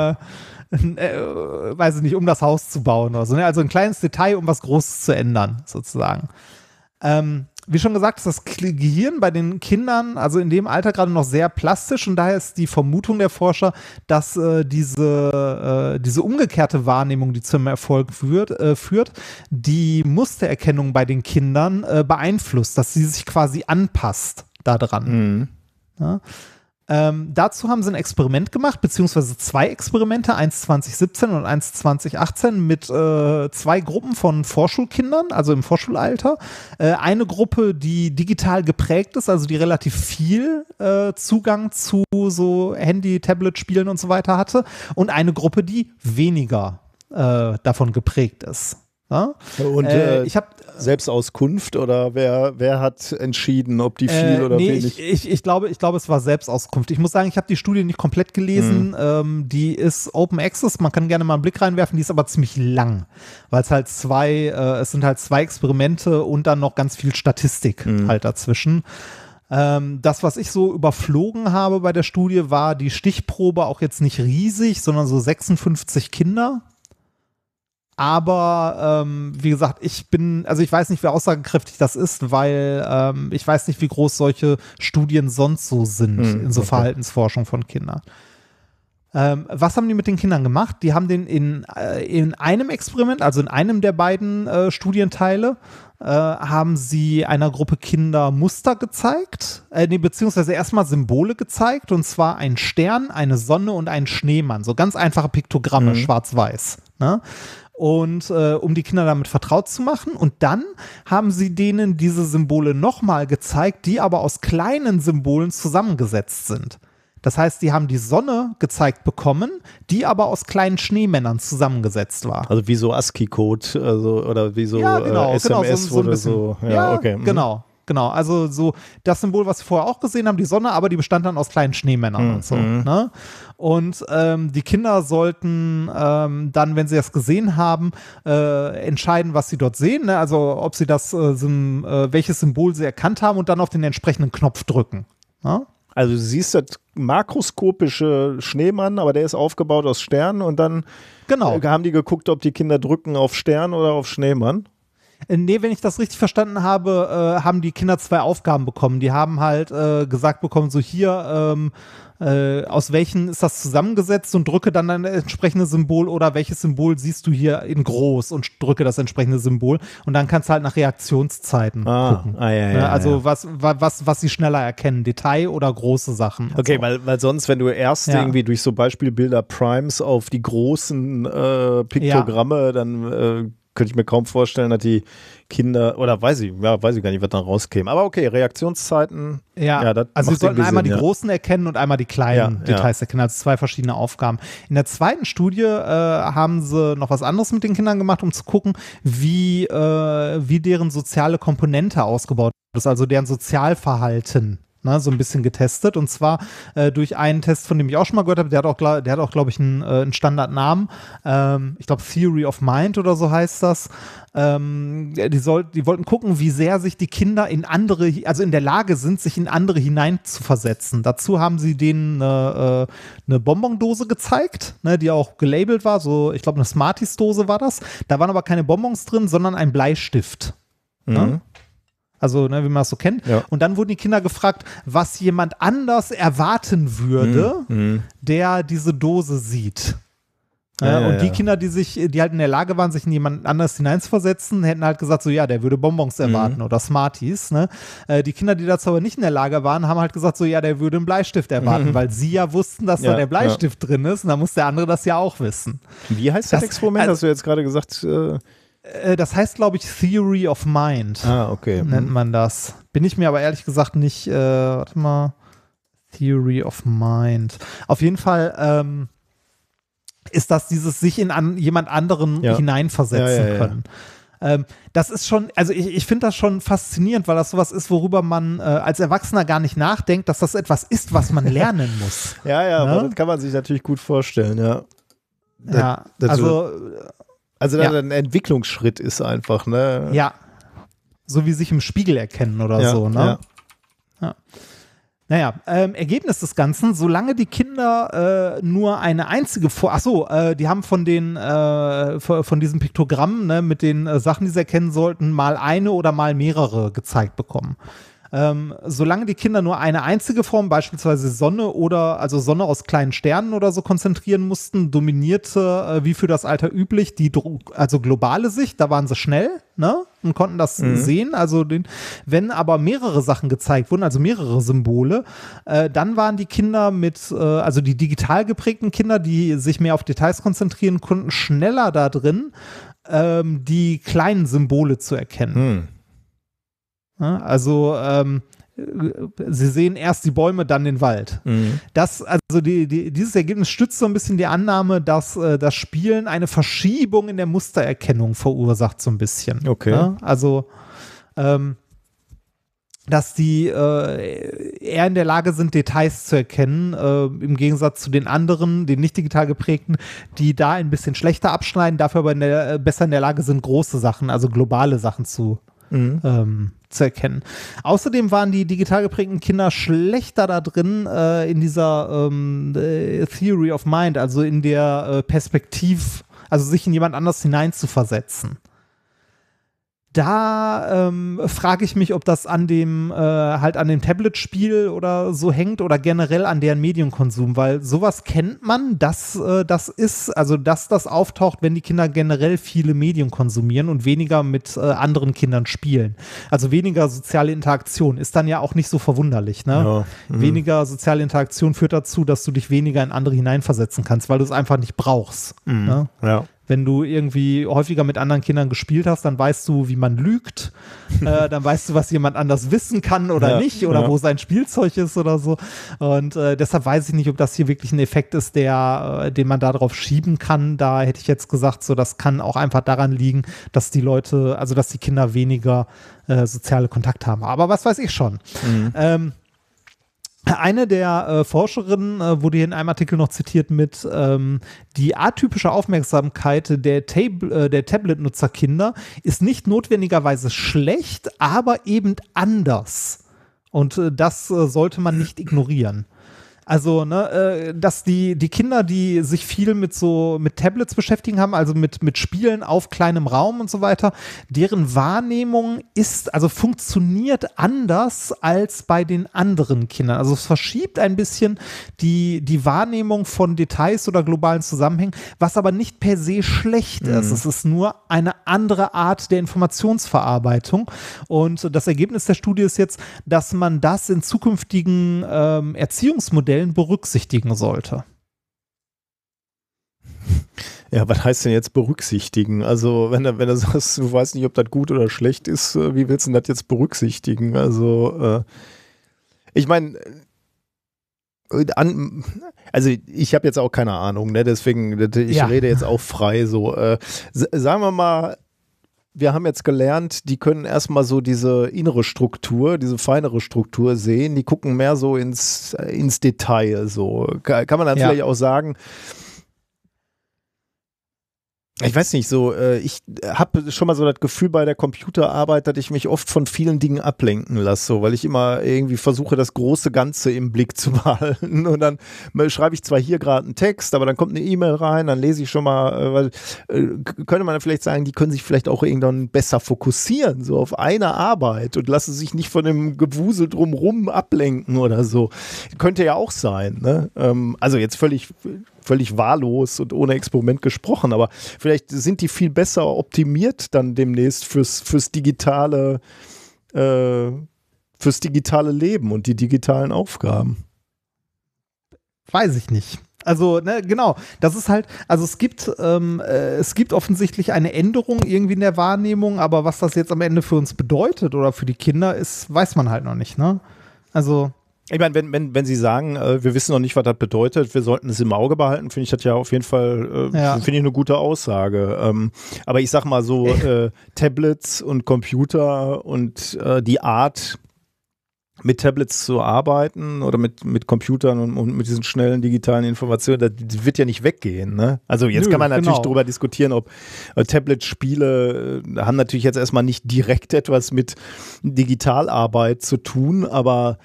weiß ich nicht, um das Haus zu bauen oder so. Ne? Also ein kleines Detail, um was Großes zu ändern, sozusagen. Wie schon gesagt, ist das Gehirn bei den Kindern, also in dem Alter gerade noch sehr plastisch und daher ist die Vermutung der Forscher, dass diese umgekehrte Wahrnehmung, die zum Erfolg führt, die Mustererkennung bei den Kindern beeinflusst, dass sie sich quasi anpasst daran. Ja? Dazu haben sie ein Experiment gemacht, beziehungsweise 2 Experimente, eins 2017 und eins 2018 mit 2 Gruppen von Vorschulkindern, also im Vorschulalter. Eine Gruppe, die digital geprägt ist, also die relativ viel Zugang zu so Handy-, Tablet-Spielen und so weiter hatte und eine Gruppe, die weniger davon geprägt ist. Ja? Und ich habe Selbstauskunft oder wer hat entschieden, ob die viel oder wenig? Ich glaube, es war Selbstauskunft. Ich muss sagen, ich habe die Studie nicht komplett gelesen. Die ist Open Access, man kann gerne mal einen Blick reinwerfen, die ist aber ziemlich lang, weil es halt es sind halt 2 Experimente und dann noch ganz viel Statistik halt dazwischen. Das, was ich so überflogen habe bei der Studie, war die Stichprobe auch jetzt nicht riesig, sondern so 56 Kinder. Aber wie gesagt, ich weiß nicht, wie aussagekräftig das ist, weil ich weiß nicht, wie groß solche Studien sonst so sind in so Verhaltensforschung von Kindern. Was haben die mit den Kindern gemacht? Die haben den in einem Experiment, also in einem der beiden Studienteile, haben sie einer Gruppe Kinder Muster gezeigt, beziehungsweise erstmal Symbole gezeigt, und zwar ein Stern, eine Sonne und ein Schneemann. So ganz einfache Piktogramme, schwarz-weiß. Ne? Und um die Kinder damit vertraut zu machen. Und dann haben sie denen diese Symbole nochmal gezeigt, die aber aus kleinen Symbolen zusammengesetzt sind. Das heißt, die haben die Sonne gezeigt bekommen, die aber aus kleinen Schneemännern zusammengesetzt war. Also wie so ASCII-Code, oder wie so SMS so ein bisschen. So. Ja, okay. Genau, also so das Symbol, was wir vorher auch gesehen haben, die Sonne, aber die bestand dann aus kleinen Schneemännern und so. Ne? Und die Kinder sollten dann, wenn sie das gesehen haben, entscheiden, was sie dort sehen, ne? Also ob sie welches Symbol sie erkannt haben und dann auf den entsprechenden Knopf drücken. Ne? Also du siehst das makroskopische Schneemann, aber der ist aufgebaut aus Sternen und dann haben die geguckt, ob die Kinder drücken auf Stern oder auf Schneemann. Nee, wenn ich das richtig verstanden habe, haben die Kinder 2 Aufgaben bekommen. Die haben halt gesagt bekommen, so hier, aus welchen ist das zusammengesetzt und drücke dann ein entsprechendes Symbol oder welches Symbol siehst du hier in groß und drücke das entsprechende Symbol und dann kannst du halt nach Reaktionszeiten gucken. Also was sie schneller erkennen, Detail oder große Sachen. Okay, so. weil sonst, wenn du erst irgendwie durch so Beispielbilder Primes auf die großen Piktogramme, dann könnte ich mir kaum vorstellen, dass die Kinder, oder weiß ich gar nicht, was dann rauskäme. Aber okay, Reaktionszeiten. Das also sie sollten einmal die großen erkennen und einmal die kleinen Details erkennen, also 2 verschiedene Aufgaben. In der zweiten Studie haben sie noch was anderes mit den Kindern gemacht, um zu gucken, wie deren soziale Komponente ausgebaut ist, also deren Sozialverhalten. so ein bisschen getestet. Und zwar durch einen Test, von dem ich auch schon mal gehört habe, der hat auch, glaube ich, einen Standardnamen. Ich glaube, Theory of Mind oder so heißt das. Die wollten gucken, wie sehr sich die Kinder in der Lage sind, sich in andere hinein zu versetzen. Dazu haben sie denen eine Bonbondose gezeigt, ne, die auch gelabelt war, so, ich glaube, eine Smarties-Dose war das. Da waren aber keine Bonbons drin, sondern ein Bleistift. Mhm. Ne? Also, ne, wie man das so kennt. Ja. Und dann wurden die Kinder gefragt, was jemand anders erwarten würde, der diese Dose sieht. Und die Kinder, die halt in der Lage waren, sich in jemand anderes hineinzuversetzen, hätten halt gesagt, so ja, der würde Bonbons erwarten oder Smarties. Ne? Die Kinder, die dazu aber nicht in der Lage waren, haben halt gesagt, so ja, der würde einen Bleistift erwarten, weil sie ja wussten, dass da der Bleistift drin ist und dann muss der andere das ja auch wissen. Wie heißt das Experiment? Hast du jetzt gerade gesagt? Das heißt, glaube ich, Theory of Mind. Okay. Nennt man das. Bin ich mir aber ehrlich gesagt nicht, warte mal, Theory of Mind. Auf jeden Fall, ist das dieses sich in jemand anderen hineinversetzen können. Das ist schon, also ich finde das schon faszinierend, weil das sowas ist, worüber man als Erwachsener gar nicht nachdenkt, dass das etwas ist, was man lernen muss. Ne? Aber das kann man sich natürlich gut vorstellen, Also da ein Entwicklungsschritt ist einfach, ne? Ja. So wie sich im Spiegel erkennen oder so, ne? Ja. Naja, Ergebnis des Ganzen, solange die Kinder nur eine einzige die haben von diesem Piktogramm, ne, mit den Sachen, die sie erkennen sollten, mal eine oder mal mehrere gezeigt bekommen. Solange die Kinder nur eine einzige Form, beispielsweise Sonne Sonne aus kleinen Sternen oder so konzentrieren mussten, dominierte, wie für das Alter üblich, also globale Sicht, da waren sie schnell, ne, und konnten das sehen, wenn aber mehrere Sachen gezeigt wurden, also mehrere Symbole, dann waren die Kinder die digital geprägten Kinder, die sich mehr auf Details konzentrieren konnten, schneller da drin, die kleinen Symbole zu erkennen. Also sie sehen erst die Bäume, dann den Wald. Dieses Ergebnis stützt so ein bisschen die Annahme, dass das Spielen eine Verschiebung in der Mustererkennung verursacht, so ein bisschen. Okay. Ja? Also dass die eher in der Lage sind, Details zu erkennen, im Gegensatz zu den anderen, den nicht digital geprägten, die da ein bisschen schlechter abschneiden, dafür aber besser in der Lage sind, große Sachen, also globale Sachen zu erkennen. Außerdem waren die digital geprägten Kinder schlechter da drin in dieser Theory of Mind, also in der also sich in jemand anders hineinzuversetzen. Da frage ich mich, ob das an dem Tablet-Spiel oder so hängt oder generell an deren Medienkonsum, weil sowas kennt man, dass das auftaucht, wenn die Kinder generell viele Medien konsumieren und weniger mit anderen Kindern spielen. Also weniger soziale Interaktion ist dann ja auch nicht so verwunderlich, ne? Ja. Weniger soziale Interaktion führt dazu, dass du dich weniger in andere hineinversetzen kannst, weil du es einfach nicht brauchst. Ne? Ja. Wenn du irgendwie häufiger mit anderen Kindern gespielt hast, dann weißt du, wie man lügt, dann weißt du, was jemand anders wissen kann oder nicht oder wo sein Spielzeug ist oder so. Und deshalb weiß ich nicht, ob das hier wirklich ein Effekt ist, den man da drauf schieben kann. Da hätte ich jetzt gesagt, so, das kann auch einfach daran liegen, dass dass die Kinder weniger soziale Kontakte haben. Aber was weiß ich schon. Eine der Forscherinnen wurde hier in einem Artikel noch zitiert mit die atypische Aufmerksamkeit der Tablet-Nutzerkinder ist nicht notwendigerweise schlecht, aber eben anders. Und das sollte man nicht ignorieren. Also, dass die Kinder, die sich viel mit Tablets beschäftigen haben, also mit Spielen auf kleinem Raum und so weiter, deren Wahrnehmung funktioniert anders als bei den anderen Kindern. Also es verschiebt ein bisschen die Wahrnehmung von Details oder globalen Zusammenhängen, was aber nicht per se schlecht ist. Es ist nur eine andere Art der Informationsverarbeitung. Und das Ergebnis der Studie ist jetzt, dass man das in zukünftigen Erziehungsmodellen berücksichtigen sollte. Ja, was heißt denn jetzt berücksichtigen? Also, wenn du sagst, du weißt nicht, ob das gut oder schlecht ist, wie willst du das jetzt berücksichtigen? Also, ich meine, ich habe jetzt auch keine Ahnung, ne? Deswegen, ich rede jetzt auch frei so. Sagen wir mal, wir haben jetzt gelernt, die können erstmal so diese innere Struktur, diese feinere Struktur sehen. Die gucken mehr so ins Detail. So kann man dann vielleicht auch sagen, ich weiß nicht, so, ich habe schon mal so das Gefühl bei der Computerarbeit, dass ich mich oft von vielen Dingen ablenken lasse, so, weil ich immer irgendwie versuche, das große Ganze im Blick zu behalten. Und dann schreibe ich zwar hier gerade einen Text, aber dann kommt eine E-Mail rein, dann lese ich schon mal, weil könnte man dann vielleicht sagen, die können sich vielleicht auch irgendwann besser fokussieren, so auf eine Arbeit und lassen sich nicht von dem Gewusel drumrum ablenken oder so. Könnte ja auch sein, ne? Also jetzt völlig wahllos und ohne Experiment gesprochen, aber vielleicht sind die viel besser optimiert dann demnächst fürs digitale Leben und die digitalen Aufgaben. Weiß ich nicht. Also, ne, genau, das ist halt, also es gibt offensichtlich eine Änderung irgendwie in der Wahrnehmung, aber was das jetzt am Ende für uns bedeutet oder für die Kinder ist, weiß man halt noch nicht, ne? Also ich meine, wenn Sie sagen, wir wissen noch nicht, was das bedeutet, wir sollten es im Auge behalten, finde ich das ja auf jeden Fall finde ich eine gute Aussage. Aber ich sag mal so, Tablets und Computer und die Art, mit Tablets zu arbeiten oder mit Computern und mit diesen schnellen digitalen Informationen, das wird ja nicht weggehen. Ne? Also jetzt kann man natürlich darüber diskutieren, ob Tablet-Spiele haben natürlich jetzt erstmal nicht direkt etwas mit Digitalarbeit zu tun, aber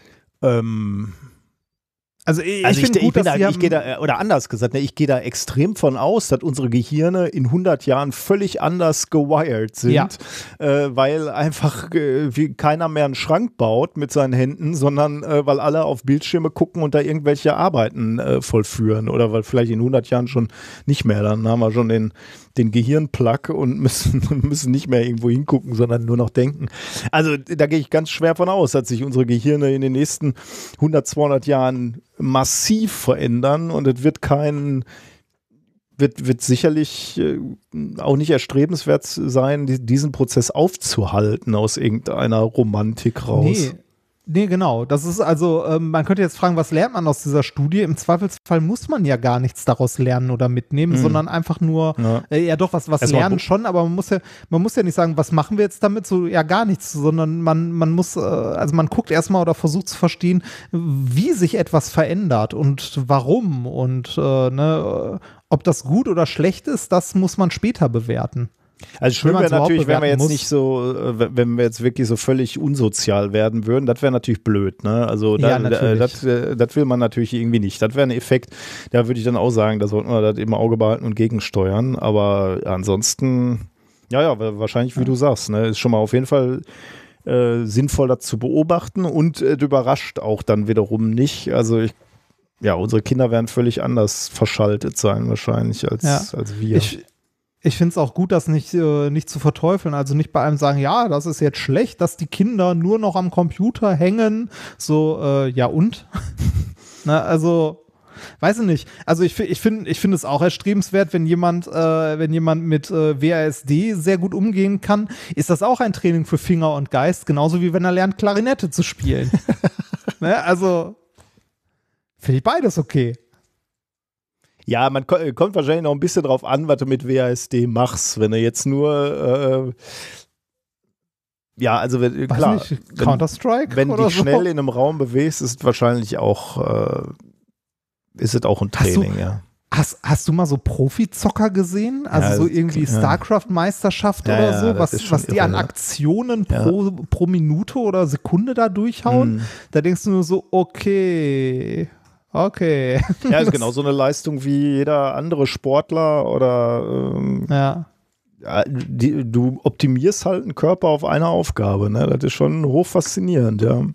also ich gehe da, oder anders gesagt, ne, ich gehe da extrem von aus, dass unsere Gehirne in 100 Jahren völlig anders gewired sind, weil einfach keiner mehr einen Schrank baut mit seinen Händen, sondern weil alle auf Bildschirme gucken und da irgendwelche Arbeiten vollführen oder weil vielleicht in 100 Jahren schon nicht mehr, dann haben wir schon den Gehirnplug und müssen nicht mehr irgendwo hingucken, sondern nur noch denken. Also da gehe ich ganz schwer von aus, dass sich unsere Gehirne in den nächsten 100, 200 Jahren massiv verändern und es wird wird sicherlich auch nicht erstrebenswert sein, diesen Prozess aufzuhalten aus irgendeiner Romantik raus. Nee, genau. Das ist also, man könnte jetzt fragen, was lernt man aus dieser Studie? Im Zweifelsfall muss man ja gar nichts daraus lernen oder mitnehmen, sondern einfach nur, was lernen schon, aber man muss ja nicht sagen, was machen wir jetzt damit? So, ja, gar nichts, sondern man muss, man guckt erstmal oder versucht zu verstehen, wie sich etwas verändert und warum und ob das gut oder schlecht ist, das muss man später bewerten. Also schön wäre natürlich, wenn wir jetzt nicht so, wenn wir jetzt wirklich so völlig unsozial werden würden, das wäre natürlich blöd, ne? Also das will man natürlich irgendwie nicht. Das wäre ein Effekt, da würde ich dann auch sagen, da sollten wir das im Auge behalten und gegensteuern. Aber ansonsten, wahrscheinlich, wie du sagst, ne, ist schon mal auf jeden Fall sinnvoll, das zu beobachten und überrascht auch dann wiederum nicht. Also unsere Kinder werden völlig anders verschaltet sein wahrscheinlich als wir. Ich finde es auch gut, das nicht zu verteufeln, also nicht bei einem sagen, ja, das ist jetzt schlecht, dass die Kinder nur noch am Computer hängen, so, und? Na, also, weiß ich nicht. Also ich finde es auch erstrebenswert, wenn jemand mit WASD sehr gut umgehen kann, ist das auch ein Training für Finger und Geist, genauso wie wenn er lernt, Klarinette zu spielen. Ne, also, finde ich beides okay. Ja, man kommt wahrscheinlich noch ein bisschen drauf an, was du mit WASD machst. Wenn du jetzt nur, klar, Counter-Strike wenn du dich so schnell in einem Raum bewegst, ist wahrscheinlich auch, ein Training, Hast du mal so Profizocker gesehen? Also so irgendwie StarCraft-Meisterschaft oder so, was die an Aktionen pro Minute oder Sekunde da durchhauen? Da denkst du nur so, okay. Ja, ist genau so eine Leistung wie jeder andere Sportler oder du optimierst halt einen Körper auf eine Aufgabe, ne? Das ist schon hochfaszinierend, ja.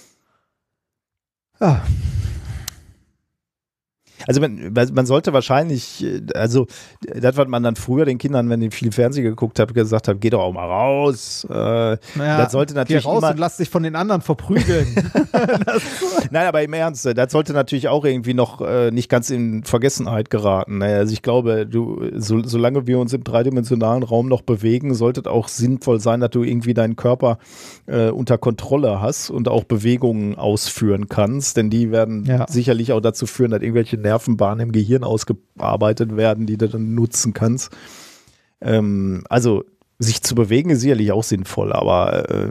Also man sollte wahrscheinlich, also das, was man dann früher den Kindern, wenn die viel Fernsehen geguckt haben, gesagt hat, geh doch auch mal raus. Das sollte natürlich geh raus und lass dich von den anderen verprügeln. Nein, aber im Ernst, das sollte natürlich auch irgendwie noch nicht ganz in Vergessenheit geraten. Also ich glaube, solange wir uns im dreidimensionalen Raum noch bewegen, sollte es auch sinnvoll sein, dass du irgendwie deinen Körper unter Kontrolle hast und auch Bewegungen ausführen kannst, denn die werden sicherlich auch dazu führen, dass irgendwelche Nervenbahnen im Gehirn ausgearbeitet werden, die du dann nutzen kannst. Also sich zu bewegen ist sicherlich auch sinnvoll, aber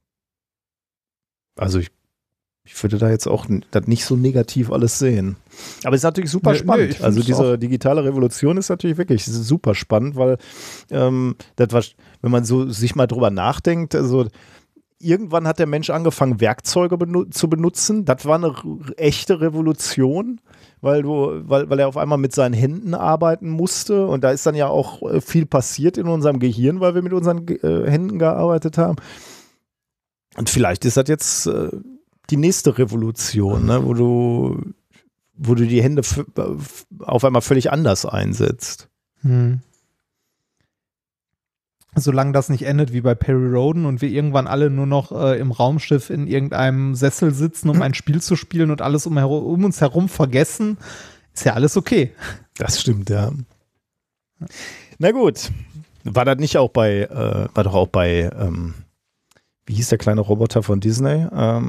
also ich würde da jetzt auch das nicht so negativ alles sehen. Aber es ist natürlich super spannend. Also diese digitale Revolution ist natürlich wirklich super spannend, weil das war, wenn man so sich mal drüber nachdenkt, also irgendwann hat der Mensch angefangen, Werkzeuge zu benutzen. Das war eine echte Revolution, weil er auf einmal mit seinen Händen arbeiten musste. Und da ist dann ja auch viel passiert in unserem Gehirn, weil wir mit unseren Händen gearbeitet haben. Und vielleicht ist das jetzt die nächste Revolution, ne, wo du die Hände auf einmal völlig anders einsetzt. Solange das nicht endet wie bei Perry Roden und wir irgendwann alle nur noch im Raumschiff in irgendeinem Sessel sitzen, um ein Spiel zu spielen und alles um uns herum vergessen, ist ja alles okay. Das stimmt, ja. Na gut. War das nicht auch bei, wie hieß der kleine Roboter von Disney?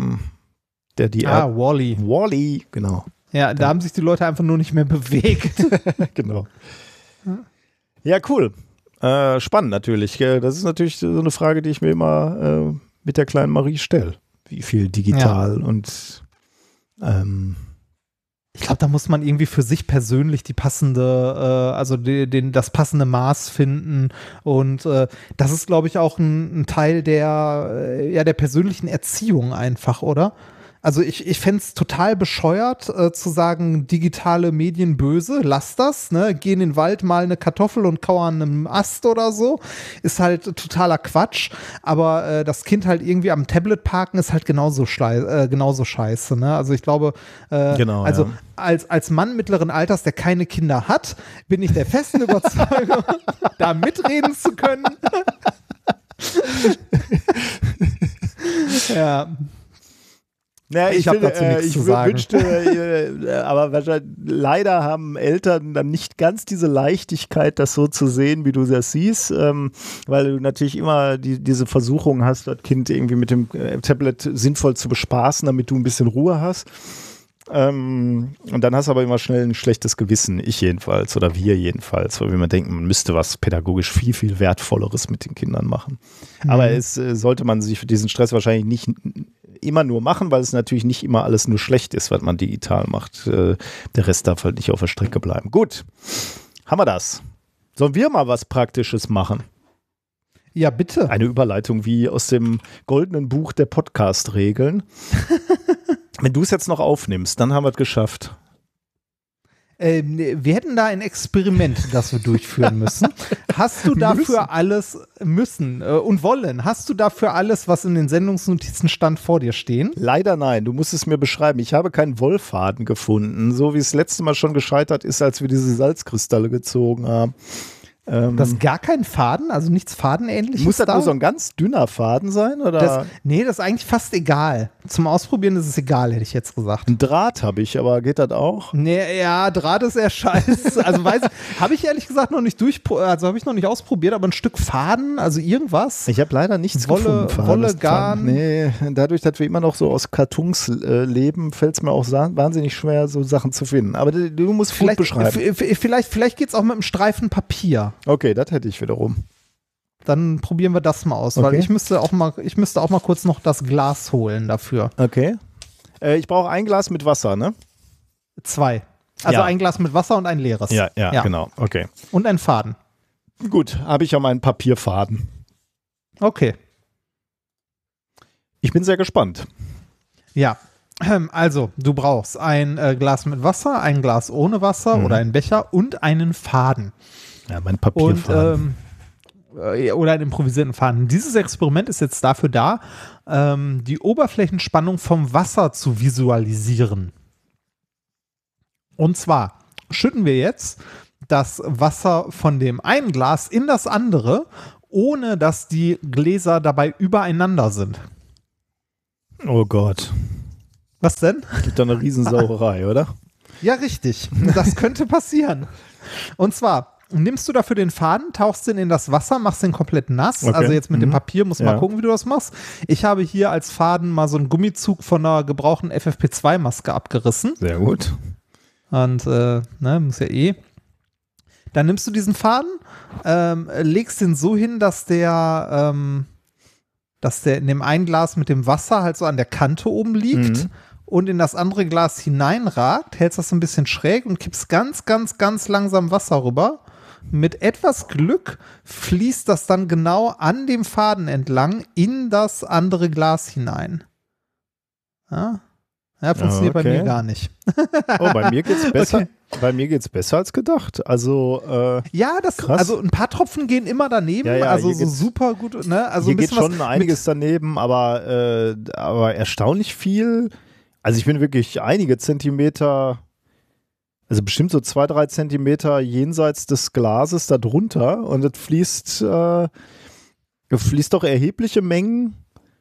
Wall-E. Wall-E, genau. Ja, da haben sich die Leute einfach nur nicht mehr bewegt. Genau. Ja, cool. Spannend natürlich. Das ist natürlich so eine Frage, die ich mir immer mit der kleinen Marie stelle. Wie viel digital und ich glaube, da muss man irgendwie für sich persönlich die passende, das passende Maß finden. Und das ist, glaube ich, auch ein Teil der persönlichen Erziehung einfach, oder? Also ich fände es total bescheuert, zu sagen, digitale Medien böse, lass das, ne? Geh in den Wald, mal eine Kartoffel und kau an einem Ast oder so. Ist halt totaler Quatsch. Aber das Kind halt irgendwie am Tablet parken ist halt genauso scheiße, ne? Also ich glaube, als Mann mittleren Alters, der keine Kinder hat, bin ich der festen Überzeugung, da mitreden zu können. Ja. Ja, ich habe dazu nichts zu sagen. Wünschte, aber wahrscheinlich, leider haben Eltern dann nicht ganz diese Leichtigkeit, das so zu sehen, wie du das siehst, weil du natürlich immer diese Versuchung hast, das Kind irgendwie mit dem Tablet sinnvoll zu bespaßen, damit du ein bisschen Ruhe hast. Und dann hast du aber immer schnell ein schlechtes Gewissen, ich jedenfalls oder wir jedenfalls, weil wir immer denken, man müsste was pädagogisch viel, viel Wertvolleres mit den Kindern machen. Aber es sollte man sich für diesen Stress wahrscheinlich nicht immer nur machen, weil es natürlich nicht immer alles nur schlecht ist, was man digital macht. Der Rest darf halt nicht auf der Strecke bleiben. Gut, haben wir das. Sollen wir mal was Praktisches machen? Ja, bitte. Eine Überleitung wie aus dem goldenen Buch der Podcast-Regeln. Wenn du es jetzt noch aufnimmst, dann haben wir es geschafft. Wir hätten da ein Experiment, das wir durchführen müssen. Hast du dafür alles und wollen? Hast du dafür alles, was in den Sendungsnotizen stand, vor dir stehen? Leider nein, du musst es mir beschreiben. Ich habe keinen Wollfaden gefunden, so wie es letzte Mal schon gescheitert ist, als wir diese Salzkristalle gezogen haben. Das ist gar kein Faden, also nichts Fadenähnliches. Muss das nur so ein ganz dünner Faden sein? Oder? Das ist eigentlich fast egal. Zum Ausprobieren ist es egal, hätte ich jetzt gesagt. Ein Draht habe ich, aber geht das auch? Nee, ja, Draht ist eher scheiße. Also habe ich ehrlich gesagt noch nicht habe ich noch nicht ausprobiert, aber ein Stück Faden, also irgendwas. Ich habe leider nichts gefunden. Wolle, Garn. Nee, dadurch, dass wir immer noch so aus Kartons leben, fällt es mir auch wahnsinnig schwer, so Sachen zu finden. Aber du musst gut beschreiben. Vielleicht geht es auch mit einem Streifen Papier. Okay, das hätte ich wiederum. Dann probieren wir das mal aus, weil ich müsste auch mal kurz noch das Glas holen dafür. Okay. Ich brauche ein Glas mit Wasser, ne? 2. Also ein Glas mit Wasser und ein leeres. Ja, genau. Okay. Und ein Faden. Gut, habe ich ja meinen Papierfaden. Okay. Ich bin sehr gespannt. Ja. Also, du brauchst ein Glas mit Wasser, ein Glas ohne Wasser oder einen Becher und einen Faden. Ja, mein Papierfaden. Oder einen improvisierten Faden. Dieses Experiment ist jetzt dafür da, die Oberflächenspannung vom Wasser zu visualisieren. Und zwar schütten wir jetzt das Wasser von dem einen Glas in das andere, ohne dass die Gläser dabei übereinander sind. Oh Gott. Was denn? Gibt da eine Riesensauerei, oder? Ja, richtig. Das könnte passieren. Und zwar nimmst du dafür den Faden, tauchst den in das Wasser, machst den komplett nass. Okay. Also jetzt mit dem Papier, musst du mal gucken, wie du das machst. Ich habe hier als Faden mal so einen Gummizug von einer gebrauchten FFP2-Maske abgerissen. Sehr gut. Und, muss ja Dann nimmst du diesen Faden, legst den so hin, dass der in dem einen Glas mit dem Wasser halt so an der Kante oben liegt und in das andere Glas hineinragt, hältst das so ein bisschen schräg und kippst ganz, ganz, ganz langsam Wasser rüber. Mit etwas Glück fließt das dann genau an dem Faden entlang in das andere Glas hinein. Ja, funktioniert bei mir gar nicht. Oh, bei mir geht's besser. Okay. Bei mir geht's besser als gedacht. Also krass. Also ein paar Tropfen gehen immer daneben, also so super gut. Ne? Also hier geht schon einiges daneben, aber erstaunlich viel. Also ich bin wirklich einige Zentimeter, also bestimmt so 2-3 Zentimeter jenseits des Glases da drunter und es fließt doch erhebliche Mengen.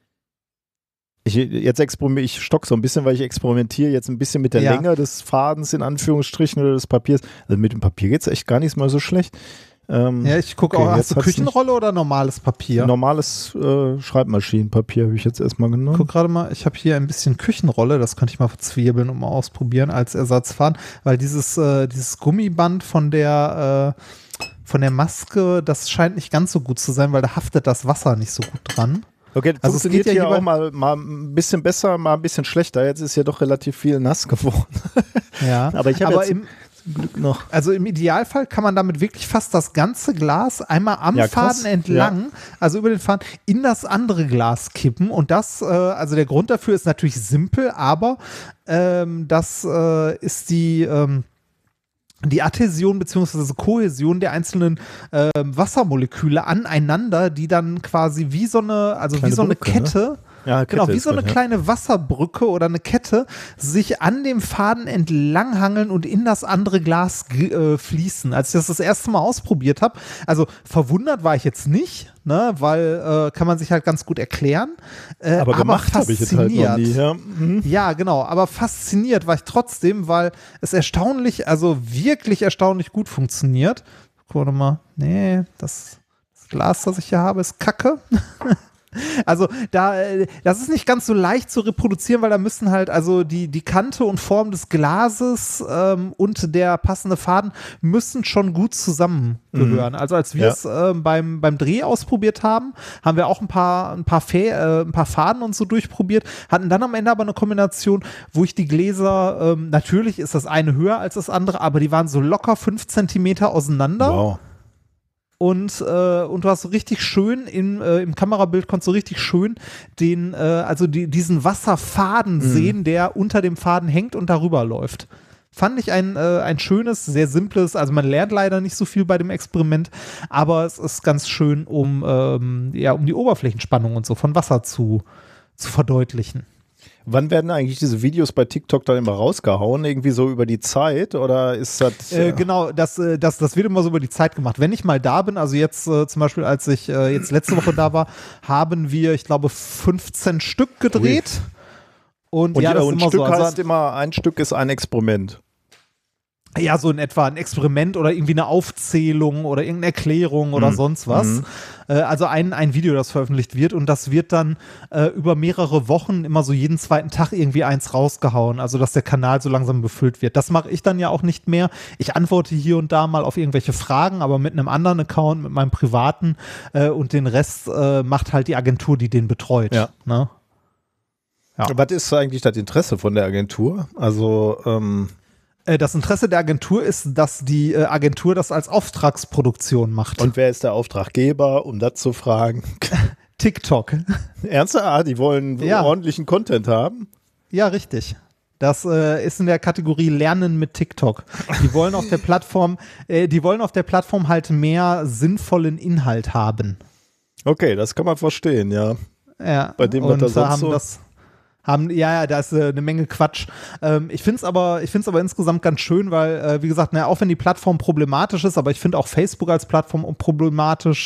Ich stock so ein bisschen, weil ich experimentiere jetzt ein bisschen mit der Länge des Fadens in Anführungsstrichen oder des Papiers. Also mit dem Papier geht es echt gar nicht mal so schlecht. Ich gucke auch, hast du Küchenrolle oder normales Papier? Normales Schreibmaschinenpapier habe ich jetzt erstmal genommen. Guck gerade mal, ich habe hier ein bisschen Küchenrolle, das könnte ich mal verzwirbeln und mal ausprobieren als Ersatzfaden, weil dieses Gummiband von der Maske, das scheint nicht ganz so gut zu sein, weil da haftet das Wasser nicht so gut dran. Okay, das funktioniert hier auch mal ein bisschen besser, mal ein bisschen schlechter. Jetzt ist ja doch relativ viel nass geworden. Ja, aber ich habe jetzt Glück noch. Also im Idealfall kann man damit wirklich fast das ganze Glas einmal am Faden entlang, also über den Faden, in das andere Glas kippen. Und das, also der Grund dafür ist natürlich simpel, aber das ist die Adhäsion bzw. Kohäsion der einzelnen Wassermoleküle aneinander, die dann quasi wie so eine Kette, ne? Ja, genau, wie so eine kleine Wasserbrücke oder eine Kette sich an dem Faden entlanghangeln und in das andere Glas fließen. Als ich das erste Mal ausprobiert habe, also verwundert war ich jetzt nicht, ne, weil kann man sich halt ganz gut erklären. Aber gemacht habe ich es halt noch nie. Ja. Ja, genau, aber fasziniert war ich trotzdem, weil es wirklich erstaunlich gut funktioniert. Guck mal, nee, das Glas, das ich hier habe, ist Kacke. Also das ist nicht ganz so leicht zu reproduzieren, weil da müssen halt also die Kante und Form des Glases und der passende Faden müssen schon gut zusammengehören. Also als wir es beim Dreh ausprobiert haben, haben wir auch ein paar Faden und so durchprobiert, hatten dann am Ende aber eine Kombination, wo ich die Gläser, natürlich ist das eine höher als das andere, aber die waren so locker 5 Zentimeter auseinander. Wow. Und du hast so richtig schön im Kamerabild konntest du richtig schön diesen Wasserfaden sehen, der unter dem Faden hängt und darüber läuft. Fand ich ein schönes, sehr simples, also man lernt leider nicht so viel bei dem Experiment, aber es ist ganz schön, um die Oberflächenspannung und so von Wasser zu verdeutlichen. Wann werden eigentlich diese Videos bei TikTok dann immer rausgehauen? Irgendwie so über die Zeit oder ist das? Genau, das wird immer so über die Zeit gemacht. Wenn ich mal da bin, also jetzt zum Beispiel, als ich jetzt letzte Woche da war, haben wir, ich glaube, 15 Stück gedreht. Und das ist immer Stück so. Heißt immer, ein Stück ist ein Experiment. Ja, so in etwa ein Experiment oder irgendwie eine Aufzählung oder irgendeine Erklärung oder sonst was. Also ein Video, das veröffentlicht wird und das wird dann über mehrere Wochen immer so jeden zweiten Tag irgendwie eins rausgehauen, also dass der Kanal so langsam befüllt wird. Das mache ich dann ja auch nicht mehr. Ich antworte hier und da mal auf irgendwelche Fragen, aber mit einem anderen Account, mit meinem privaten und den Rest macht halt die Agentur, die den betreut. Ja. Ne? Ja. Was ist eigentlich das Interesse von der Agentur? Also das Interesse der Agentur ist, dass die Agentur das als Auftragsproduktion macht. Und wer ist der Auftraggeber, um das zu fragen? TikTok. Ernsthaft? Die wollen ordentlichen Content haben? Ja, richtig. Das ist in der Kategorie Lernen mit TikTok. Die wollen auf der Plattform halt mehr sinnvollen Inhalt haben. Okay, das kann man verstehen, ja. Ja. Bei dem, was da sonst so da ist eine Menge Quatsch. Ich finde es aber insgesamt ganz schön, weil, wie gesagt, auch wenn die Plattform problematisch ist, aber ich finde auch Facebook als Plattform problematisch.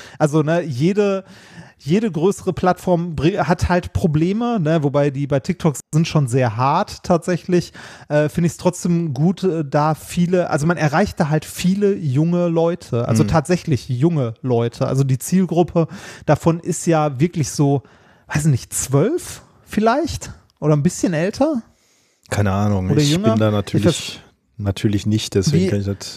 Jede größere Plattform hat halt Probleme, ne? Wobei die bei TikTok sind schon sehr hart tatsächlich. Finde ich es trotzdem gut, da man erreicht da halt viele junge Leute, also tatsächlich junge Leute. Also die Zielgruppe davon ist ja wirklich so, weiß nicht, 12 vielleicht? Oder ein bisschen älter? Keine Ahnung, oder ich jünger? bin da natürlich nicht, deswegen kann ich das.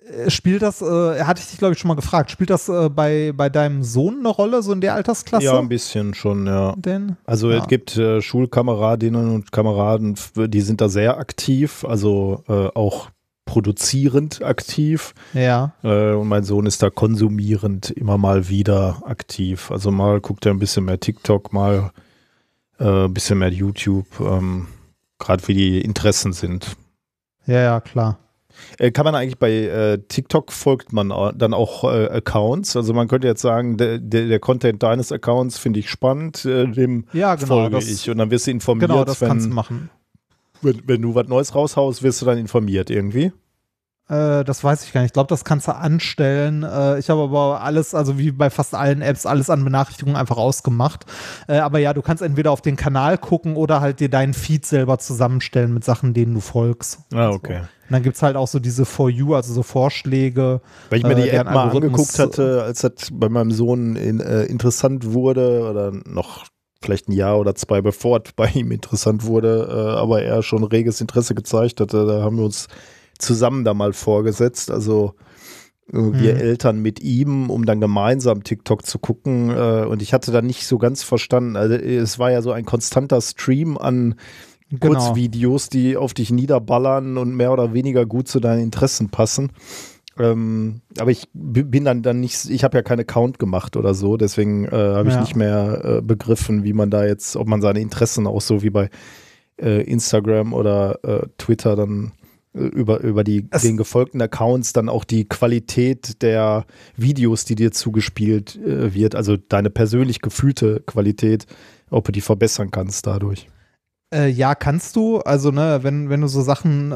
Spielt das, hatte ich dich, glaube ich, schon mal gefragt, spielt das bei deinem Sohn eine Rolle, so in der Altersklasse? Ja, ein bisschen schon, ja. Denn? Also es gibt Schulkameradinnen und Kameraden, die sind da sehr aktiv, also auch produzierend aktiv. Ja. Und mein Sohn ist da konsumierend immer mal wieder aktiv. Also mal guckt er ein bisschen mehr TikTok, mal ein bisschen mehr YouTube, gerade wie die Interessen sind. Ja, klar. Kann man eigentlich bei TikTok folgt man dann auch Accounts? Also man könnte jetzt sagen, der Content deines Accounts finde ich spannend, dem folge ich. Und dann wirst du informiert, genau, das kannst du machen. Wenn du was Neues raushaust, wirst du dann informiert irgendwie? Das weiß ich gar nicht. Ich glaube, das kannst du anstellen. Ich habe aber alles, also wie bei fast allen Apps, alles an Benachrichtigungen einfach ausgemacht. Aber ja, du kannst entweder auf den Kanal gucken oder halt dir deinen Feed selber zusammenstellen mit Sachen, denen du folgst. Ah, okay. Und dann gibt es halt auch so diese For You, also so Vorschläge. Weil ich mir die App mal angeguckt hatte, als das bei meinem Sohn interessant wurde oder noch vielleicht ein Jahr oder zwei, bevor es bei ihm interessant wurde, aber er schon reges Interesse gezeigt hatte, da haben wir uns zusammen da mal vorgesetzt, also wir Eltern mit ihm, um dann gemeinsam TikTok zu gucken, und ich hatte da nicht so ganz verstanden, also es war ja so ein konstanter Stream an Kurzvideos, die auf dich niederballern und mehr oder weniger gut zu deinen Interessen passen. Aber ich bin dann nicht, ich habe ja keinen Account gemacht oder so, deswegen habe ich nicht mehr begriffen, wie man da jetzt, ob man seine Interessen auch so wie bei Instagram oder Twitter dann über den gefolgten Accounts dann auch die Qualität der Videos, die dir zugespielt wird, also deine persönlich gefühlte Qualität, ob du die verbessern kannst dadurch. Ja, kannst du. Also, ne, wenn du so Sachen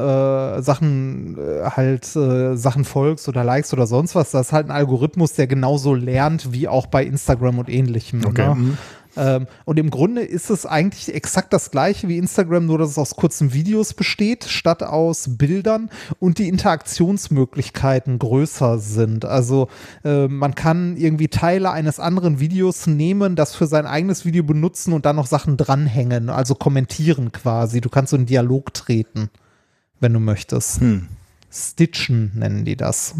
folgst oder likest oder sonst was, das ist halt ein Algorithmus, der genauso lernt wie auch bei Instagram und ähnlichem. Okay. Ne? Und im Grunde ist es eigentlich exakt das gleiche wie Instagram, nur dass es aus kurzen Videos besteht, statt aus Bildern und die Interaktionsmöglichkeiten größer sind. Also man kann irgendwie Teile eines anderen Videos nehmen, das für sein eigenes Video benutzen und dann noch Sachen dranhängen, also kommentieren quasi. Du kannst so in Dialog treten, wenn du möchtest. Stitchen nennen die das.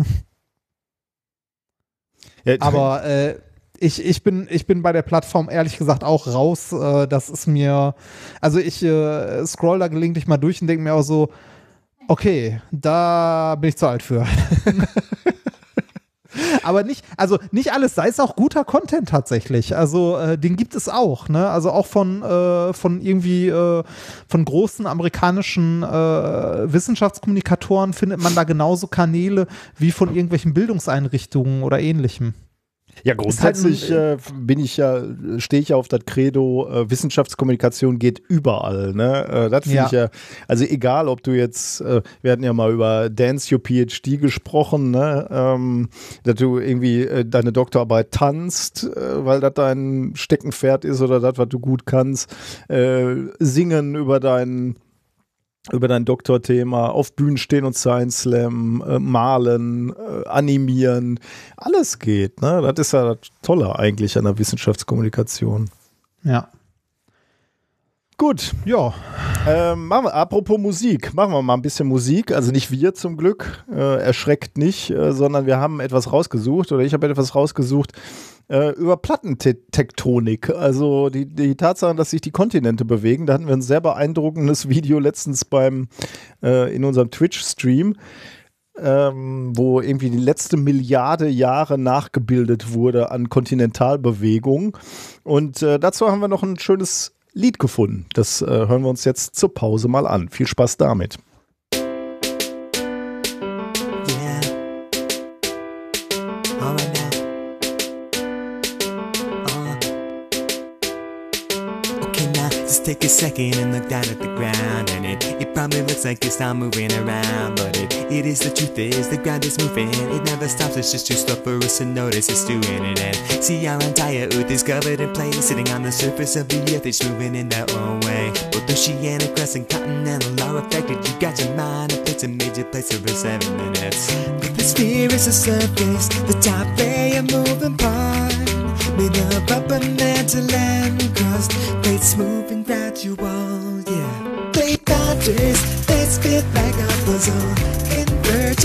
Ja, aber Ich bin bei der Plattform ehrlich gesagt auch raus. Das ist mir, also ich scroll da gelegentlich mal durch und denke mir auch so, okay, da bin ich zu alt für. Aber nicht alles, sei es auch guter Content tatsächlich. Also den gibt es auch, ne? Also auch von großen amerikanischen Wissenschaftskommunikatoren findet man da genauso Kanäle wie von irgendwelchen Bildungseinrichtungen oder ähnlichem. Ja, grundsätzlich stehe ich ja auf das Credo, Wissenschaftskommunikation geht überall, ne? Das finde ich ja, also egal, ob du jetzt, wir hatten ja mal über Dance Your PhD gesprochen, ne? Dass du irgendwie deine Doktorarbeit tanzt, weil das dein Steckenpferd ist oder das, was du gut kannst, singen über dein Doktorthema, auf Bühnen stehen und Science Slam, malen, animieren, alles geht. Ne? Das ist ja das Tolle eigentlich an der Wissenschaftskommunikation. Ja. Gut. Ja. Apropos Musik, machen wir mal ein bisschen Musik. Also nicht wir zum Glück, erschreckt nicht, sondern wir haben etwas rausgesucht oder ich habe etwas rausgesucht über Plattentektonik. Also die Tatsache, dass sich die Kontinente bewegen. Da hatten wir ein sehr beeindruckendes Video letztens in unserem Twitch-Stream, wo irgendwie die letzte Milliarde Jahre nachgebildet wurde an Kontinentalbewegung. Und dazu haben wir noch ein schönes Lied gefunden. Das hören wir uns jetzt zur Pause mal an. Viel Spaß damit. Take a second and look down at the ground, and it probably looks like it's not moving around, but it is, the truth is the ground is moving. It never stops, it's just too slow for us to notice it's doing it. And see, our entire earth is covered in play, sitting on the surface of the earth, it's moving in their own way. Both oceanic crust and continental are affected. You got your mind up, it's a major place for 7 minutes. The sphere is the surface, the top layer moving part, made up a mantle and crust, plates moving gradual, yeah. Plate boundaries, they spit like a puzzle, convergent.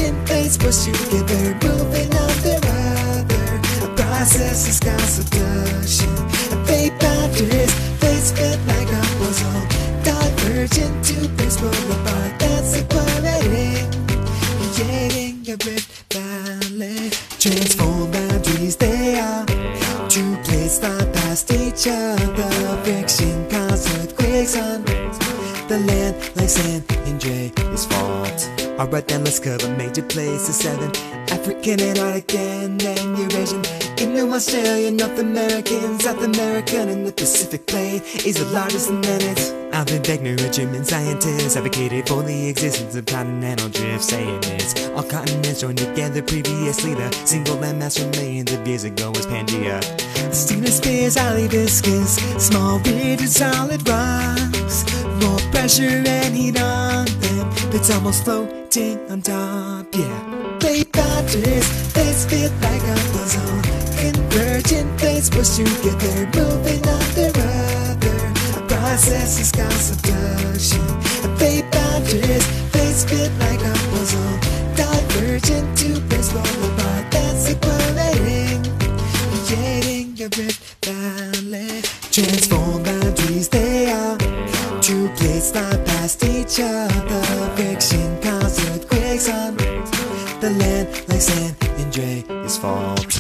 fates push you together, moving on their other. A process is called subduction. A fate boundaries, fates fit like a puzzle. Diverge into place pull apart, that's equality. Creating a rift valley. Transform boundaries, they are two plates that past each other. Friction cause earthquakes on the land like San Andreas fault. Alright then, let's cover major places. 7 African, Antarctic, and then Eurasian, Indo, Australian, North American, South American, and the Pacific plate is the largest in minutes. Alvin Wegener, a German scientist, advocated for the existence of continental drift, saying it's all continents joined together previously. The single landmass from millions of years ago was Pangea. Steven Spears, highly viscous, small rigid solid rocks. More pressure and heat on them, it's almost floating on top, yeah. Plate boundaries, fates fit like a puzzle. Convergent fates push together, moving on their other. A process is called subduction. And fate boundaries, fates fit like a puzzle. Divergent to place fall apart, that's equality. Creating a rift valley. Transform boundaries, they are two plates that past each other. Friction cause earthquakes on the land like San Andreas fault.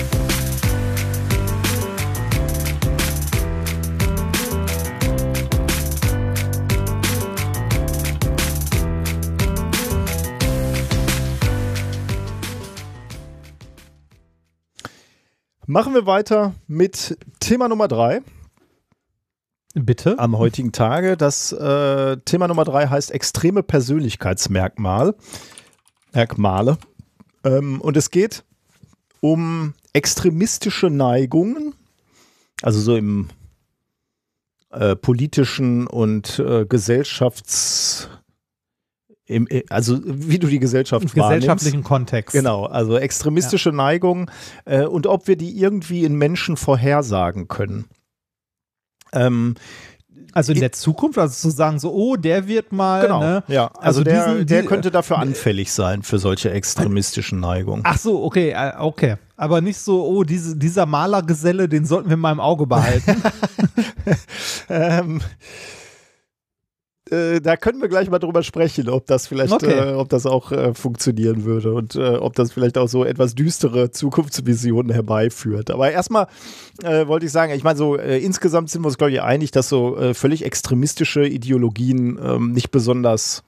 Machen wir weiter mit Thema Nummer 3. Bitte? Am heutigen Tage. Das Thema Nummer 3 heißt extreme Persönlichkeitsmerkmale. Und es geht um extremistische Neigungen, also so im politischen und also wie du die Gesellschaft wahrnimmst. Gesellschaftlichen Kontext. Genau, also extremistische Neigungen und ob wir die irgendwie in Menschen vorhersagen können. Also in der Zukunft, also zu sagen so, oh, der wird mal, genau, ne? Ja, also der könnte dafür anfällig sein für solche extremistischen Neigungen. Ach so, okay. Aber nicht so, oh, dieser Malergeselle, den sollten wir mal im Auge behalten. Da können wir gleich mal drüber sprechen, ob das vielleicht, ob das auch funktionieren würde und ob das vielleicht auch so etwas düstere Zukunftsvisionen herbeiführt. Aber erstmal wollte ich sagen, ich meine so insgesamt sind wir uns glaube ich einig, dass so völlig extremistische Ideologien nicht besonders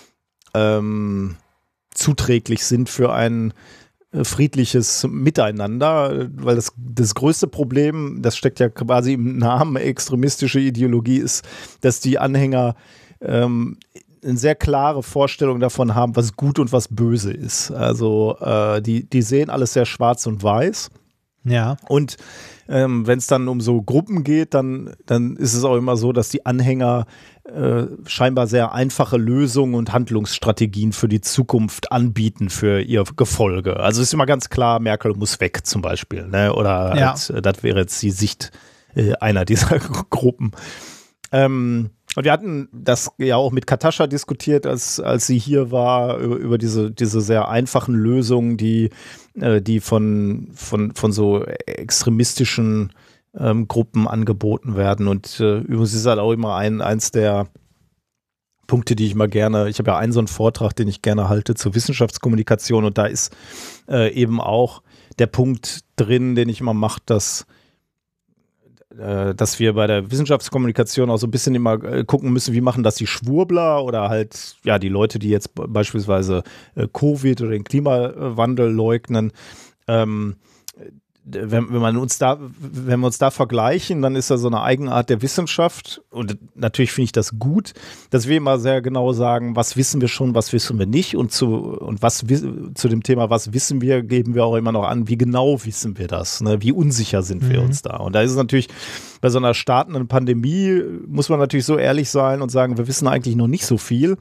zuträglich sind für ein friedliches Miteinander, weil das größte Problem, das steckt ja quasi im Namen extremistische Ideologie, ist, dass die Anhänger eine sehr klare Vorstellung davon haben, was gut und was böse ist. Also die sehen alles sehr schwarz und weiß. Ja. Und wenn es dann um so Gruppen geht, dann ist es auch immer so, dass die Anhänger scheinbar sehr einfache Lösungen und Handlungsstrategien für die Zukunft anbieten für ihr Gefolge. Also es ist immer ganz klar, Merkel muss weg zum Beispiel, ne? Oder ja. Das wäre jetzt die Sicht einer dieser Gruppen. Und wir hatten das ja auch mit Katascha diskutiert, als sie hier war, über diese sehr einfachen Lösungen, die von so extremistischen Gruppen angeboten werden. Und übrigens ist halt auch immer eins der Punkte, die ich mal gerne, ich habe ja einen so einen Vortrag, den ich gerne halte zur Wissenschaftskommunikation, und da ist eben auch der Punkt drin, den ich immer mache, dass wir bei der Wissenschaftskommunikation auch so ein bisschen immer gucken müssen, wie machen das die Schwurbler oder halt ja die Leute, die jetzt beispielsweise Covid oder den Klimawandel leugnen. Wenn wir uns da vergleichen, dann ist da so eine Eigenart der Wissenschaft, und natürlich finde ich das gut, dass wir immer sehr genau sagen, was wissen wir schon, was wissen wir nicht, und zu dem Thema, was wissen wir, geben wir auch immer noch an, wie genau wissen wir das, ne? Wie unsicher sind wir uns da. Und da ist es natürlich, bei so einer startenden Pandemie muss man natürlich so ehrlich sein und sagen, wir wissen eigentlich noch nicht so viel.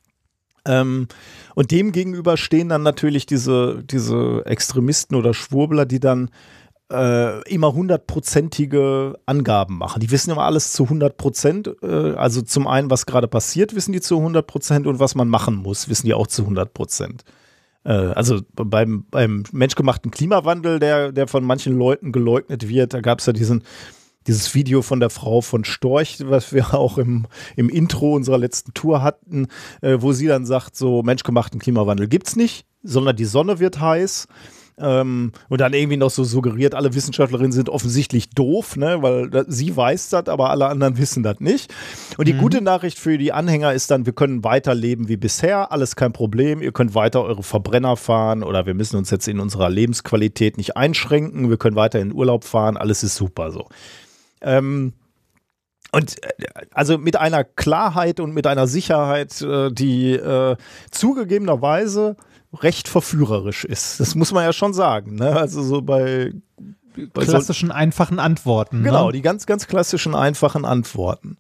Und dem gegenüber stehen dann natürlich diese Extremisten oder Schwurbler, die dann immer 100%ige Angaben machen. Die wissen immer alles zu 100%. Also zum einen, was gerade passiert, wissen die zu 100%, und was man machen muss, wissen die auch zu 100%. Also beim menschgemachten Klimawandel, der von manchen Leuten geleugnet wird, da gab es ja dieses Video von der Frau von Storch, was wir auch im Intro unserer letzten Tour hatten, wo sie dann sagt, so menschgemachten Klimawandel gibt's nicht, sondern die Sonne wird heiß. Und dann irgendwie noch so suggeriert, alle Wissenschaftlerinnen sind offensichtlich doof, ne, weil sie weiß das, aber alle anderen wissen das nicht. Und die gute Nachricht für die Anhänger ist dann, wir können weiterleben wie bisher, alles kein Problem, ihr könnt weiter eure Verbrenner fahren oder wir müssen uns jetzt in unserer Lebensqualität nicht einschränken, wir können weiter in Urlaub fahren, alles ist super so. Und also mit einer Klarheit und mit einer Sicherheit, die zugegebenerweise recht verführerisch ist. Das muss man ja schon sagen. Ne? Also so bei klassischen, einfachen Antworten. Genau, ne? Die ganz, ganz klassischen, einfachen Antworten.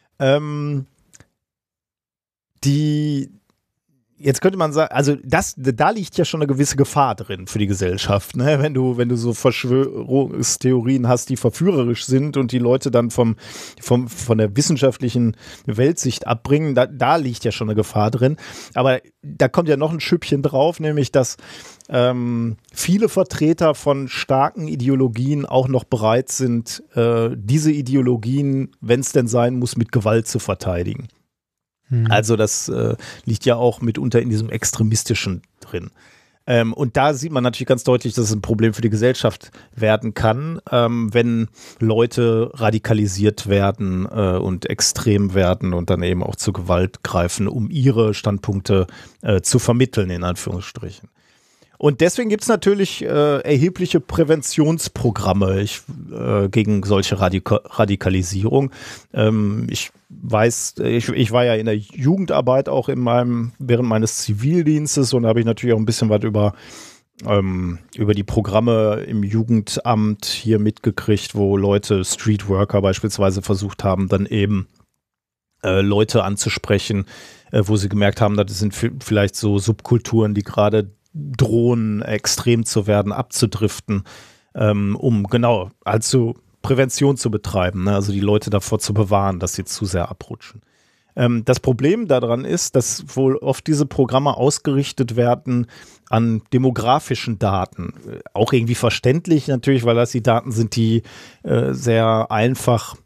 Jetzt könnte man sagen, also da liegt ja schon eine gewisse Gefahr drin für die Gesellschaft, ne? Wenn du so Verschwörungstheorien hast, die verführerisch sind und die Leute dann von der wissenschaftlichen Weltsicht abbringen, da liegt ja schon eine Gefahr drin. Aber da kommt ja noch ein Schüppchen drauf, nämlich dass viele Vertreter von starken Ideologien auch noch bereit sind, diese Ideologien, wenn es denn sein muss, mit Gewalt zu verteidigen. Also das liegt ja auch mitunter in diesem Extremistischen drin. Und da sieht man natürlich ganz deutlich, dass es ein Problem für die Gesellschaft werden kann, wenn Leute radikalisiert werden und extrem werden und dann eben auch zur Gewalt greifen, um ihre Standpunkte zu vermitteln, in Anführungsstrichen. Und deswegen gibt es natürlich erhebliche Präventionsprogramme gegen solche Radikalisierung. Ich weiß, ich war ja in der Jugendarbeit auch während meines Zivildienstes und da habe ich natürlich auch ein bisschen was über die Programme im Jugendamt hier mitgekriegt, wo Leute, Streetworker beispielsweise, versucht haben, dann eben Leute anzusprechen, wo sie gemerkt haben, das sind vielleicht so Subkulturen, die gerade drohen, extrem zu werden, abzudriften, um genau also Prävention zu betreiben, ne? Also die Leute davor zu bewahren, dass sie zu sehr abrutschen. Das Problem daran ist, dass wohl oft diese Programme ausgerichtet werden an demografischen Daten. Auch irgendwie verständlich natürlich, weil das die Daten sind, die sehr einfach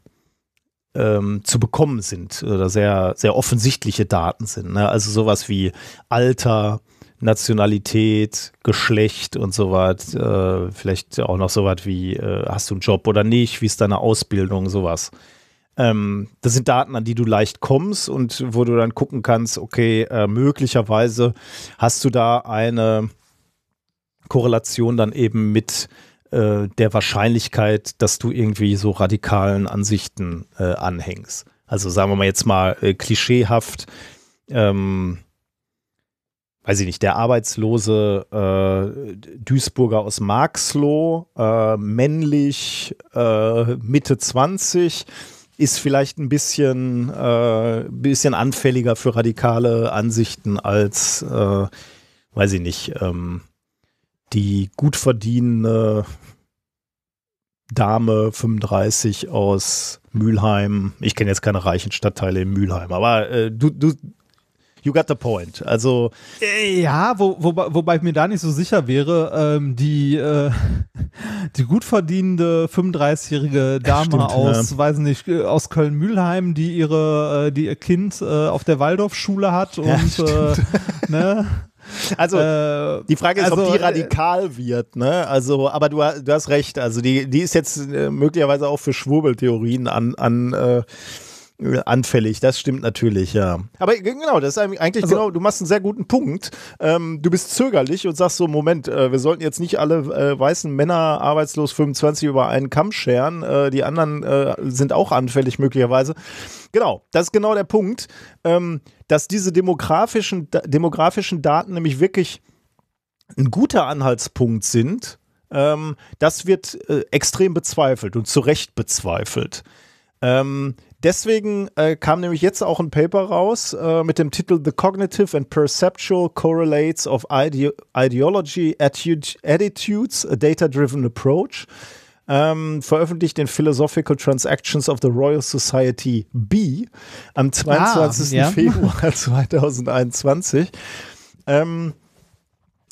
zu bekommen sind oder sehr, sehr offensichtliche Daten sind, ne? Also sowas wie Alter, Nationalität, Geschlecht und so was, vielleicht auch noch so was wie, hast du einen Job oder nicht, wie ist deine Ausbildung, sowas. Das sind Daten, an die du leicht kommst und wo du dann gucken kannst, okay, möglicherweise hast du da eine Korrelation dann eben mit der Wahrscheinlichkeit, dass du irgendwie so radikalen Ansichten anhängst. Also sagen wir mal jetzt mal klischeehaft, weiß ich nicht, der arbeitslose Duisburger aus Marxloh, männlich, Mitte 20, ist vielleicht ein bisschen anfälliger für radikale Ansichten als, weiß ich nicht, die gut verdienende Dame 35 aus Mülheim. Ich kenne jetzt keine reichen Stadtteile in Mülheim, aber you got the point. Also ja, wobei ich mir da nicht so sicher wäre, die gut verdienende 35-jährige Dame stimmt, aus, weiß nicht, aus Köln-Mülheim, die ihr Kind auf der Waldorfschule hat und ne? Also die Frage ist, ob die radikal wird, ne? Also, aber du hast recht. Also die ist jetzt möglicherweise auch für Schwurbeltheorien anfällig, das stimmt natürlich, ja. Aber genau, das ist eigentlich genau, du machst einen sehr guten Punkt. Du bist zögerlich und sagst so, Moment, wir sollten jetzt nicht alle weißen Männer arbeitslos 25 über einen Kamm scheren, die anderen sind auch anfällig möglicherweise. Genau, das ist genau der Punkt, dass diese demografischen Daten nämlich wirklich ein guter Anhaltspunkt sind. Das wird extrem bezweifelt und zu Recht bezweifelt. Deswegen kam nämlich jetzt auch ein Paper raus mit dem Titel The Cognitive and Perceptual Correlates of Ideology Attitudes, a Data-Driven Approach, veröffentlicht in Philosophical Transactions of the Royal Society B am 22. Februar 2021.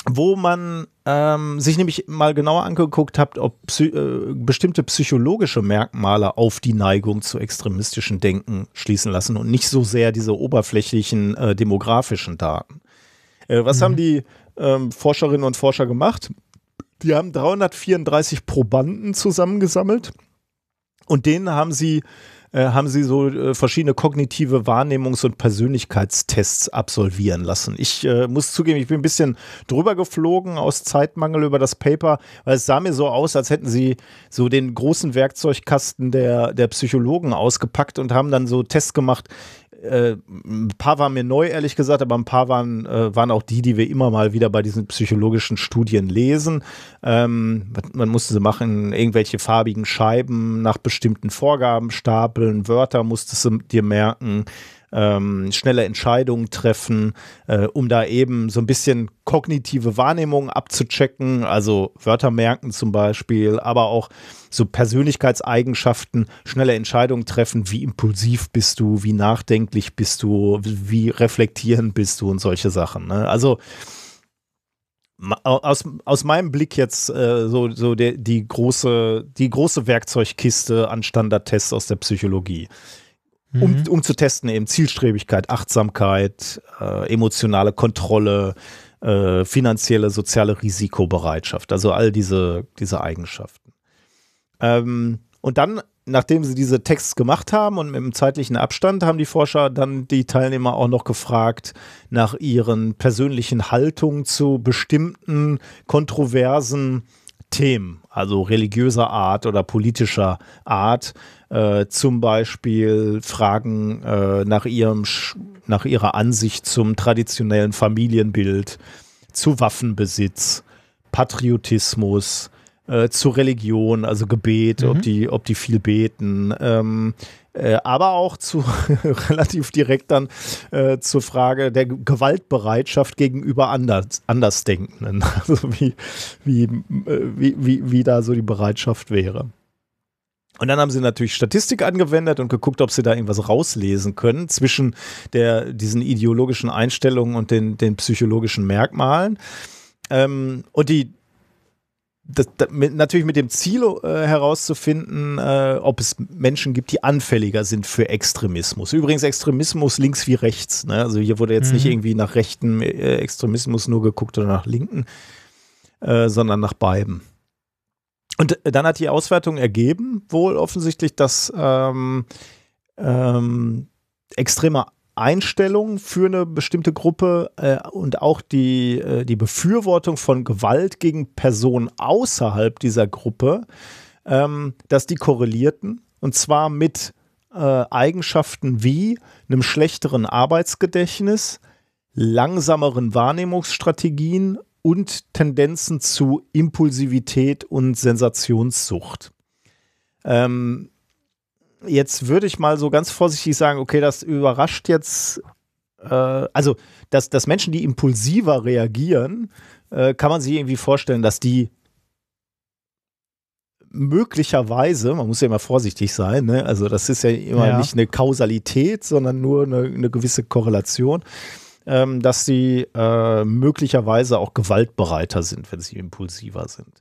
wo man sich nämlich mal genauer angeguckt hat, ob bestimmte psychologische Merkmale auf die Neigung zu extremistischen Denken schließen lassen und nicht so sehr diese oberflächlichen demografischen Daten. Was haben die Forscherinnen und Forscher gemacht? Die haben 334 Probanden zusammengesammelt und denen haben sie so verschiedene kognitive Wahrnehmungs- und Persönlichkeitstests absolvieren lassen. Ich muss zugeben, ich bin ein bisschen drüber geflogen aus Zeitmangel über das Paper, weil es sah mir so aus, als hätten sie so den großen Werkzeugkasten der Psychologen ausgepackt und haben dann so Tests gemacht. Ein paar waren mir neu, ehrlich gesagt, aber ein paar waren auch die wir immer mal wieder bei diesen psychologischen Studien lesen. Man musste sie machen, irgendwelche farbigen Scheiben nach bestimmten Vorgaben stapeln, Wörter musstest du dir merken, schnelle Entscheidungen treffen, um da eben so ein bisschen kognitive Wahrnehmung abzuchecken, also Wörter merken zum Beispiel, aber auch so Persönlichkeitseigenschaften, schnelle Entscheidungen treffen, wie impulsiv bist du, wie nachdenklich bist du, wie reflektierend bist du und solche Sachen. Ne? Also aus meinem Blick jetzt die große Werkzeugkiste an Standardtests aus der Psychologie. Um zu testen eben Zielstrebigkeit, Achtsamkeit, emotionale Kontrolle, finanzielle, soziale Risikobereitschaft, also all diese Eigenschaften. Und dann, nachdem sie diese Tests gemacht haben und mit einem zeitlichen Abstand, haben die Forscher dann die Teilnehmer auch noch gefragt nach ihren persönlichen Haltungen zu bestimmten kontroversen Themen, also religiöser Art oder politischer Art, zum Beispiel Fragen nach ihrer Ansicht zum traditionellen Familienbild, zu Waffenbesitz, Patriotismus, zu Religion, also Gebet, ob die viel beten, aber auch zu relativ direkt dann zur Frage der Gewaltbereitschaft gegenüber Andersdenkenden, also wie da so die Bereitschaft wäre. Und dann haben sie natürlich Statistik angewendet und geguckt, ob sie da irgendwas rauslesen können zwischen diesen ideologischen Einstellungen und den psychologischen Merkmalen. Und natürlich mit dem Ziel herauszufinden, ob es Menschen gibt, die anfälliger sind für Extremismus. Übrigens Extremismus links wie rechts. Ne? Also hier wurde jetzt nicht irgendwie nach rechten Extremismus nur geguckt oder nach linken, sondern nach beiden. Und dann hat die Auswertung ergeben, wohl offensichtlich, dass extreme Einstellungen für eine bestimmte Gruppe und auch die Befürwortung von Gewalt gegen Personen außerhalb dieser Gruppe, dass die korrelierten, und zwar mit Eigenschaften wie einem schlechteren Arbeitsgedächtnis, langsameren Wahrnehmungsstrategien und Tendenzen zu Impulsivität und Sensationssucht. Jetzt würde ich mal so ganz vorsichtig sagen, okay, das überrascht jetzt, also dass Menschen, die impulsiver reagieren, kann man sich irgendwie vorstellen, dass die möglicherweise, man muss ja immer vorsichtig sein, ne? Also das ist ja immer nicht eine Kausalität, sondern nur eine gewisse Korrelation, dass sie möglicherweise auch gewaltbereiter sind, wenn sie impulsiver sind.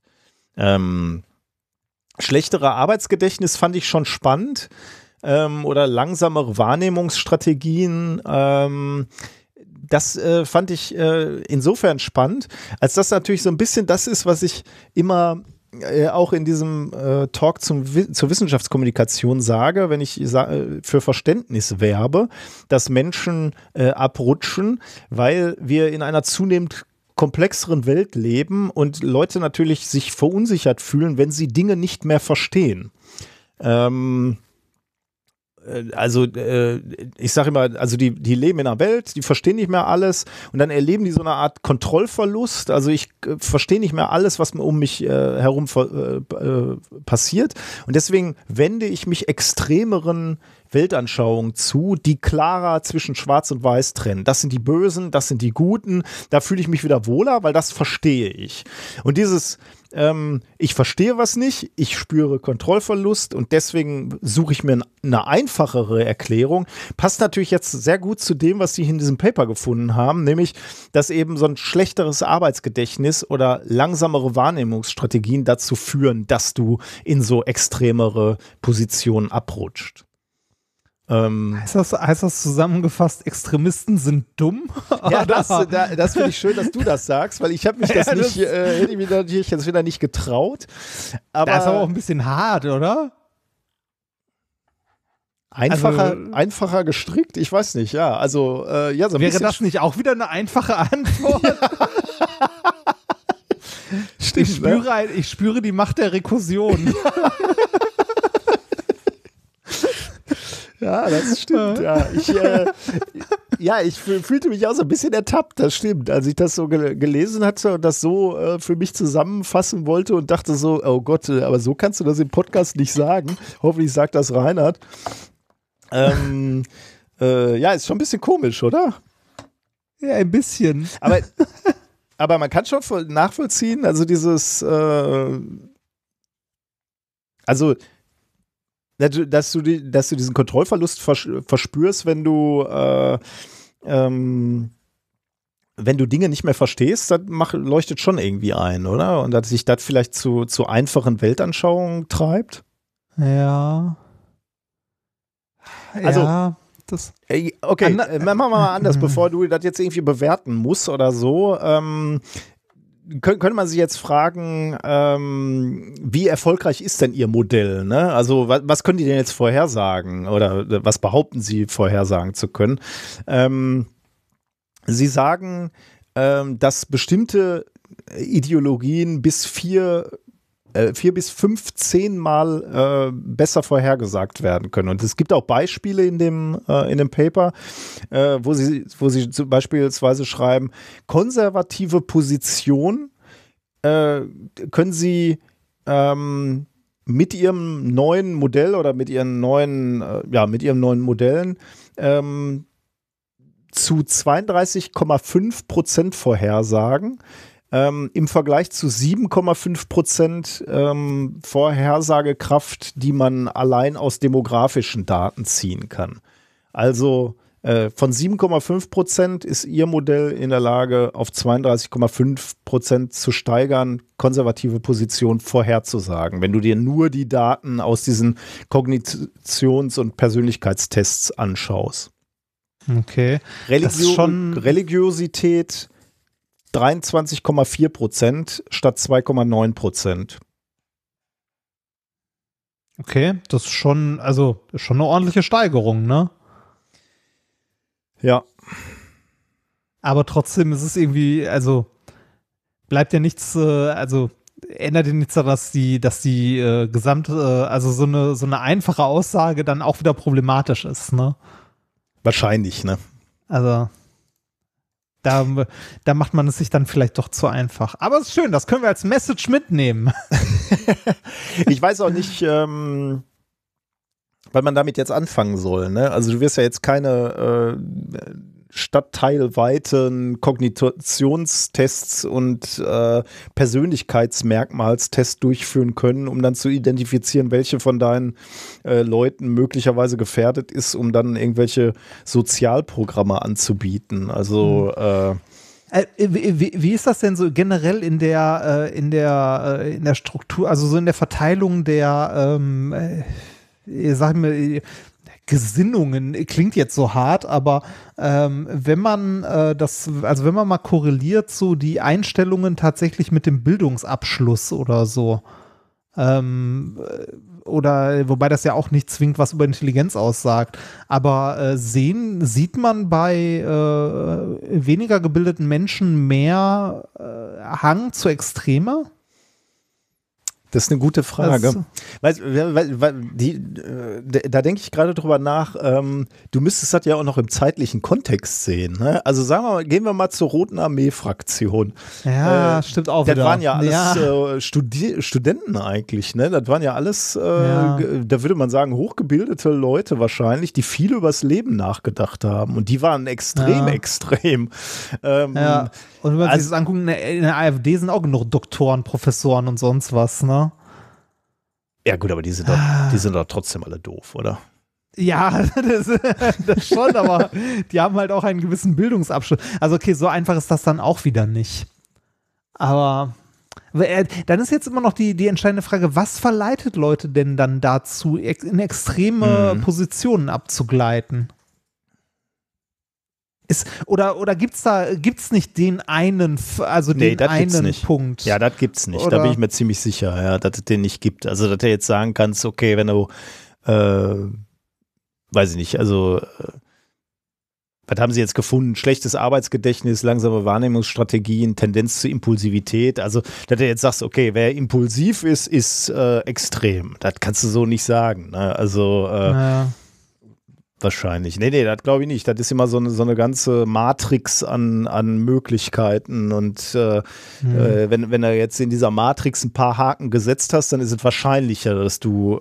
Schlechtere Arbeitsgedächtnis fand ich schon spannend, oder langsamere Wahrnehmungsstrategien, das fand ich insofern spannend, als das natürlich so ein bisschen das ist, was ich immer auch in diesem Talk zur Wissenschaftskommunikation sage, wenn ich für Verständnis werbe, dass Menschen abrutschen, weil wir in einer zunehmend komplexeren Welt leben und Leute natürlich sich verunsichert fühlen, wenn sie Dinge nicht mehr verstehen. Ich sage immer, also die leben in einer Welt, die verstehen nicht mehr alles und dann erleben die so eine Art Kontrollverlust. Also ich verstehe nicht mehr alles, was um mich herum passiert, und deswegen wende ich mich extremeren Weltanschauungen zu, die klarer zwischen Schwarz und Weiß trennen. Das sind die Bösen, das sind die Guten, da fühle ich mich wieder wohler, weil das verstehe ich. Und dieses ich verstehe was nicht, ich spüre Kontrollverlust und deswegen suche ich mir eine einfachere Erklärung. Passt natürlich jetzt sehr gut zu dem, was sie in diesem Paper gefunden haben, nämlich, dass eben so ein schlechteres Arbeitsgedächtnis oder langsamere Wahrnehmungsstrategien dazu führen, dass du in so extremere Positionen abrutscht. Heißt das zusammengefasst, Extremisten sind dumm? Ja, das finde ich schön, dass du das sagst, weil ich habe mich hätte ich mir natürlich jetzt wieder nicht getraut. Aber das ist aber auch ein bisschen hart, oder? Einfacher gestrickt? Ich weiß nicht, ja. Also, so ein wäre bisschen. Das nicht auch wieder eine einfache Antwort? Stimmt, ich spüre die Macht der Rekursion. Ja, das stimmt. Ich fühlte mich auch so ein bisschen ertappt, das stimmt. Als ich das so gelesen hatte und das so für mich zusammenfassen wollte und dachte so, oh Gott, aber so kannst du das im Podcast nicht sagen. Hoffentlich sagt das Reinhard. Ist schon ein bisschen komisch, oder? Ja, ein bisschen. Aber man kann schon nachvollziehen, also dieses, dass du diesen Kontrollverlust verspürst, wenn du Dinge nicht mehr verstehst, das leuchtet schon irgendwie ein, oder? Und dass sich das vielleicht zu einfachen Weltanschauungen treibt? Ja. Also, ja, okay, machen wir mal anders, bevor du das jetzt irgendwie bewerten musst oder so. Könnte man sich jetzt fragen, wie erfolgreich ist denn Ihr Modell? Ne? Also was können die denn jetzt vorhersagen oder was behaupten Sie vorhersagen zu können? Sie sagen, dass bestimmte Ideologien bis 4 bis 15 Mal besser vorhergesagt werden können. Und es gibt auch Beispiele in dem Paper, wo sie beispielsweise schreiben, konservative Position können sie mit ihrem neuen Modell oder mit ihren neuen Modellen zu 32,5% vorhersagen. Im Vergleich zu 7,5% Vorhersagekraft, die man allein aus demografischen Daten ziehen kann. Also von 7,5% ist Ihr Modell in der Lage, auf 32,5% zu steigern, konservative Position vorherzusagen, wenn du dir nur die Daten aus diesen Kognitions- und Persönlichkeitstests anschaust. Okay. Religiosität 23,4% statt 2,9%. Okay, das ist schon eine ordentliche Steigerung, ne? Ja. Aber trotzdem ist es irgendwie, bleibt ja nichts, ändert ja nichts daran, dass die gesamte, so eine einfache Aussage dann auch wieder problematisch ist, ne? Wahrscheinlich, ne? Also da macht man es sich dann vielleicht doch zu einfach. Aber es ist schön, das können wir als Message mitnehmen. Ich weiß auch nicht, was man damit jetzt anfangen soll. Ne? Also du wirst ja jetzt keine stadtteilweiten Kognitionstests und Persönlichkeitsmerkmalstests durchführen können, um dann zu identifizieren, welche von deinen Leuten möglicherweise gefährdet ist, um dann irgendwelche Sozialprogramme anzubieten. Also wie ist das denn so generell in der Struktur, also so in der Verteilung der sag mal, Gesinnungen, klingt jetzt so hart, aber wenn man wenn man mal korreliert so die Einstellungen tatsächlich mit dem Bildungsabschluss oder so, oder wobei das ja auch nicht zwingend was über Intelligenz aussagt, aber sieht man bei weniger gebildeten Menschen mehr Hang zu Extremer? Das ist eine gute Frage. Weißt, da denke ich gerade drüber nach, du müsstest das ja auch noch im zeitlichen Kontext sehen. Ne? Also sagen wir mal, gehen wir mal zur Roten Armee-Fraktion. Ja, stimmt auch das wieder. Das waren ja alles Studenten eigentlich. Ne? Das waren ja alles, da würde man sagen, hochgebildete Leute wahrscheinlich, die viel übers Leben nachgedacht haben. Und die waren extrem. Ja. Und wenn man sich das anguckt, in der AfD sind auch genug Doktoren, Professoren und sonst was, ne? Ja gut, aber die sind doch trotzdem alle doof, oder? Ja, das schon, aber die haben halt auch einen gewissen Bildungsabschluss. Also okay, so einfach ist das dann auch wieder nicht. Aber dann ist jetzt immer noch die entscheidende Frage, was verleitet Leute denn dann dazu, in extreme Positionen abzugleiten? Oder gibt's nicht den einen, also den einen Punkt? Ja, das gibt's nicht. Da bin ich mir ziemlich sicher, ja, dass es den nicht gibt. Also, dass du jetzt sagen kannst, okay, wenn du, weiß ich nicht, also, was haben sie jetzt gefunden? Schlechtes Arbeitsgedächtnis, langsame Wahrnehmungsstrategien, Tendenz zur Impulsivität. Also, dass du jetzt sagst, okay, wer impulsiv ist extrem. Das kannst du so nicht sagen. Ne? Also, wahrscheinlich. Nee, das glaube ich nicht. Das ist immer so eine ganze Matrix an Möglichkeiten und wenn du jetzt in dieser Matrix ein paar Haken gesetzt hast, dann ist es wahrscheinlicher, dass du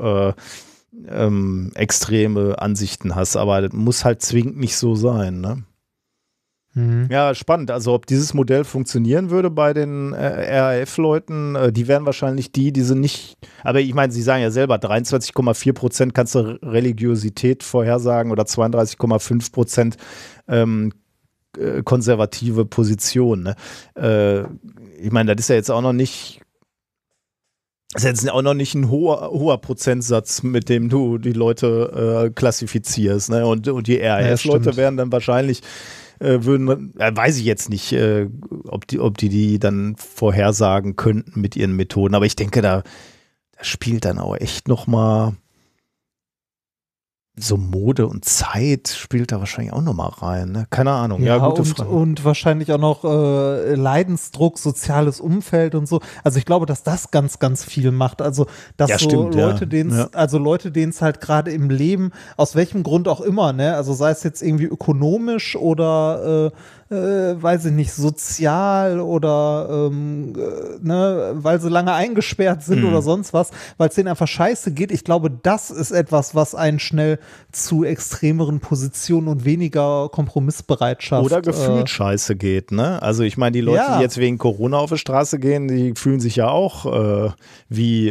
extreme Ansichten hast, aber das muss halt zwingend nicht so sein, ne? Ja, spannend. Also ob dieses Modell funktionieren würde bei den RAF-Leuten, die wären wahrscheinlich die sind nicht, aber ich meine, sie sagen ja selber, 23,4% kannst du Religiosität vorhersagen oder 32,5% konservative Position. Ne? Ich meine, das ist ja jetzt auch noch nicht ein hoher Prozentsatz, mit dem du die Leute klassifizierst. Ne? Und die RAF-Leute wären dann wahrscheinlich weiß ich jetzt nicht, ob die dann vorhersagen könnten mit ihren Methoden, aber ich denke, da spielt dann auch echt nochmal so Mode und Zeit spielt da wahrscheinlich auch nochmal rein, ne? Keine Ahnung. Ja, gute Frage. Und wahrscheinlich auch noch Leidensdruck, soziales Umfeld und so. Also ich glaube, dass das ganz, ganz viel macht. Also dass Leute, denen es halt gerade im Leben, aus welchem Grund auch immer, ne? Also sei es jetzt irgendwie ökonomisch oder weiß ich nicht, sozial oder weil sie lange eingesperrt sind oder sonst was, weil es denen einfach scheiße geht. Ich glaube, das ist etwas, was einen schnell zu extremeren Positionen und weniger Kompromissbereitschaft oder gefühlt scheiße geht, ne? Also ich meine, die Leute, die jetzt wegen Corona auf die Straße gehen, die fühlen sich ja auch wie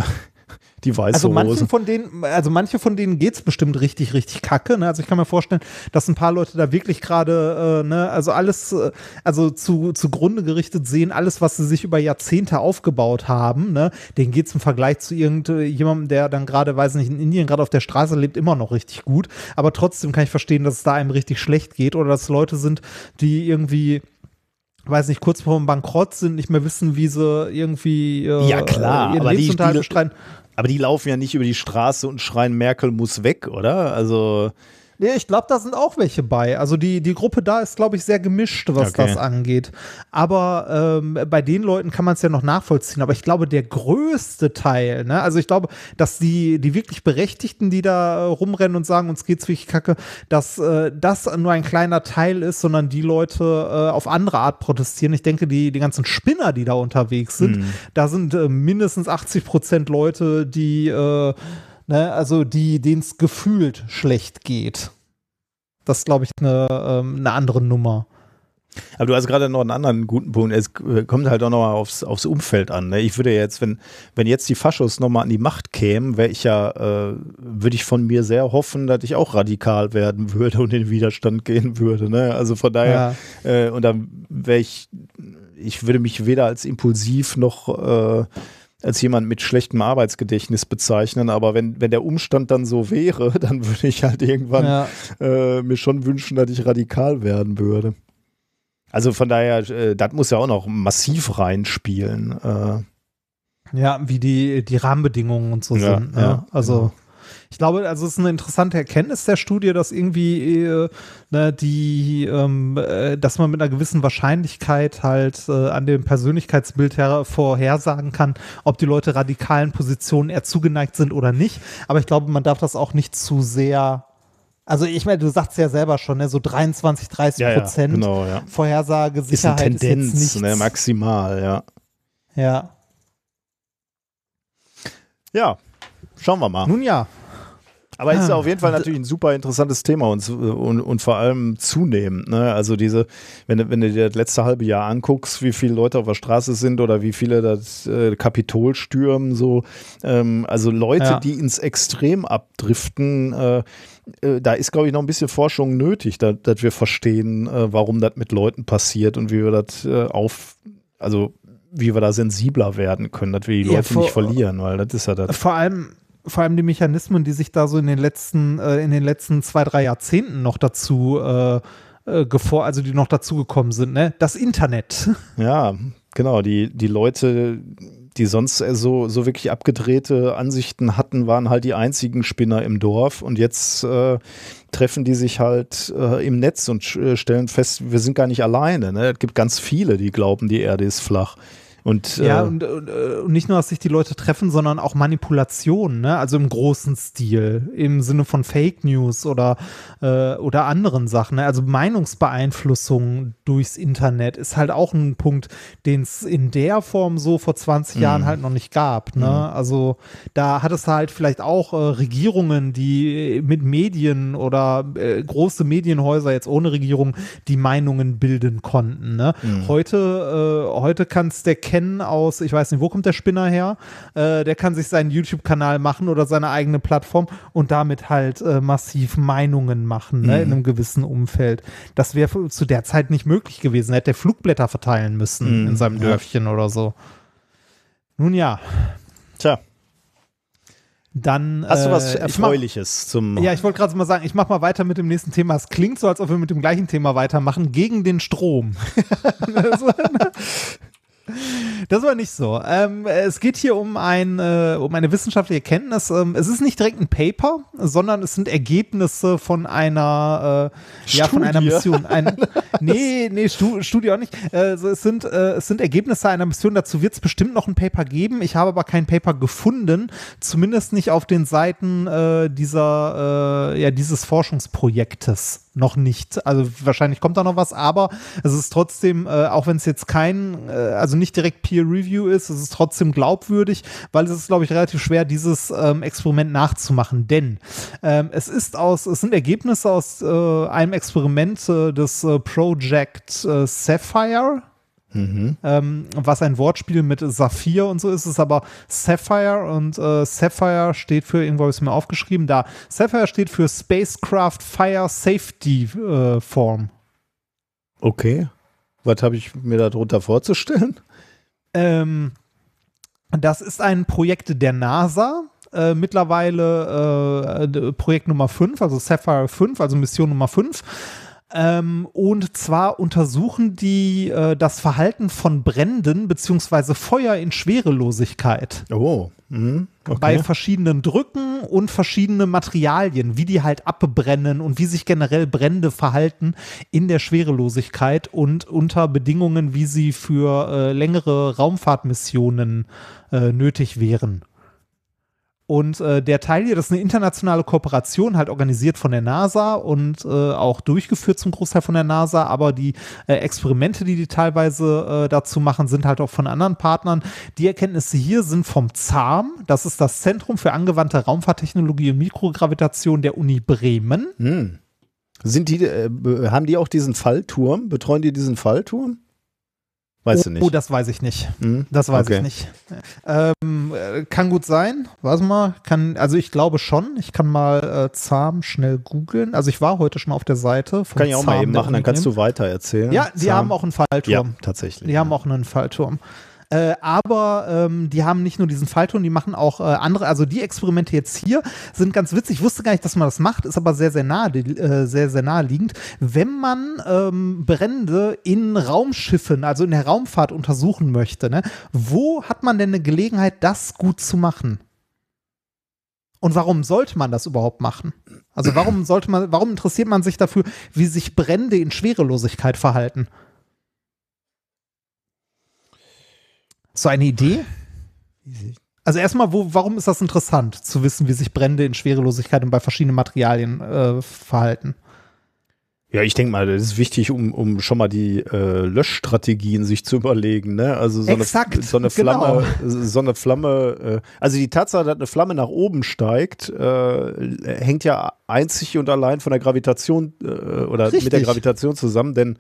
die weiße Rose. Manche von denen geht's bestimmt richtig, richtig kacke. Ne? Also ich kann mir vorstellen, dass ein paar Leute da wirklich gerade, also alles, zugrunde gerichtet sehen, alles, was sie sich über Jahrzehnte aufgebaut haben, ne? Denen geht's im Vergleich zu irgendjemandem, der dann gerade, weiß nicht, in Indien gerade auf der Straße lebt, immer noch richtig gut. Aber trotzdem kann ich verstehen, dass es da einem richtig schlecht geht oder dass Leute sind, die irgendwie, weiß nicht, kurz vor dem Bankrott sind, nicht mehr wissen, wie sie irgendwie ja, klar, ihren Lebensunterhalt bestreiten. Aber die laufen ja nicht über die Straße und schreien, Merkel muss weg, oder? Also Ja, ich glaube, da sind auch welche bei. Also die Gruppe da ist, glaube ich, sehr gemischt, was das angeht. Aber bei den Leuten kann man es ja noch nachvollziehen. Aber ich glaube, der größte Teil, ne, also ich glaube, dass die wirklich Berechtigten, die da rumrennen und sagen, uns geht's wirklich kacke, dass das nur ein kleiner Teil ist, sondern die Leute auf andere Art protestieren. Ich denke, die ganzen Spinner, die da unterwegs sind, da sind mindestens 80% Leute, die also denen es gefühlt schlecht geht. Das ist, glaube ich, eine andere Nummer. Aber du hast gerade noch einen anderen guten Punkt. Es kommt halt auch noch mal aufs Umfeld an. Ne? Ich würde jetzt, wenn jetzt die Faschos noch mal an die Macht kämen, würde ich von mir sehr hoffen, dass ich auch radikal werden würde und in den Widerstand gehen würde. Ne? Also von daher, und dann ich würde mich weder als impulsiv noch als jemand mit schlechtem Arbeitsgedächtnis bezeichnen, aber wenn der Umstand dann so wäre, dann würde ich halt irgendwann mir schon wünschen, dass ich radikal werden würde. Also von daher, das muss ja auch noch massiv reinspielen. Ja, wie die Rahmenbedingungen und so sind. Ja, also Ich glaube, also es ist eine interessante Erkenntnis der Studie, dass irgendwie dass man mit einer gewissen Wahrscheinlichkeit halt an dem Persönlichkeitsbild vorhersagen kann, ob die Leute radikalen Positionen eher zugeneigt sind oder nicht. Aber ich glaube, man darf das auch nicht zu sehr. Also ich meine, du sagst ja selber schon, ne, so 23-30% genau, ja. Vorhersagesicherheit ist eine Tendenz, ist jetzt nichts. Ne, maximal, ja. Ja. Ja, schauen wir mal. Nun ja. Aber es ist auf jeden Fall natürlich ein super interessantes Thema und vor allem zunehmend. Ne? Also wenn du dir das letzte halbe Jahr anguckst, wie viele Leute auf der Straße sind oder wie viele das Kapitol stürmen, so, also Leute, die ins Extrem abdriften, da ist, glaube ich, noch ein bisschen Forschung nötig, dass wir verstehen, warum das mit Leuten passiert und wie wir das wie wir da sensibler werden können, dass wir die Leute nicht verlieren, weil das ist ja das. Vor allem die Mechanismen, die sich da so in den letzten 2-3 Jahrzehnten noch dazu die noch dazugekommen sind, ne? Das Internet. Ja, genau. Die Leute, die sonst so wirklich abgedrehte Ansichten hatten, waren halt die einzigen Spinner im Dorf und jetzt treffen die sich halt im Netz und stellen fest, wir sind gar nicht alleine. Ne? Es gibt ganz viele, die glauben, die Erde ist flach. Und nicht nur, dass sich die Leute treffen, sondern auch Manipulationen, ne? Also im großen Stil, im Sinne von Fake News oder anderen Sachen. Ne? Also Meinungsbeeinflussung durchs Internet ist halt auch ein Punkt, den es in der Form so vor 20 Jahren halt noch nicht gab. Ne? Also da hat es halt vielleicht auch Regierungen, die mit Medien oder große Medienhäuser jetzt ohne Regierung die Meinungen bilden konnten. Ne? Heute kann es der aus, ich weiß nicht, wo kommt der Spinner her? Der kann sich seinen YouTube-Kanal machen oder seine eigene Plattform und damit halt massiv Meinungen machen, ne, in einem gewissen Umfeld. Das wäre zu der Zeit nicht möglich gewesen. Er hätte Flugblätter verteilen müssen in seinem Dörfchen oder so. Nun ja. Tja. Dann, hast du was Erfreuliches zum... Ja, ich wollte gerade mal sagen, ich mache mal weiter mit dem nächsten Thema. Es klingt so, als ob wir mit dem gleichen Thema weitermachen. Gegen den Strom. Das war nicht so. Es geht hier um eine wissenschaftliche Erkenntnis. Es ist nicht direkt ein Paper, sondern es sind Ergebnisse von einer Mission. Studie auch nicht. Es sind Ergebnisse einer Mission. Dazu wird es bestimmt noch ein Paper geben. Ich habe aber kein Paper gefunden, zumindest nicht auf den Seiten dieses Forschungsprojektes. Noch nicht. Also wahrscheinlich kommt da noch was, aber es ist trotzdem, auch wenn es jetzt also nicht direkt Peer Review ist, es ist trotzdem glaubwürdig, weil es ist, glaube ich, relativ schwer, dieses Experiment nachzumachen, denn es sind Ergebnisse aus einem Experiment des Project Sapphire. Was ein Wortspiel mit Saphir und so ist, ist aber Sapphire und Sapphire steht für, irgendwo habe ich es mir aufgeschrieben, Sapphire steht für Spacecraft Fire Safety Form. Okay. Was habe ich mir darunter vorzustellen? Das ist ein Projekt der NASA. Mittlerweile Projekt Nummer 5, also Sapphire 5, also Mission Nummer 5. Und zwar untersuchen die das Verhalten von Bränden bzw. Feuer in Schwerelosigkeit. Oh, okay. Bei verschiedenen Drücken und verschiedene Materialien, wie die halt abbrennen und wie sich generell Brände verhalten in der Schwerelosigkeit und unter Bedingungen, wie sie für längere Raumfahrtmissionen nötig wären. Und der Teil hier, das ist eine internationale Kooperation, halt organisiert von der NASA und auch durchgeführt zum Großteil von der NASA, aber die Experimente, die teilweise dazu machen, sind halt auch von anderen Partnern. Die Erkenntnisse hier sind vom CARM, das ist das Zentrum für angewandte Raumfahrttechnologie und Mikrogravitation der Uni Bremen. Haben die auch diesen Fallturm? Betreuen die diesen Fallturm? Weißt du nicht? Oh, das weiß ich nicht. Das weiß ich nicht. Kann gut sein. Warte mal. Also ich glaube schon. Ich kann mal ZARM schnell googeln. Also ich war heute schon auf der Seite. Kann ich auch mal eben machen, dann kannst du weiter erzählen. Ja, die haben auch einen Fallturm. Ja, tatsächlich. Die haben auch einen Fallturm. Aber die haben nicht nur diesen Fallturm, die machen auch andere, also die Experimente jetzt hier sind ganz witzig. Ich wusste gar nicht, dass man das macht, ist aber sehr, sehr naheliegend. Wenn man Brände in Raumschiffen, also in der Raumfahrt untersuchen möchte, ne, wo hat man denn eine Gelegenheit, das gut zu machen? Und warum sollte man das überhaupt machen? Also warum interessiert man sich dafür, wie sich Brände in Schwerelosigkeit verhalten? So eine Idee? Also erstmal, warum ist das interessant, zu wissen, wie sich Brände in Schwerelosigkeit und bei verschiedenen Materialien verhalten? Ja, ich denke mal, das ist wichtig, um schon mal die Löschstrategien sich zu überlegen, ne? Also so eine Flamme, also die Tatsache, dass eine Flamme nach oben steigt, hängt ja einzig und allein von der Gravitation oder mit der Gravitation zusammen, denn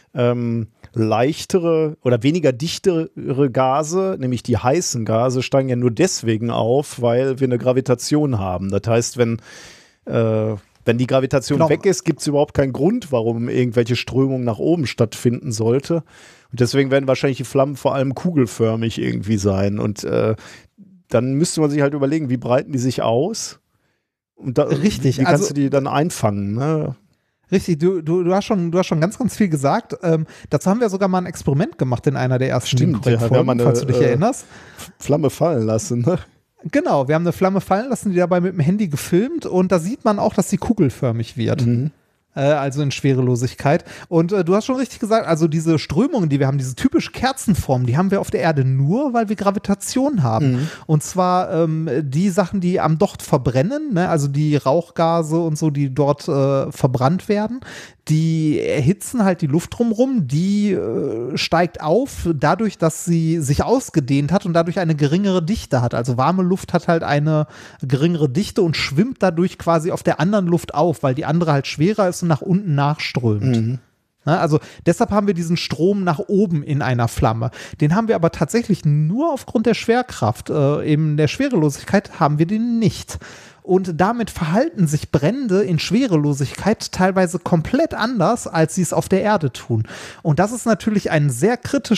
leichtere oder weniger dichtere Gase, nämlich die heißen Gase, steigen ja nur deswegen auf, weil wir eine Gravitation haben. Das heißt, wenn die Gravitation weg ist, gibt es überhaupt keinen Grund, warum irgendwelche Strömungen nach oben stattfinden sollte. Und deswegen werden wahrscheinlich die Flammen vor allem kugelförmig irgendwie sein. Und dann müsste man sich halt überlegen, wie breiten die sich aus? Und richtig. Wie kannst du die dann einfangen, ne? Richtig, du hast schon ganz, ganz viel gesagt. Dazu haben wir sogar mal ein Experiment gemacht in einer der ersten Folgen, falls du dich erinnerst. Flamme fallen lassen, ne? Genau, wir haben eine Flamme fallen lassen, die dabei mit dem Handy gefilmt und da sieht man auch, dass sie kugelförmig wird. Also in Schwerelosigkeit. Und du hast schon richtig gesagt, also diese Strömungen, die wir haben, diese typische Kerzenform, die haben wir auf der Erde nur, weil wir Gravitation haben. Und zwar die Sachen, die am Docht verbrennen, ne? Also die Rauchgase und so, die dort verbrannt werden, die erhitzen halt die Luft drumherum, die steigt auf, dadurch, dass sie sich ausgedehnt hat und dadurch eine geringere Dichte hat. Also warme Luft hat halt eine geringere Dichte und schwimmt dadurch quasi auf der anderen Luft auf, weil die andere halt schwerer ist und nach unten nachströmt. Na, also deshalb haben wir diesen Strom nach oben in einer Flamme. Den haben wir aber tatsächlich nur aufgrund der Schwerkraft. In der Schwerelosigkeit haben wir den nicht. Und damit verhalten sich Brände in Schwerelosigkeit teilweise komplett anders, als sie es auf der Erde tun. Und das ist natürlich sehr,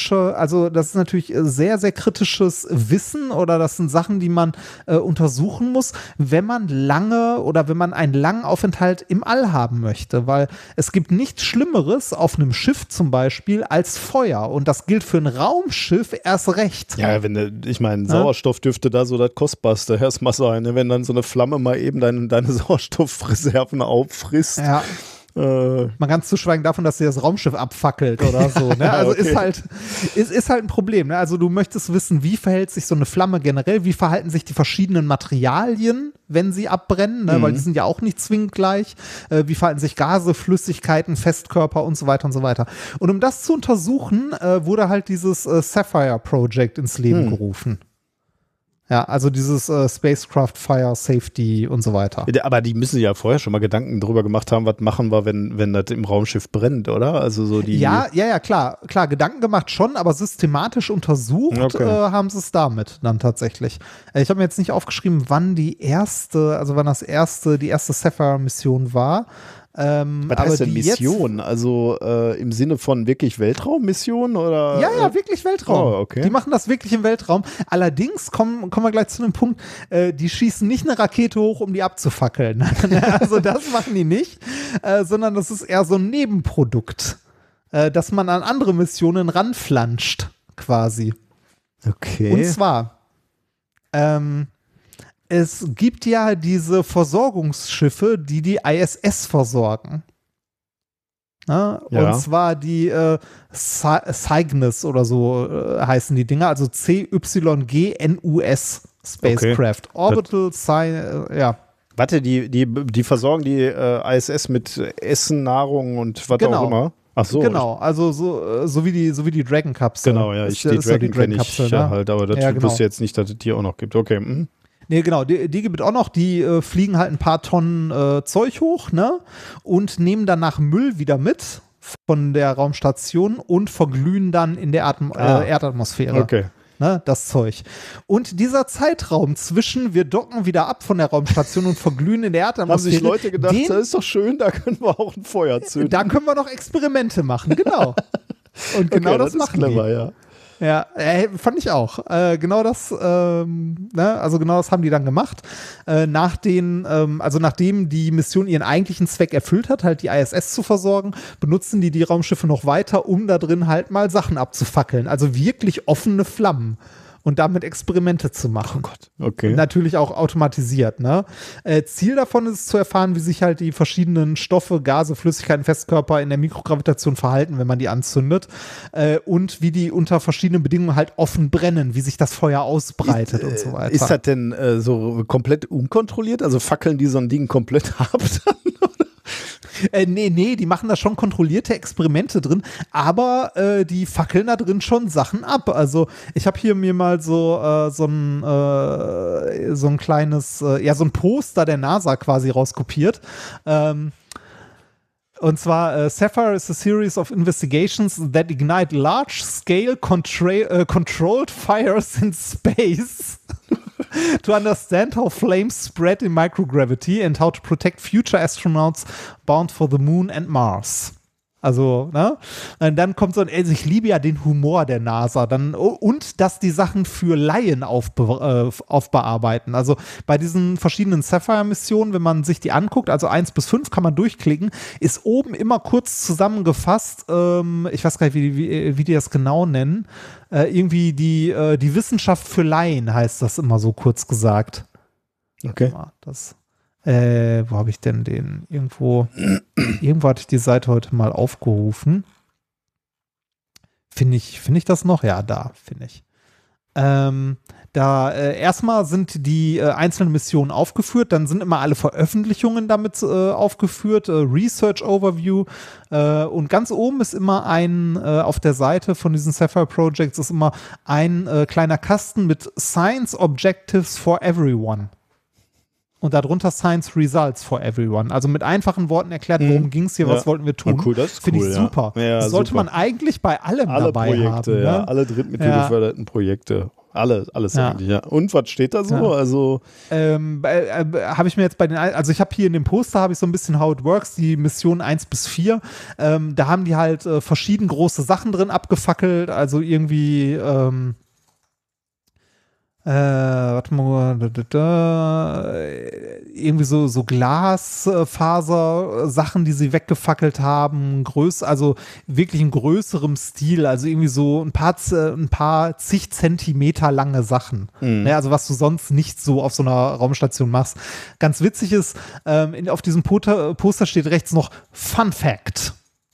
sehr kritisches Wissen oder das sind Sachen, die man untersuchen muss, wenn man einen langen Aufenthalt im All haben möchte. Weil es gibt nichts Schlimmeres auf einem Schiff zum Beispiel als Feuer. Und das gilt für ein Raumschiff erst recht. Ja, Sauerstoff dürfte da so das Kostbarste erstmal sein, ne? Wenn dann so eine Flamme mal eben deine Sauerstoffreserven auffrisst. Ja. Man ganz zu schweigen davon, dass sie das Raumschiff abfackelt oder so. Ne? Also okay. ist halt ein Problem. Ne? Also du möchtest wissen, wie verhält sich so eine Flamme generell, wie verhalten sich die verschiedenen Materialien, wenn sie abbrennen, ne? Weil die sind ja auch nicht zwingend gleich. Wie verhalten sich Gase, Flüssigkeiten, Festkörper und so weiter und so weiter. Und um das zu untersuchen, wurde halt dieses Sapphire Project ins Leben gerufen. Ja, also dieses Spacecraft Fire Safety und so weiter. Aber die müssen sich ja vorher schon mal Gedanken drüber gemacht haben, was machen wir, wenn das im Raumschiff brennt, oder? Also so die. Ja, klar, Gedanken gemacht schon, aber systematisch untersucht haben sie es damit dann tatsächlich. Ich habe mir jetzt nicht aufgeschrieben, wann die erste Sapphire-Mission war. Was heißt denn Mission? Also im Sinne von wirklich Weltraummission? Oder? Ja, wirklich Weltraum. Oh, okay. Die machen das wirklich im Weltraum. Allerdings kommen wir gleich zu einem Punkt, die schießen nicht eine Rakete hoch, um die abzufackeln. Also das machen die nicht, sondern das ist eher so ein Nebenprodukt, dass man an andere Missionen ranflanscht, quasi. Okay. Und zwar es gibt ja diese Versorgungsschiffe, die ISS versorgen. Ja. Und zwar die Cygnus oder so heißen die Dinger, also CYGNUS Spacecraft. Okay. Orbital Warte, die versorgen die ISS mit Essen, Nahrung und was auch immer? Ach so. Genau, also so wie die Dragon-Kapsel. Genau, ja, die Dragon kenne ich halt, aber das wusste jetzt nicht, dass es die auch noch gibt. Okay, Nee, genau, die gibt es auch noch, die fliegen halt ein paar Tonnen Zeug hoch, ne? Und nehmen danach Müll wieder mit von der Raumstation und verglühen dann in der Erdatmosphäre. Okay. Ne, das Zeug. Und dieser Zeitraum zwischen, wir docken wieder ab von der Raumstation und verglühen in der Erdatmosphäre. Haben sich Leute gedacht, das ist doch schön, da können wir auch ein Feuer zünden. Da können wir noch Experimente machen, genau. Und genau das machen clever, die. Ja. Ja, fand ich auch. Genau das haben die dann gemacht. Nachdem die Mission ihren eigentlichen Zweck erfüllt hat, halt die ISS zu versorgen, benutzen die Raumschiffe noch weiter, um da drin halt mal Sachen abzufackeln. Also wirklich offene Flammen. und damit Experimente zu machen. Oh Gott, okay. Und natürlich auch automatisiert, ne? Ziel davon ist es zu erfahren, wie sich halt die verschiedenen Stoffe, Gase, Flüssigkeiten, Festkörper in der Mikrogravitation verhalten, wenn man die anzündet und wie die unter verschiedenen Bedingungen halt offen brennen, wie sich das Feuer ausbreitet und so weiter. Ist das denn so komplett unkontrolliert? Also fackeln die so ein Ding komplett ab dann? Nee, die machen da schon kontrollierte Experimente drin, aber die fackeln da drin schon Sachen ab. Also ich habe hier mir mal so ein kleines, so ein Poster der NASA quasi rauskopiert. Und zwar, Sapphire is a series of investigations that ignite large-scale controlled fires in space to understand how flames spread in microgravity and how to protect future astronauts bound for the Moon and Mars. Also, ne? Und dann kommt so ein, also ich liebe ja den Humor der NASA und dass die Sachen für Laien aufbearbeiten. Also bei diesen verschiedenen Sapphire-Missionen, wenn man sich die anguckt, also 1 bis 5 kann man durchklicken, ist oben immer kurz zusammengefasst, ich weiß gar nicht, wie die das genau nennen, irgendwie die Wissenschaft für Laien heißt das immer so kurz gesagt. Okay. Wo habe ich denn den? Irgendwo hatte ich die Seite heute mal aufgerufen. Finde ich das noch? Ja, da finde ich. Erstmal sind die einzelnen Missionen aufgeführt, dann sind immer alle Veröffentlichungen damit aufgeführt, Research Overview und ganz oben ist immer auf der Seite von diesen Sapphire Projects ist immer ein kleiner Kasten mit Science Objectives for Everyone. Und darunter Science Results for Everyone. Also mit einfachen Worten erklärt, worum ging es hier, was wollten wir tun. Oh, cool, das ist Finde cool, ich super. Ja, das sollte man eigentlich bei allem alle dabei Projekte, haben. Ja, ne? alle drittmittelgeförderten Projekte. Alles eigentlich, ja. Und was steht da so? Ja. Also habe ich mir jetzt also ich habe hier in dem Poster habe ich so ein bisschen How It Works, die Mission 1 bis 4. Da haben die halt verschieden große Sachen drin abgefackelt, also irgendwie irgendwie so Glasfaser-Sachen, die sie weggefackelt haben, also wirklich in größerem Stil, also irgendwie so ein paar zig Zentimeter lange Sachen. Ne, also was du sonst nicht so auf so einer Raumstation machst. Ganz witzig ist, auf diesem Poster steht rechts noch Fun Fact.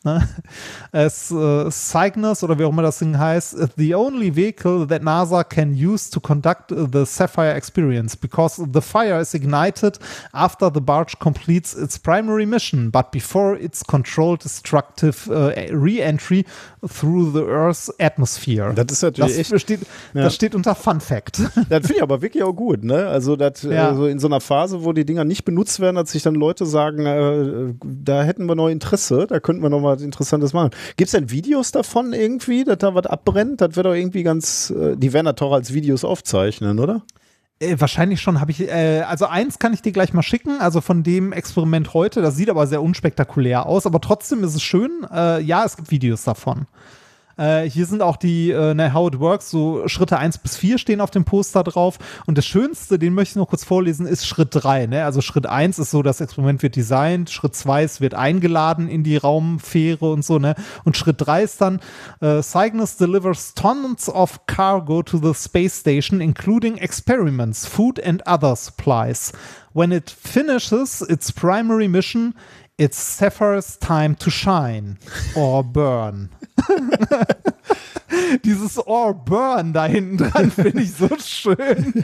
Cygnus oder wie auch immer das Ding heißt, the only vehicle that NASA can use to conduct the Sapphire experience because the fire is ignited after the barge completes its primary mission, but before its controlled destructive re-entry through the Earth's atmosphere. Das ist natürlich das steht unter Fun Fact. Das finde ich aber wirklich auch gut, ne? Also so in so einer Phase, wo die Dinger nicht benutzt werden, dass sich dann Leute sagen, da hätten wir noch Interesse, da könnten wir noch mal was Interessantes machen. Gibt es denn Videos davon irgendwie, dass da was abbrennt? Das wäre doch irgendwie die werden das doch als Videos aufzeichnen, oder? Wahrscheinlich schon. Also eins kann ich dir gleich mal schicken, also von dem Experiment heute, das sieht aber sehr unspektakulär aus, aber trotzdem ist es schön. Ja, es gibt Videos davon. Hier sind auch die How It Works, so Schritte 1 bis 4 stehen auf dem Poster drauf. Und das Schönste, den möchte ich noch kurz vorlesen, ist Schritt 3. Ne? Also Schritt 1 ist so, das Experiment wird designt. Schritt 2 es wird eingeladen in die Raumfähre und so. Ne? Und Schritt 3 ist dann, Cygnus delivers tons of cargo to the space station, including experiments, food and other supplies. When it finishes its primary mission, it's Sapphire's time to shine or burn. Dieses or burn da hinten dran finde ich so schön.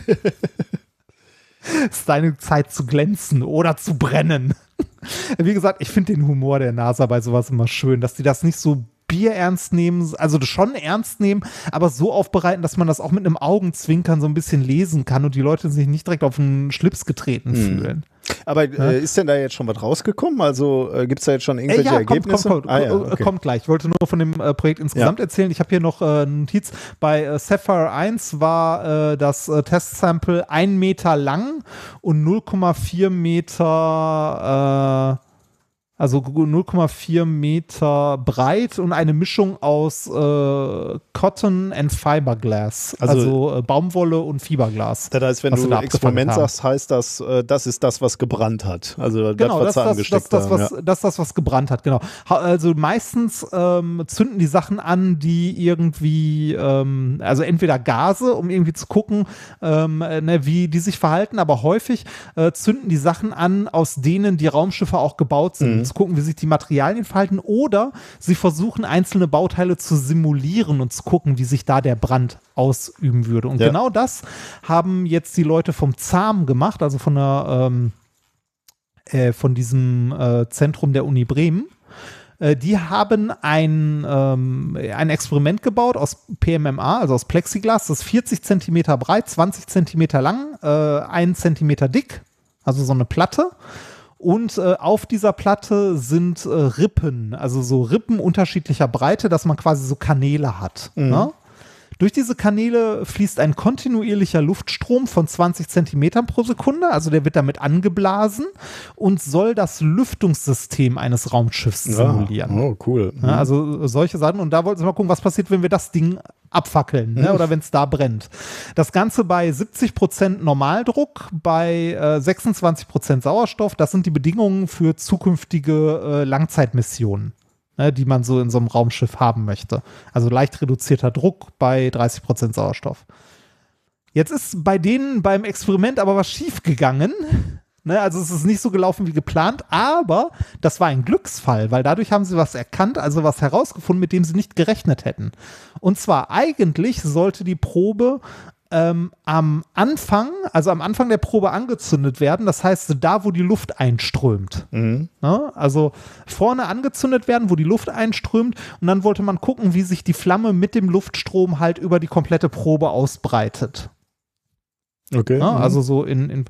Es ist deine Zeit zu glänzen oder zu brennen. Wie gesagt, ich finde den Humor der NASA bei sowas immer schön, dass die das nicht so bierernst nehmen, also schon ernst nehmen, aber so aufbereiten, dass man das auch mit einem Augenzwinkern so ein bisschen lesen kann und die Leute sich nicht direkt auf den Schlips getreten fühlen. Aber ist denn da jetzt schon was rausgekommen? Also gibt es da jetzt schon irgendwelche Ergebnisse? Kommt gleich. Ich wollte nur von dem Projekt insgesamt erzählen. Ich habe hier noch eine Notiz. Bei Sapphire 1 war das Testsample 1 Meter lang und 0,4 Meter Also 0,4 Meter breit und eine Mischung aus Cotton and Fiberglass. Also Baumwolle und Fiberglas. Das heißt, wenn du Experiment sagst, heißt das, das ist das, was gebrannt hat. Also genau, das ist das, was gebrannt hat, genau. Also meistens zünden die Sachen an, die irgendwie, also entweder Gase, um irgendwie zu gucken, wie die sich verhalten, aber häufig zünden die Sachen an, aus denen die Raumschiffe auch gebaut sind. Zu gucken, wie sich die Materialien verhalten, oder sie versuchen, einzelne Bauteile zu simulieren und zu gucken, wie sich da der Brand ausüben würde. Und genau das haben jetzt die Leute vom ZAM gemacht, also von diesem Zentrum der Uni Bremen. Die haben ein Experiment gebaut aus PMMA, also aus Plexiglas, das ist 40 Zentimeter breit, 20 Zentimeter lang, 1 Zentimeter dick, also so eine Platte. Und auf dieser Platte sind Rippen, also so Rippen unterschiedlicher Breite, dass man quasi so Kanäle hat. Ne? Durch diese Kanäle fließt ein kontinuierlicher Luftstrom von 20 Zentimetern pro Sekunde, also der wird damit angeblasen und soll das Lüftungssystem eines Raumschiffs simulieren. Oh, cool. Ja, also solche Sachen. Und da wollten sie mal gucken, was passiert, wenn wir das Ding abfackeln, ne? Oder wenn es da brennt. Das Ganze bei 70% Normaldruck, bei 26% Sauerstoff. Das sind die Bedingungen für zukünftige Langzeitmissionen, die man so in so einem Raumschiff haben möchte. Also leicht reduzierter Druck bei 30% Sauerstoff. Jetzt ist bei denen beim Experiment aber was schief gegangen. Also es ist nicht so gelaufen wie geplant, aber das war ein Glücksfall, weil dadurch haben sie was erkannt, also was herausgefunden, mit dem sie nicht gerechnet hätten. Und zwar eigentlich sollte die Probe am Anfang der Probe angezündet werden, das heißt da, wo die Luft einströmt. Also vorne angezündet werden, wo die Luft einströmt, und dann wollte man gucken, wie sich die Flamme mit dem Luftstrom halt über die komplette Probe ausbreitet. Okay. Also so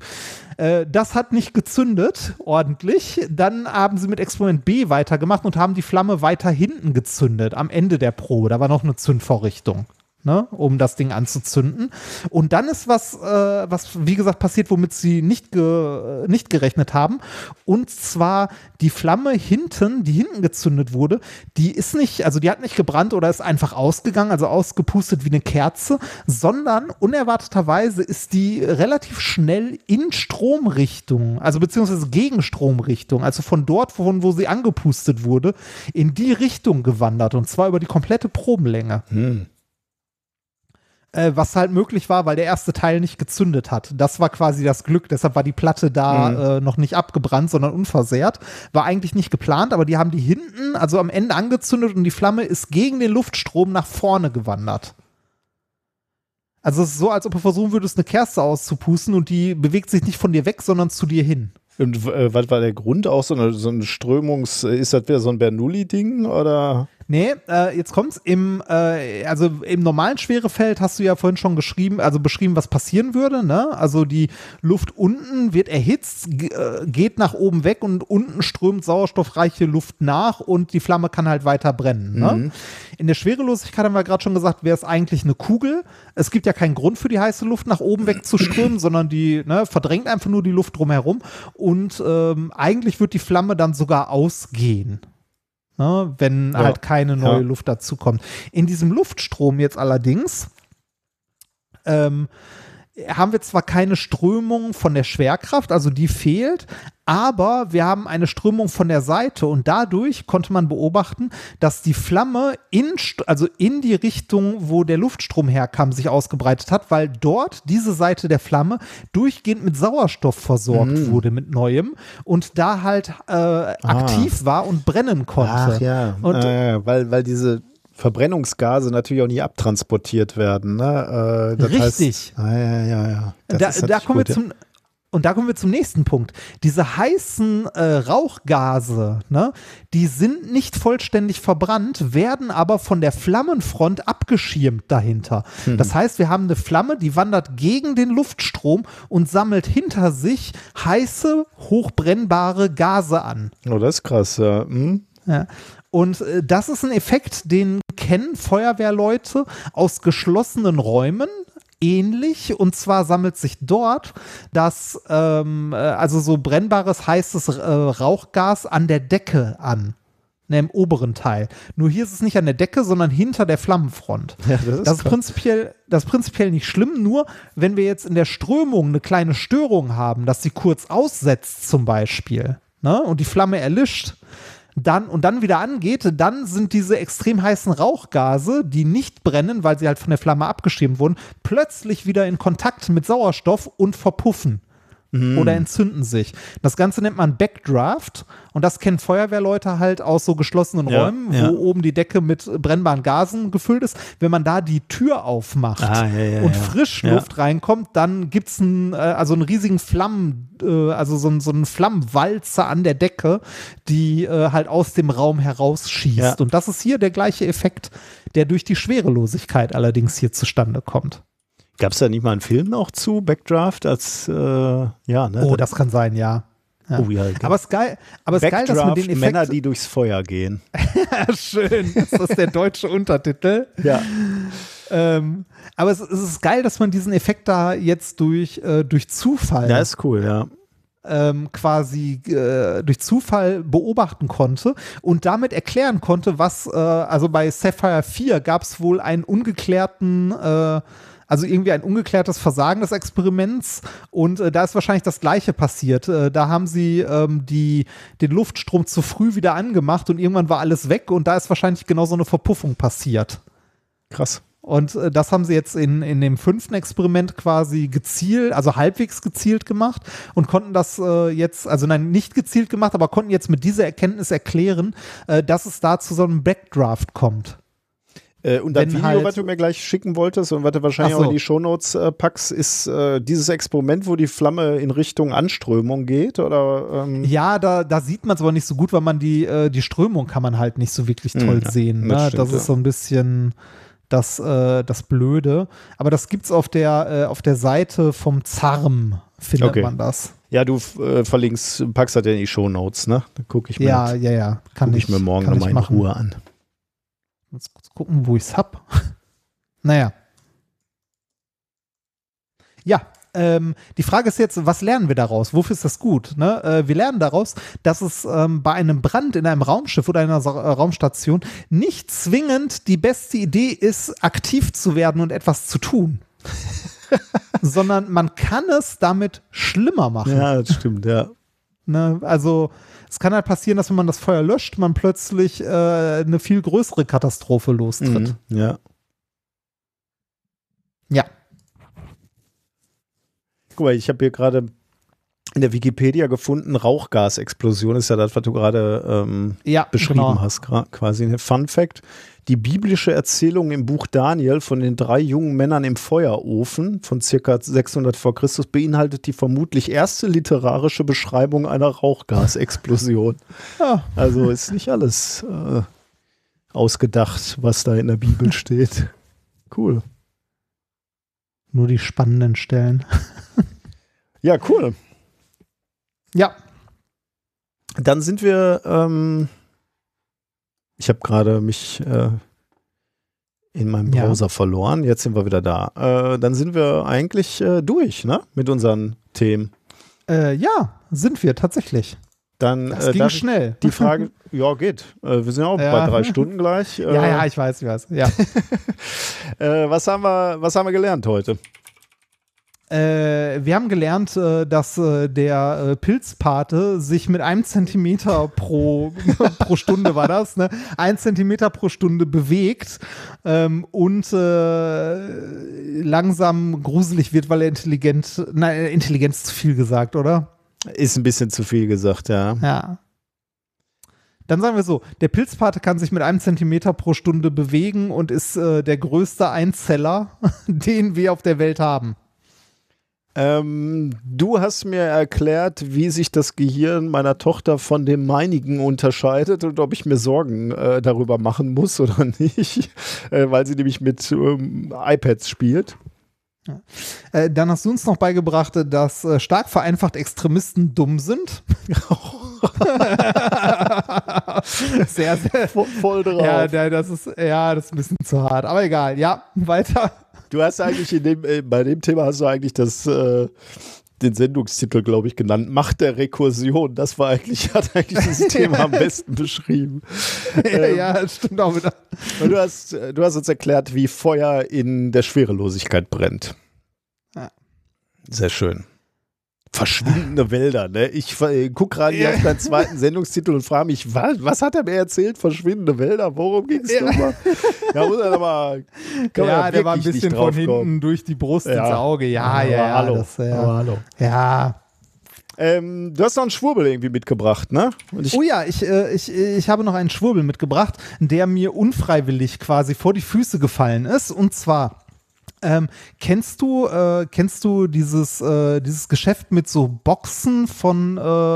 das hat nicht gezündet ordentlich. Dann haben sie mit Experiment B weitergemacht und haben die Flamme weiter hinten gezündet, am Ende der Probe. Da war noch eine Zündvorrichtung, um das Ding anzuzünden. Und dann ist was wie gesagt, passiert, womit sie nicht gerechnet haben. Und zwar die Flamme hinten, die hinten gezündet wurde, die hat nicht gebrannt oder ist einfach ausgegangen, also ausgepustet wie eine Kerze, sondern unerwarteterweise ist die relativ schnell in Stromrichtung, also beziehungsweise gegen Stromrichtung, also von dort, wo sie angepustet wurde, in die Richtung gewandert, und zwar über die komplette Probenlänge. Was halt möglich war, weil der erste Teil nicht gezündet hat. Das war quasi das Glück, deshalb war die Platte da noch nicht abgebrannt, sondern unversehrt. War eigentlich nicht geplant, aber die haben die hinten, also am Ende angezündet, und die Flamme ist gegen den Luftstrom nach vorne gewandert. Also es ist so, als ob du versuchen würdest, eine Kerze auszupusten, und die bewegt sich nicht von dir weg, sondern zu dir hin. Und was war der Grund auch? So eine ist das wieder so ein Bernoulli-Ding, oder? Nee, jetzt kommt's. Im normalen Schwerefeld hast du ja vorhin schon beschrieben, was passieren würde, ne? Also die Luft unten wird erhitzt, geht nach oben weg, und unten strömt sauerstoffreiche Luft nach, und die Flamme kann halt weiter brennen, ne? In der Schwerelosigkeit haben wir gerade schon gesagt, wäre es eigentlich eine Kugel. Es gibt ja keinen Grund für die heiße Luft nach oben wegzuströmen, sondern die verdrängt einfach nur die Luft drumherum, und eigentlich wird die Flamme dann sogar ausgehen, wenn halt keine neue Luft dazukommt. In diesem Luftstrom jetzt allerdings haben wir zwar keine Strömung von der Schwerkraft, also die fehlt, aber wir haben eine Strömung von der Seite, und dadurch konnte man beobachten, dass die Flamme in die Richtung, wo der Luftstrom herkam, sich ausgebreitet hat, weil dort diese Seite der Flamme durchgehend mit Sauerstoff versorgt wurde, mit neuem, und da halt aktiv war und brennen konnte. Ach ja, und, weil diese Verbrennungsgase natürlich auch nicht abtransportiert werden. Ne? Das richtig. Heißt, da kommen wir zum nächsten Punkt. Diese heißen Rauchgase, die sind nicht vollständig verbrannt, werden aber von der Flammenfront abgeschirmt dahinter. Das heißt, wir haben eine Flamme, die wandert gegen den Luftstrom und sammelt hinter sich heiße, hochbrennbare Gase an. Oh, das ist krass, ja. Ja. Und das ist ein Effekt, den kennen Feuerwehrleute aus geschlossenen Räumen ähnlich, und zwar sammelt sich dort das, also so brennbares, heißes Rauchgas an der Decke an. Ne, im oberen Teil. Nur hier ist es nicht an der Decke, sondern hinter der Flammenfront. Ja, das ist prinzipiell nicht schlimm, nur wenn wir jetzt in der Strömung eine kleine Störung haben, dass sie kurz aussetzt zum Beispiel, ne, und die Flamme erlischt, dann wieder angeht, dann sind diese extrem heißen Rauchgase, die nicht brennen, weil sie halt von der Flamme abgeschirmt wurden, plötzlich wieder in Kontakt mit Sauerstoff und verpuffen. Oder entzünden sich. Das Ganze nennt man Backdraft, und das kennen Feuerwehrleute halt aus so geschlossenen Räumen, wo oben die Decke mit brennbaren Gasen gefüllt ist. Wenn man da die Tür aufmacht und Frischluft reinkommt, dann gibt es einen riesigen so einen Flammenwalzer an der Decke, die halt aus dem Raum herausschießt. Ja. Und das ist hier der gleiche Effekt, der durch die Schwerelosigkeit allerdings hier zustande kommt. Gab es da nicht mal einen Film auch zu Backdraft als ne? Oh, das kann sein, ja. Oh, ja, aber es ist geil, dass man den Effekt... Männer, die durchs Feuer gehen. Schön, das ist der deutsche Untertitel. Ja. Aber es ist geil, dass man diesen Effekt da jetzt durch Zufall... Ja, ist cool, ja. Quasi durch Zufall beobachten konnte und damit erklären konnte, was, also bei Sapphire 4 gab es wohl einen ungeklärten... Also irgendwie ein ungeklärtes Versagen des Experiments, und da ist wahrscheinlich das Gleiche passiert. Da haben sie den Luftstrom zu früh wieder angemacht und irgendwann war alles weg, und da ist wahrscheinlich genau so eine Verpuffung passiert. Krass. Und das haben sie jetzt in dem 5. Experiment quasi gezielt, also halbwegs gezielt gemacht, und konnten das jetzt, also nein, nicht gezielt gemacht, aber konnten jetzt mit dieser Erkenntnis erklären, dass es da zu so einem Backdraft kommt. Und das Video, halt, was du mir gleich schicken wolltest und was du wahrscheinlich auch in die Shownotes packst, ist dieses Experiment, wo die Flamme in Richtung Anströmung geht? Oder, Ja, da sieht man es aber nicht so gut, weil man die Strömung kann man halt nicht so wirklich toll sehen. Ne? Das ist so ein bisschen das Blöde. Aber das gibt's auf der Seite vom ZARM, findet man das. Ja, du packst das ja in die Shownotes, ne? Da gucke ich mir Kann ich mir morgen nochmal in Ruhe an. Jetzt kurz gucken, wo ich es habe. Naja. Ja, die Frage ist jetzt, was lernen wir daraus? Wofür ist das gut? Ne? Wir lernen daraus, dass es bei einem Brand in einem Raumschiff oder einer Raumstation nicht zwingend die beste Idee ist, aktiv zu werden und etwas zu tun. Sondern man kann es damit schlimmer machen. Ja, das stimmt, ja. Ne? Also es kann halt passieren, dass wenn man das Feuer löscht, man plötzlich eine viel größere Katastrophe lostritt. Ja. Ja. Guck mal, ich habe hier gerade in der Wikipedia gefunden, Rauchgasexplosion ist ja das, was du gerade beschrieben hast, quasi ein Fun Fact. Die biblische Erzählung im Buch Daniel von den 3 jungen Männern im Feuerofen von circa 600 vor Christus beinhaltet die vermutlich erste literarische Beschreibung einer Rauchgasexplosion. Ja. Also ist nicht alles ausgedacht, was da in der Bibel steht. Cool. Nur die spannenden Stellen. Ja, cool. Ja. Dann sind wir ich habe gerade mich in meinem Browser verloren. Jetzt sind wir wieder da. Dann sind wir eigentlich durch, ne? Mit unseren Themen. Ja, sind wir tatsächlich. Dann das ging schnell. Die Frage, ja, geht. Wir sind ja auch bei 3 Stunden gleich. Ja, ich weiß. Ja. Was haben wir gelernt heute? Wir haben gelernt, dass der Pilzpate sich mit 1 Zentimeter pro Stunde war das, ne? 1 Zentimeter pro Stunde bewegt und langsam gruselig wird, weil er Intelligenz zu viel gesagt, oder? Ist ein bisschen zu viel gesagt, ja. Ja. Dann sagen wir so, der Pilzpate kann sich mit 1 Zentimeter pro Stunde bewegen und ist der größte Einzeller, den wir auf der Welt haben. Du hast mir erklärt, wie sich das Gehirn meiner Tochter von dem meinigen unterscheidet und ob ich mir Sorgen darüber machen muss oder nicht, weil sie nämlich mit iPads spielt. Ja. Dann hast du uns noch beigebracht, dass stark vereinfacht Extremisten dumm sind. Sehr, sehr voll drauf. Ja, das ist ein bisschen zu hart. Aber egal. Ja, weiter. Du hast eigentlich bei dem Thema hast du eigentlich den Sendungstitel, glaube ich, genannt. Macht der Rekursion. Das hat eigentlich dieses Thema am besten beschrieben. Ja, das stimmt auch wieder. Und du hast uns erklärt, wie Feuer in der Schwerelosigkeit brennt. Ja. Sehr schön. Verschwindende Wälder, ne? Ich gucke gerade hier auf deinen zweiten Sendungstitel und frage mich, was hat er mir erzählt? Verschwindende Wälder? Worum ging es nochmal? Da muss er nochmal. Ja, der war ein bisschen von hinten durch die Brust ins Auge. Ja. Hallo. Hallo. Ja. Du hast noch einen Schwurbel irgendwie mitgebracht, ne? Ich habe noch einen Schwurbel mitgebracht, der mir unfreiwillig quasi vor die Füße gefallen ist. Und zwar kennst du dieses Geschäft mit so Boxen von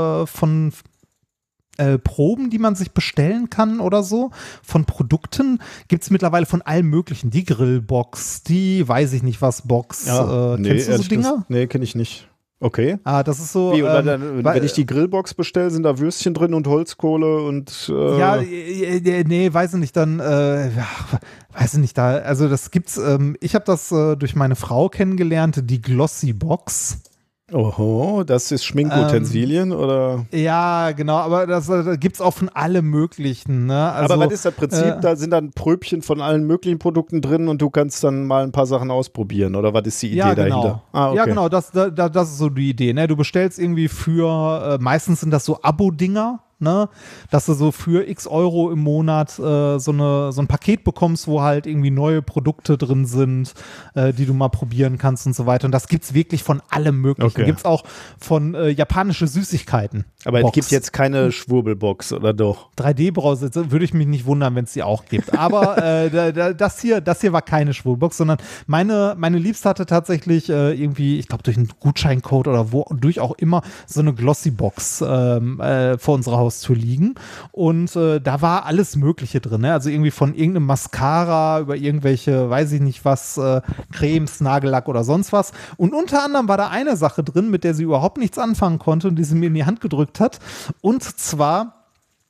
Proben, die man sich bestellen kann oder so, von Produkten, gibt es mittlerweile von allem möglichen. Die Grillbox, die weiß ich nicht was Box. Kennst du so Dinger? Nee, kenne ich nicht. Okay. Das ist so. Wenn ich die Grillbox bestelle, sind da Würstchen drin und Holzkohle und. Nee, weiß ich nicht, dann. Weiß ich nicht, also das gibt's. Ich habe das durch meine Frau kennengelernt, die Glossy Box. Oho, das ist Schminkutensilien oder? Ja, genau, aber das gibt's auch von allem Möglichen. Ne? Also, aber was ist das Prinzip? Da sind dann Pröbchen von allen möglichen Produkten drin und du kannst dann mal ein paar Sachen ausprobieren oder was ist die Idee dahinter? Okay. Ja, genau, das ist so die Idee. Ne? Du bestellst irgendwie meistens sind das so Abo-Dinger. Ne, dass du so für x Euro im Monat so ein Paket bekommst, wo halt irgendwie neue Produkte drin sind, die du mal probieren kannst und so weiter. Und das gibt's wirklich von allem Möglichen. Okay. Gibt's auch von japanische Süßigkeiten. Aber es gibt jetzt keine Schwurbelbox, oder doch? 3D-Browser, würde ich mich nicht wundern, wenn es die auch gibt. Aber das hier war keine Schwurbelbox, sondern meine Liebste hatte tatsächlich irgendwie, ich glaube durch einen Gutscheincode oder wodurch auch immer, so eine Glossy-Box vor unserer Haustür liegen und da war alles Mögliche drin, ne? Also irgendwie von irgendeinem Mascara über irgendwelche, weiß ich nicht was, Cremes, Nagellack oder sonst was und unter anderem war da eine Sache drin, mit der sie überhaupt nichts anfangen konnte und die sie mir in die Hand gedrückt hat und zwar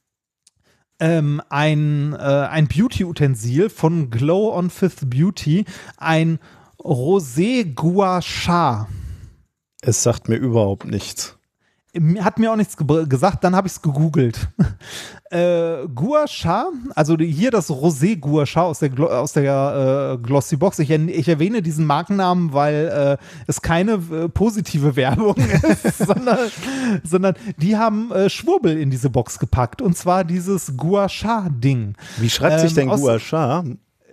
ein Beauty-Utensil von Glow on Fifth Beauty, ein Rosé Gua Sha. Es sagt mir überhaupt nichts. Hat mir auch nichts gesagt, dann habe ich es gegoogelt. Gua Sha, also hier das Rosé Gua Sha aus der Glossy Box. Ich erwähne diesen Markennamen, weil es keine positive Werbung ist, sondern die haben Schwurbel in diese Box gepackt. Und zwar dieses Gua Sha Ding. Wie schreibt sich denn Gua Sha?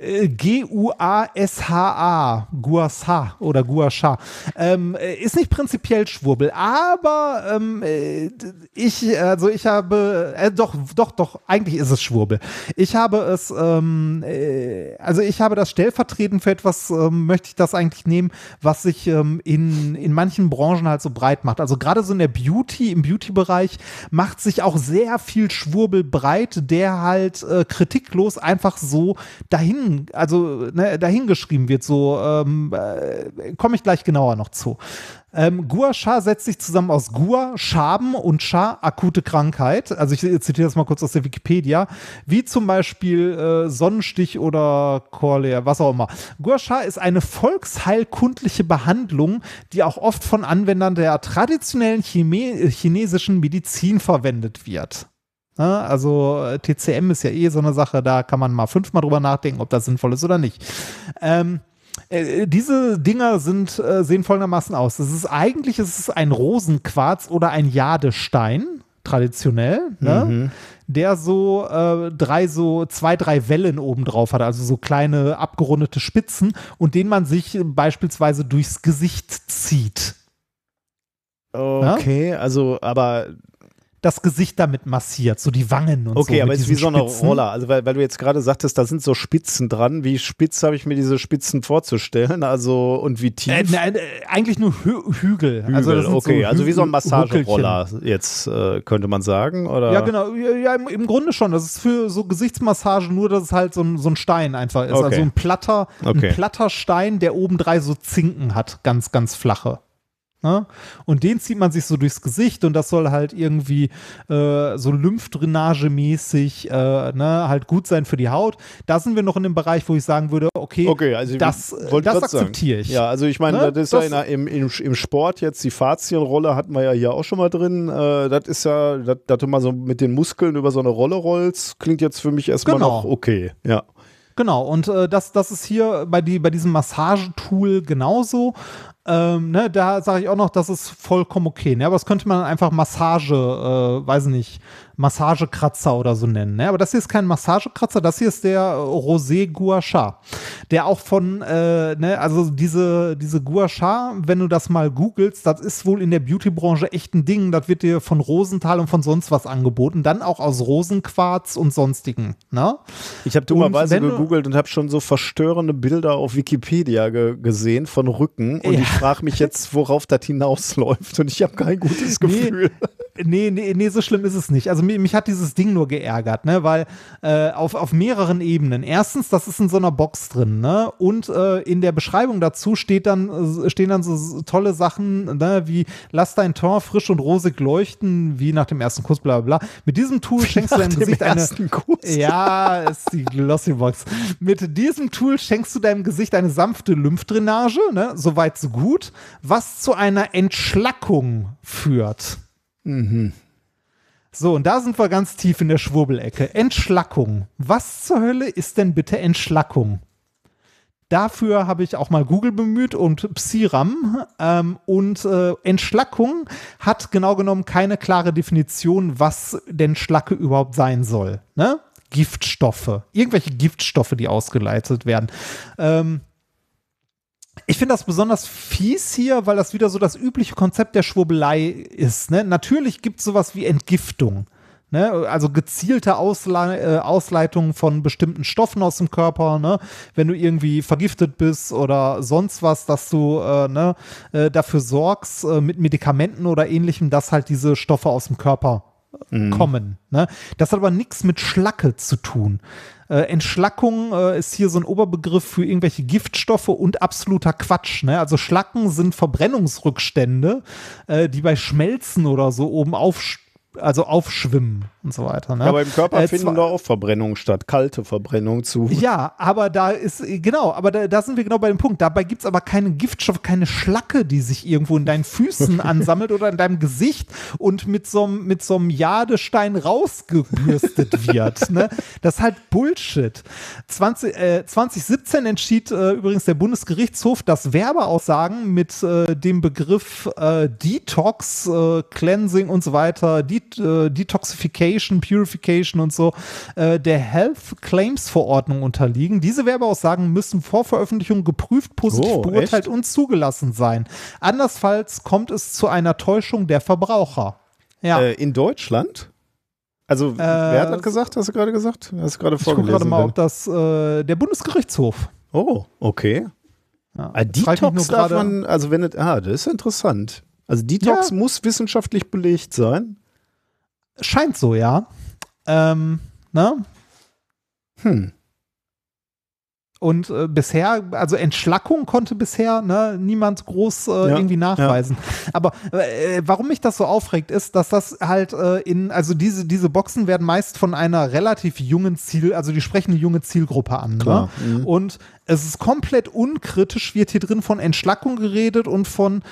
G-U-A-S-H-A, Gua Sha oder Gua Sha. Ist nicht prinzipiell Schwurbel, aber ich habe, doch, eigentlich ist es Schwurbel. Ich habe es, ich habe das stellvertretend für etwas, möchte ich das eigentlich nehmen, was sich in manchen Branchen halt so breit macht. Also gerade so im Beauty-Bereich macht sich auch sehr viel Schwurbel breit, der halt kritiklos einfach so dahingeschrieben wird, so komme ich gleich genauer noch zu. Gua Sha setzt sich zusammen aus Gua, Schaben und Sha, akute Krankheit. Also ich zitiere das mal kurz aus der Wikipedia. Wie zum Beispiel Sonnenstich oder Cholera, was auch immer. Gua Sha ist eine volksheilkundliche Behandlung, die auch oft von Anwendern der traditionellen chinesischen Medizin verwendet wird. Also TCM ist ja so eine Sache, da kann man mal 5-mal drüber nachdenken, ob das sinnvoll ist oder nicht. Diese Dinger sehen folgendermaßen aus. Es ist ein Rosenquarz oder ein Jadestein, traditionell, ne? Der so 2-3 Wellen oben drauf hat, also so kleine abgerundete Spitzen und den man sich beispielsweise durchs Gesicht zieht. Okay, also aber das Gesicht damit massiert, so die Wangen und so. Okay, aber es ist wie so eine Spitzen. Roller. Also weil du jetzt gerade sagtest, da sind so Spitzen dran. Wie spitz habe ich mir diese Spitzen vorzustellen? Also und wie tief? Nein, eigentlich nur Hügel. Also das sind okay, so also wie so ein Massageroller Huckelchen. Jetzt könnte man sagen, oder? Ja, genau. Ja, im Grunde schon. Das ist für so Gesichtsmassagen nur, dass es halt so ein Stein einfach ist. Okay. Also ein platter Stein, der oben 3 so Zinken hat. Ganz, ganz flache. Ne? Und den zieht man sich so durchs Gesicht und das soll halt irgendwie so Lymphdrainage-mäßig halt gut sein für die Haut. Da sind wir noch in dem Bereich, wo ich sagen würde, okay, also das akzeptiere ich. Ja, also ich meine, das ist ja im Sport jetzt, die Faszienrolle hatten wir ja hier auch schon mal drin. Das ist ja, dass du mal so mit den Muskeln über so eine Rolle rollst, klingt jetzt für mich erstmal noch okay. Ja. Genau, und das ist hier bei diesem Massagetool genauso. Da sage ich auch noch, das ist vollkommen okay. Ne? Aber das könnte man einfach Massagekratzer oder so nennen. Ne? Aber das hier ist kein Massagekratzer, das hier ist der Rosé Gua Sha. Der auch von, also diese Gua Sha, wenn du das mal googelst, das ist wohl in der Beautybranche echt ein Ding. Das wird dir von Rosenthal und von sonst was angeboten. Dann auch aus Rosenquarz und sonstigen. Ne? Ich habe dummerweise gegoogelt und habe schon so verstörende Bilder auf Wikipedia gesehen von Rücken. Und ich frage mich jetzt, worauf das hinausläuft. Und ich habe kein gutes Gefühl. Nee, so schlimm ist es nicht. Also mich hat dieses Ding nur geärgert, ne? Weil auf mehreren Ebenen. Erstens, das ist in so einer Box drin, ne? Und in der Beschreibung dazu stehen dann so tolle Sachen, ne? Wie lass dein Tor frisch und rosig leuchten, wie nach dem ersten Kuss, bla bla bla. Mit diesem Tool schenkst du deinem Gesicht Ja, ist die Glossy Box. Mit diesem Tool schenkst du deinem Gesicht eine sanfte Lymphdrainage, ne? Soweit so gut, was zu einer Entschlackung führt. Mhm. So, und da sind wir ganz tief in der Schwurbelecke. Entschlackung. Was zur Hölle ist denn bitte Entschlackung? Dafür habe ich auch mal Google bemüht und Psiram. Entschlackung hat genau genommen keine klare Definition, was denn Schlacke überhaupt sein soll. Ne? Giftstoffe. Irgendwelche Giftstoffe, die ausgeleitet werden. Ich finde das besonders fies hier, weil das wieder so das übliche Konzept der Schwurbelei ist. Ne? Natürlich gibt es sowas wie Entgiftung. Ne? Also gezielte Ausleitung von bestimmten Stoffen aus dem Körper. Ne? Wenn du irgendwie vergiftet bist oder sonst was, dass du dafür sorgst mit Medikamenten oder ähnlichem, dass halt diese Stoffe aus dem Körper kommen. Ne? Das hat aber nichts mit Schlacke zu tun. Entschlackung ist hier so ein Oberbegriff für irgendwelche Giftstoffe und absoluter Quatsch. Ne? Also Schlacken sind Verbrennungsrückstände, die bei Schmelzen oder so oben aufschwimmen und so weiter. Ne? Aber im Körper finden da auch Verbrennungen statt, kalte Verbrennung zu. Ja, aber da sind wir genau bei dem Punkt. Dabei gibt es aber keine Giftstoffe, keine Schlacke, die sich irgendwo in deinen Füßen ansammelt oder in deinem Gesicht und mit so einem Jadestein rausgebürstet wird. Ne? Das ist halt Bullshit. 2017 entschied übrigens der Bundesgerichtshof, dass Werbeaussagen mit dem Begriff Detox, Cleansing und so weiter, Detoxification, Purification und so, der Health Claims Verordnung unterliegen. Diese Werbeaussagen müssen vor Veröffentlichung geprüft, positiv beurteilt und zugelassen sein. Andernfalls kommt es zu einer Täuschung der Verbraucher. Ja. In Deutschland? Also, wer hat das gesagt? Hast du gerade gesagt? Hast du gerade vorgelesen? Ich gucke gerade mal, ob das der Bundesgerichtshof. Oh, okay. Ja, Detox darf man, also das ist interessant. Also Detox muss wissenschaftlich belegt sein. Scheint so, ja. Ne? Und bisher, also Entschlackung konnte bisher niemand groß irgendwie nachweisen. Ja. Aber warum mich das so aufregt, ist, dass das halt also diese Boxen werden meist von einer relativ jungen also die sprechen eine junge Zielgruppe an. Ne? Und es ist komplett unkritisch, wird hier drin von Entschlackung geredet und von,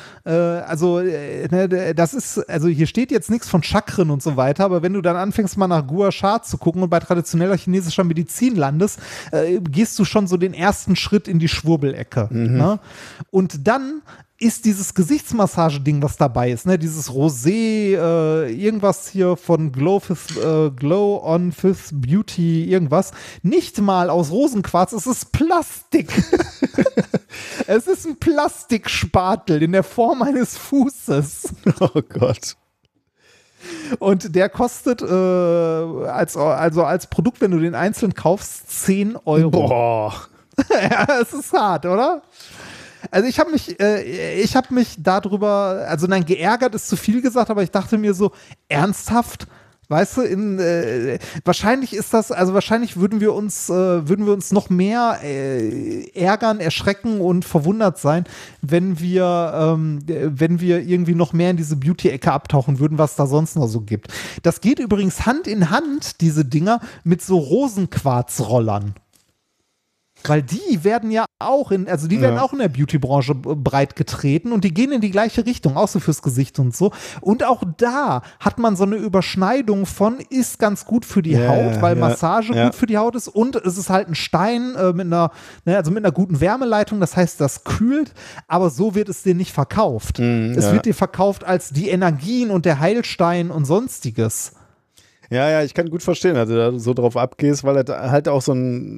das ist, also hier steht jetzt nichts von Chakren und so weiter, aber wenn du dann anfängst mal nach Gua Sha zu gucken und bei traditioneller chinesischer Medizin landest, gehst du schon so den ersten Schritt in die Schwurbelecke. Ne? Und dann ist dieses Gesichtsmassage-Ding, was dabei ist, ne, dieses Rosé, irgendwas hier von Glow on Fifth Beauty, irgendwas, nicht mal aus Rosenquarz, es ist Plastik. Es ist ein Plastikspatel in der Form eines Fußes. Oh Gott. Und der kostet als Produkt, wenn du den einzeln kaufst, 10 Euro. Boah. Ja, es ist hart, oder? Also ich habe mich darüber, also nein, geärgert ist zu viel gesagt, aber ich dachte mir so, ernsthaft, Weißt du, wahrscheinlich ist das, also wahrscheinlich würden wir uns noch mehr ärgern, erschrecken und verwundert sein, wenn wir irgendwie noch mehr in diese Beauty-Ecke abtauchen würden, was da sonst noch so gibt. Das geht übrigens Hand in Hand, diese Dinger, mit so Rosenquarzrollern. Weil die werden ja auch werden auch in der Beauty-Branche breit getreten und die gehen in die gleiche Richtung, auch so fürs Gesicht und so. Und auch da hat man so eine Überschneidung von, ist ganz gut für die Haut, weil Massage gut für die Haut ist und es ist halt ein Stein mit einer guten Wärmeleitung, das heißt, das kühlt, aber so wird es dir nicht verkauft. Es wird dir verkauft als die Energien und der Heilstein und sonstiges. Ja, ich kann gut verstehen, dass du da so drauf abgehst, weil das halt auch so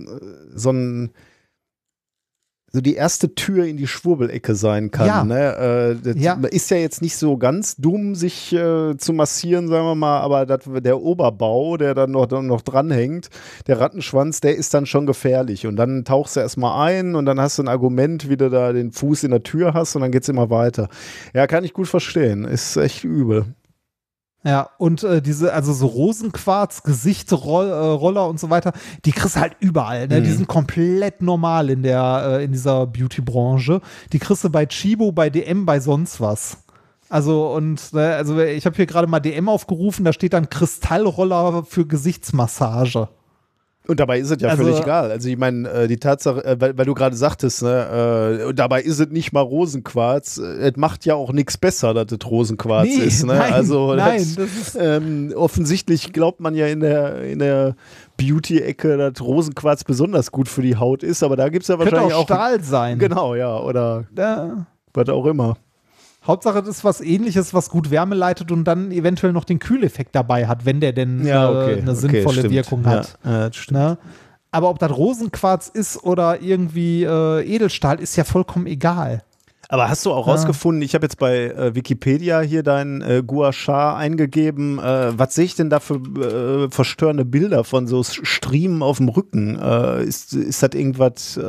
die erste Tür in die Schwurbelecke sein kann. Ja. Ne? Ist ja jetzt nicht so ganz dumm, sich zu massieren, sagen wir mal, aber der Oberbau, der dann noch dranhängt, der Rattenschwanz, der ist dann schon gefährlich. Und dann tauchst du erstmal ein und dann hast du ein Argument, wie du da den Fuß in der Tür hast und dann geht's immer weiter. Ja, kann ich gut verstehen. Ist echt übel. Ja, und so Rosenquarz, Gesichtroller und so weiter, die kriegst du halt überall, ne? Die sind komplett normal in dieser Beauty-Branche. Die kriegst du bei Chibo, bei DM, bei sonst was. Also, ich habe hier gerade mal DM aufgerufen, da steht dann Kristallroller für Gesichtsmassage. Und dabei ist es ja völlig egal. Also ich meine, die Tatsache, weil du gerade sagtest, ne, dabei ist es nicht mal Rosenquarz. Es macht ja auch nichts besser, dass es Rosenquarz ist. Ne? Nein, das ist offensichtlich glaubt man ja in der Beauty-Ecke, dass Rosenquarz besonders gut für die Haut ist, aber da gibt es ja wahrscheinlich auch Stahl sein. Genau, ja, oder was auch immer. Hauptsache, das ist was Ähnliches, was gut Wärme leitet und dann eventuell noch den Kühleffekt dabei hat, wenn der denn eine sinnvolle Wirkung hat. Ja, das stimmt. Ne? Aber ob das Rosenquarz ist oder irgendwie Edelstahl, ist ja vollkommen egal. Aber hast du auch rausgefunden, ich habe jetzt bei Wikipedia hier dein Gua Sha eingegeben, was sehe ich denn da für verstörende Bilder von so Striemen auf dem Rücken? Ist das irgendwas...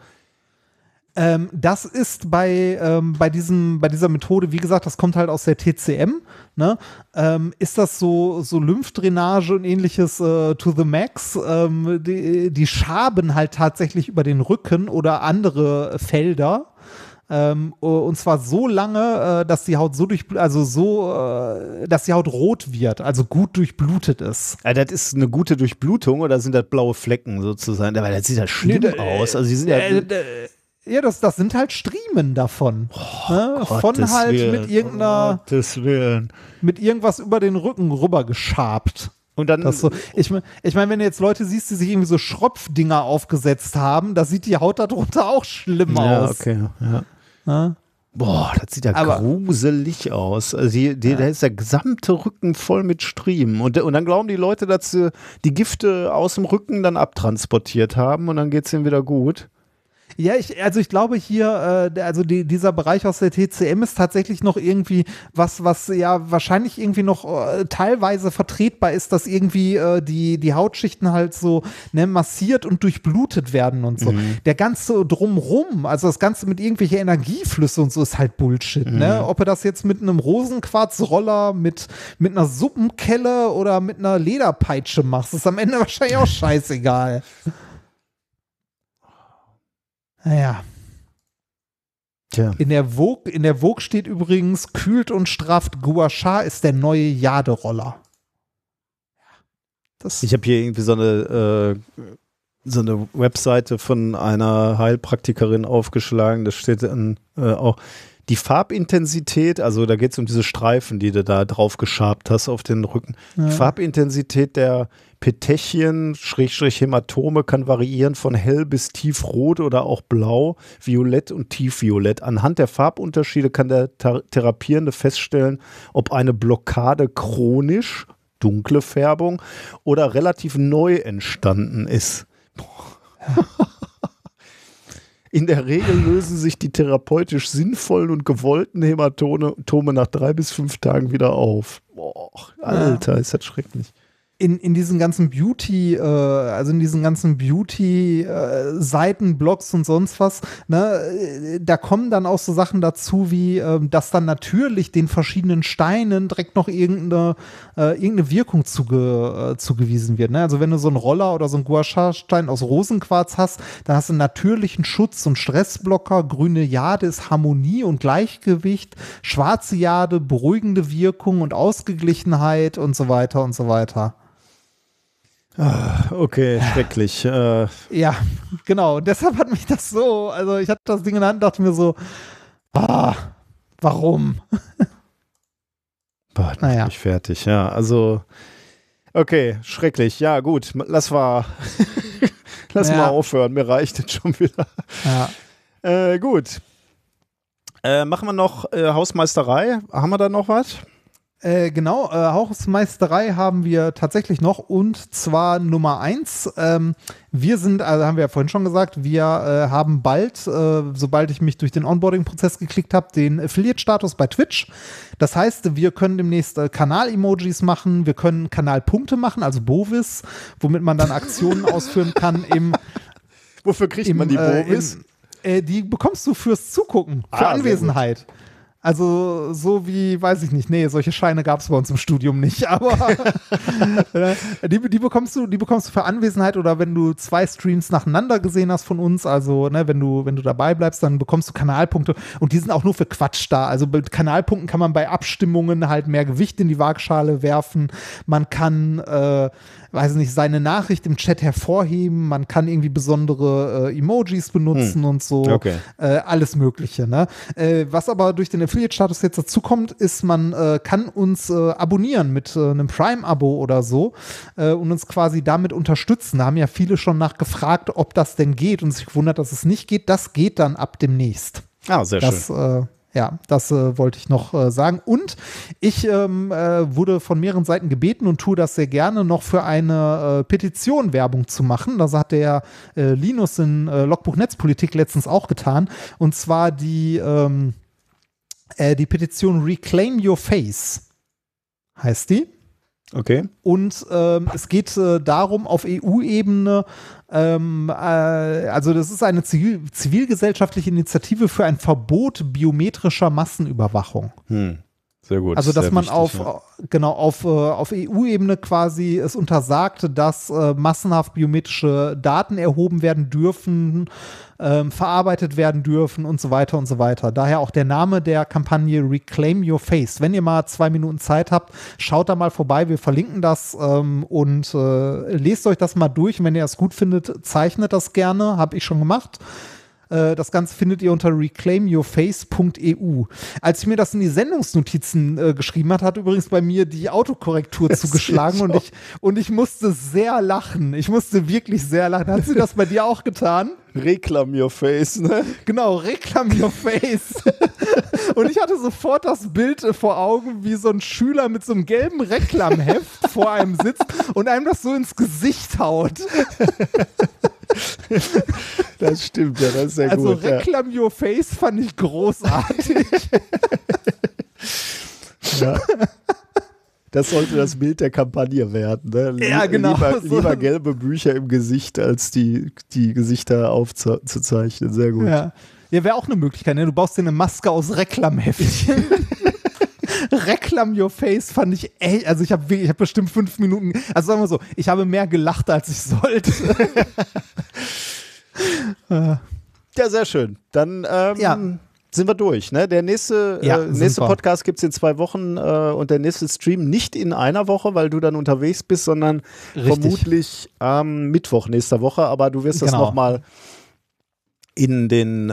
Das ist bei dieser Methode, wie gesagt, das kommt halt aus der TCM, ne? Ist das so Lymphdrainage und ähnliches to the max. Die schaben halt tatsächlich über den Rücken oder andere Felder. Und zwar so lange, dass die Haut dass die Haut rot wird, also gut durchblutet ist. Ja, das ist eine gute Durchblutung oder sind das blaue Flecken sozusagen? Weil das sieht ja schlimm aus. Also die sind ja, das sind halt Striemen davon. Ne? Von halt Willen. mit irgendwas über den Rücken rüber geschabt. Und dann ich meine, wenn du jetzt Leute siehst, die sich irgendwie so Schropfdinger aufgesetzt haben, da sieht die Haut darunter auch schlimm aus. Okay, ja. Ne? Boah, das sieht ja gruselig aus. Also da ist der gesamte Rücken voll mit Striemen. Und dann glauben die Leute, dass sie die Gifte aus dem Rücken dann abtransportiert haben und dann geht es ihnen wieder gut. Ja, ich glaube hier, dieser Bereich aus der TCM ist tatsächlich noch irgendwie was ja wahrscheinlich irgendwie noch teilweise vertretbar ist, dass irgendwie die Hautschichten halt so massiert und durchblutet werden und so. Der ganze Drumrum, also das Ganze mit irgendwelchen Energieflüsse und so ist halt Bullshit, ne? Ob du das jetzt mit einem Rosenquarzroller, mit einer Suppenkelle oder mit einer Lederpeitsche machst, ist am Ende wahrscheinlich auch scheißegal. Naja. Tja. In der Vogue steht übrigens, kühlt und strafft Gua Sha ist der neue Jaderoller. Ich habe hier irgendwie so eine Webseite von einer Heilpraktikerin aufgeschlagen, da steht dann auch die Farbintensität, also da geht es um diese Streifen, die du da drauf geschabt hast auf den Rücken. Ja. Die Farbintensität der Petechien, Hämatome kann variieren von hell bis tiefrot oder auch blau, violett und tiefviolett. Anhand der Farbunterschiede kann der Therapierende feststellen, ob eine Blockade chronisch, dunkle Färbung oder relativ neu entstanden ist. In der Regel lösen sich die therapeutisch sinnvollen und gewollten Hämatome nach 3 bis 5 Tagen wieder auf. Boah, Alter, ist das schrecklich. in diesen ganzen Beauty-Seiten, Blogs und sonst was, ne, da kommen dann auch so Sachen dazu, wie, dass dann natürlich den verschiedenen Steinen direkt noch irgendeine Wirkung zugewiesen wird, ne? Also wenn du so einen Roller oder so einen Gua-Sha-Stein aus Rosenquarz hast, dann hast du natürlichen Schutz und Stressblocker, grüne Jade ist Harmonie und Gleichgewicht, schwarze Jade, beruhigende Wirkung und Ausgeglichenheit und so weiter und so weiter. Okay, schrecklich. Ja, genau. Und deshalb hat mich das so, also ich hatte das Ding in der Hand und dachte mir so, warum? Boah, naja. Bin ich fertig, ja. Also, okay, schrecklich. Ja, gut, lass mal aufhören. Mir reicht jetzt schon wieder. Ja. Gut. Machen wir noch Hausmeisterei? Haben wir da noch was? Genau, Hausmeisterei haben wir tatsächlich noch, und zwar Nummer 1. Wir sind, also haben wir ja vorhin schon gesagt, wir haben bald, sobald ich mich durch den Onboarding-Prozess geklickt habe, den Affiliate-Status bei Twitch. Das heißt, wir können demnächst Kanal-Emojis machen, wir können Kanalpunkte machen, also Bovis, womit man dann Aktionen ausführen kann im Wofür kriegt man die Bovis? Die bekommst du fürs Zugucken, für Anwesenheit. Also so wie, weiß ich nicht, nee, solche Scheine gab es bei uns im Studium nicht, aber die bekommst du für Anwesenheit, oder wenn du 2 Streams nacheinander gesehen hast von uns, also ne, wenn du dabei bleibst, dann bekommst du Kanalpunkte, und die sind auch nur für Quatsch da. Also mit Kanalpunkten kann man bei Abstimmungen halt mehr Gewicht in die Waagschale werfen, man kann weiß nicht, seine Nachricht im Chat hervorheben, man kann irgendwie besondere Emojis benutzen und so, okay. Alles Mögliche, ne? Was aber durch den Affiliate-Status jetzt dazu kommt, ist, man kann uns abonnieren mit einem Prime-Abo oder so und uns quasi damit unterstützen. Da haben ja viele schon nachgefragt, ob das denn geht, und sich gewundert, dass es nicht geht. Das geht dann ab demnächst. Sehr schön. Ja, das wollte ich noch sagen. Und ich wurde von mehreren Seiten gebeten und tue das sehr gerne, noch für eine Petition Werbung zu machen. Das hat der Linus in Logbuch Netzpolitik letztens auch getan. Und zwar die Petition Reclaim Your Face heißt die. Okay. Und es geht darum, auf EU-Ebene, also das ist eine zivilgesellschaftliche Initiative für ein Verbot biometrischer Massenüberwachung. Sehr gut. Also dass man wichtig, auf EU-Ebene quasi es untersagt, dass massenhaft biometrische Daten erhoben werden dürfen, verarbeitet werden dürfen und so weiter und so weiter. Daher auch der Name der Kampagne Reclaim Your Face. Wenn ihr mal 2 Minuten Zeit habt, schaut da mal vorbei, wir verlinken das und lest euch das mal durch. Und wenn ihr das gut findet, zeichnet das gerne, habe ich schon gemacht. Das Ganze findet ihr unter reclaimyourface.eu. Als ich mir das in die Sendungsnotizen geschrieben hat übrigens bei mir die Autokorrektur zugeschlagen und ich musste sehr lachen. Ich musste wirklich sehr lachen. Hat sie das bei dir auch getan? Reclaim Your Face, ne? Genau, Reclaim Your Face. Und ich hatte sofort das Bild vor Augen, wie so ein Schüler mit so einem gelben Reklamheft vor einem sitzt und einem das so ins Gesicht haut. Das stimmt, ja, das ist sehr gut. Also Reclaim Your Face fand ich großartig. Ja. Das sollte das Bild der Kampagne werden. Ne? Ja, genau. Lieber gelbe Bücher im Gesicht, als die Gesichter aufzuzeichnen. Sehr gut. Ja, wäre auch eine Möglichkeit. Ne? Du baust dir eine Maske aus Reklamheftchen. Reclaim Your Face fand ich echt, also ich habe bestimmt 5 Minuten, also sagen wir so, ich habe mehr gelacht, als ich sollte. Ja, sehr schön. Dann sind wir durch. Ne? Der nächste Podcast gibt es in 2 Wochen und der nächste Stream nicht in einer Woche, weil du dann unterwegs bist, sondern vermutlich am Mittwoch nächster Woche. Aber du wirst das nochmal in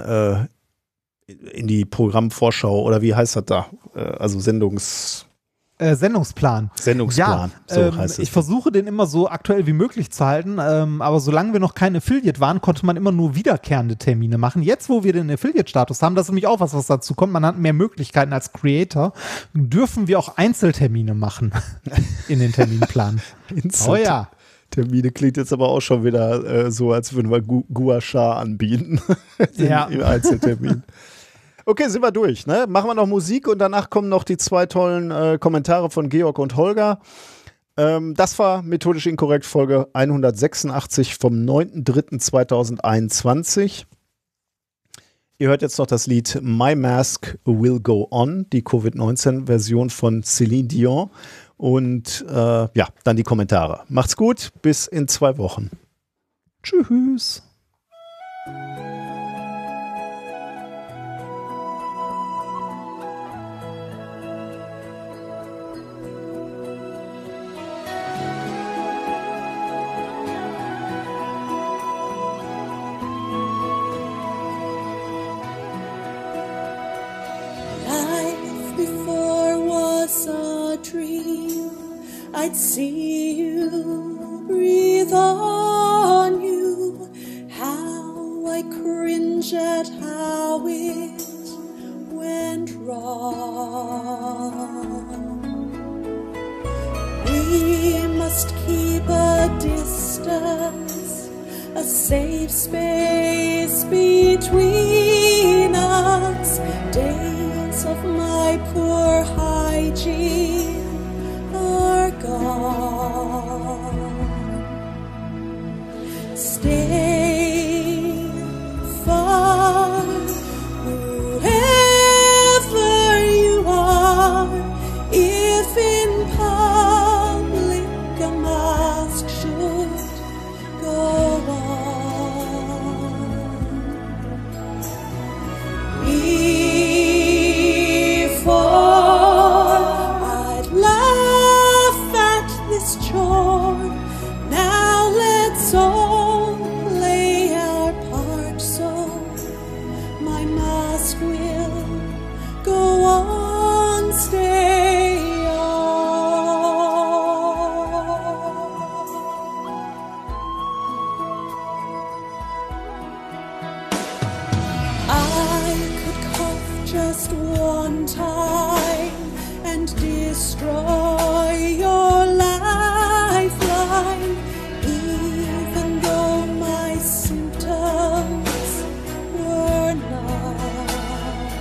die Programmvorschau, oder wie heißt das da? Also Sendungsplan. Sendungsplan, ja, so heißt es. Ich versuche den immer so aktuell wie möglich zu halten, aber solange wir noch kein Affiliate waren, konnte man immer nur wiederkehrende Termine machen. Jetzt, wo wir den Affiliate-Status haben, das ist nämlich auch was dazu kommt, man hat mehr Möglichkeiten als Creator, dürfen wir auch Einzeltermine machen in den Terminplan. Oh ja. Termine klingt jetzt aber auch schon wieder so, als würden wir Gua-Sha anbieten. Im Einzeltermin. Okay, sind wir durch. Ne? Machen wir noch Musik und danach kommen noch die 2 tollen Kommentare von Georg und Holger. Das war Methodisch Inkorrekt, Folge 186 vom 9.3.2021. Ihr hört jetzt noch das Lied My Mask Will Go On, die Covid-19-Version von Celine Dion. Und dann die Kommentare. Macht's gut, bis in 2 Wochen. Tschüss. I'd see you, breathe on you, how I cringe at how it went wrong. We must keep a distance, a safe space between us. Days of my poor hygiene are gone. Stay far, whoever you are. If in public a mask should go on, before I'd laugh at this chore. Now let's all play our part so my mask will go on, stay on. I could cough just one time and destroy your lifeline, even though my symptoms were none.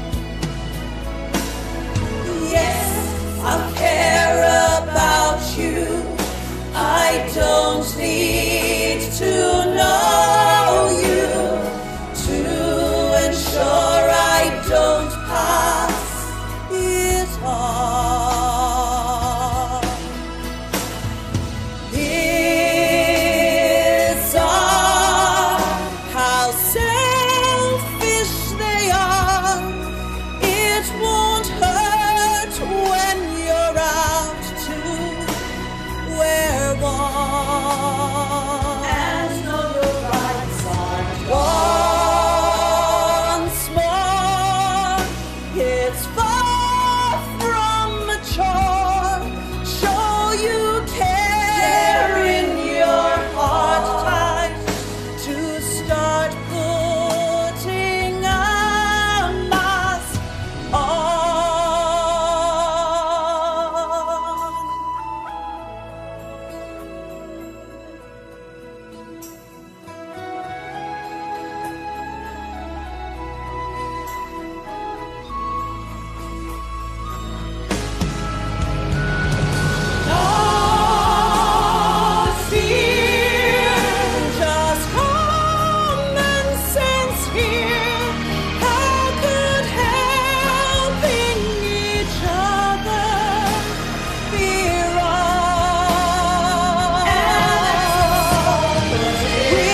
Yes, I'll care about you. I don't need to know you to ensure I don't pass it on. These are how selfish they are. It won't hurt when you're out to wear one. And know your rights are once more. It's far from mature. Show you care in your heart time to start putting a mask on. Not fear, just common sense here. How could helping each other be wrong? We'll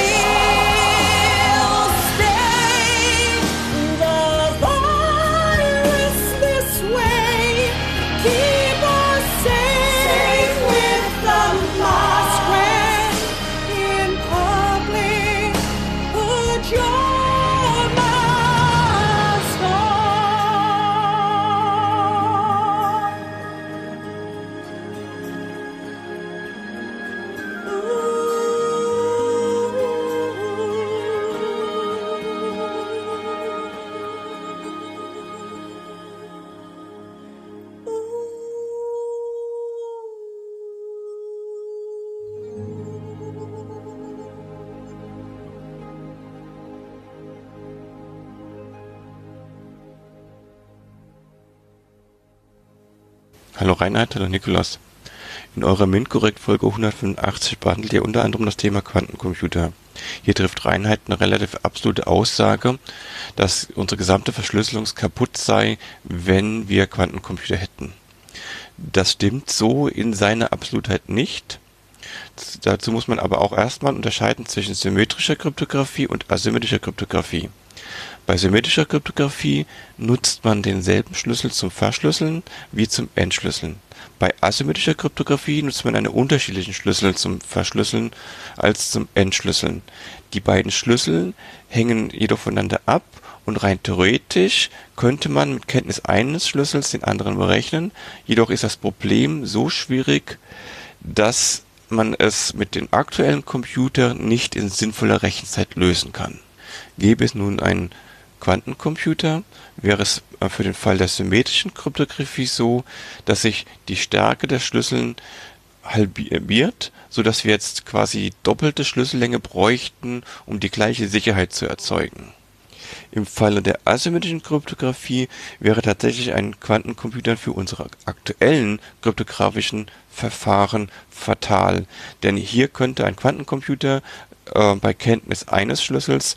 stay the virus this way. Keep us safe with the mask when in public. Put your mask Hallo Reinhard, hallo Nikolas. In eurer MINT-Korrekt-Folge 185 behandelt ihr unter anderem das Thema Quantencomputer. Hier trifft Reinheit eine relativ absolute Aussage, dass unsere gesamte Verschlüsselung kaputt sei, wenn wir Quantencomputer hätten. Das stimmt so in seiner Absolutheit nicht. Dazu muss man aber auch erstmal unterscheiden zwischen symmetrischer Kryptographie und asymmetrischer Kryptographie. Bei symmetrischer Kryptographie nutzt man denselben Schlüssel zum Verschlüsseln wie zum Entschlüsseln. Bei asymmetrischer Kryptographie nutzt man einen unterschiedlichen Schlüssel zum Verschlüsseln als zum Entschlüsseln. Die beiden Schlüssel hängen jedoch voneinander ab und rein theoretisch könnte man mit Kenntnis eines Schlüssels den anderen berechnen, jedoch ist das Problem so schwierig, dass man es mit dem aktuellen Computer nicht in sinnvoller Rechenzeit lösen kann. Gäbe es nun einen Quantencomputer, wäre es für den Fall der symmetrischen Kryptographie so, dass sich die Stärke der Schlüssel halbiert, sodass wir jetzt quasi doppelte Schlüssellänge bräuchten, um die gleiche Sicherheit zu erzeugen. Im Falle der asymmetrischen Kryptographie wäre tatsächlich ein Quantencomputer für unsere aktuellen kryptografischen Verfahren fatal, denn hier könnte ein Quantencomputer bei Kenntnis eines Schlüssels,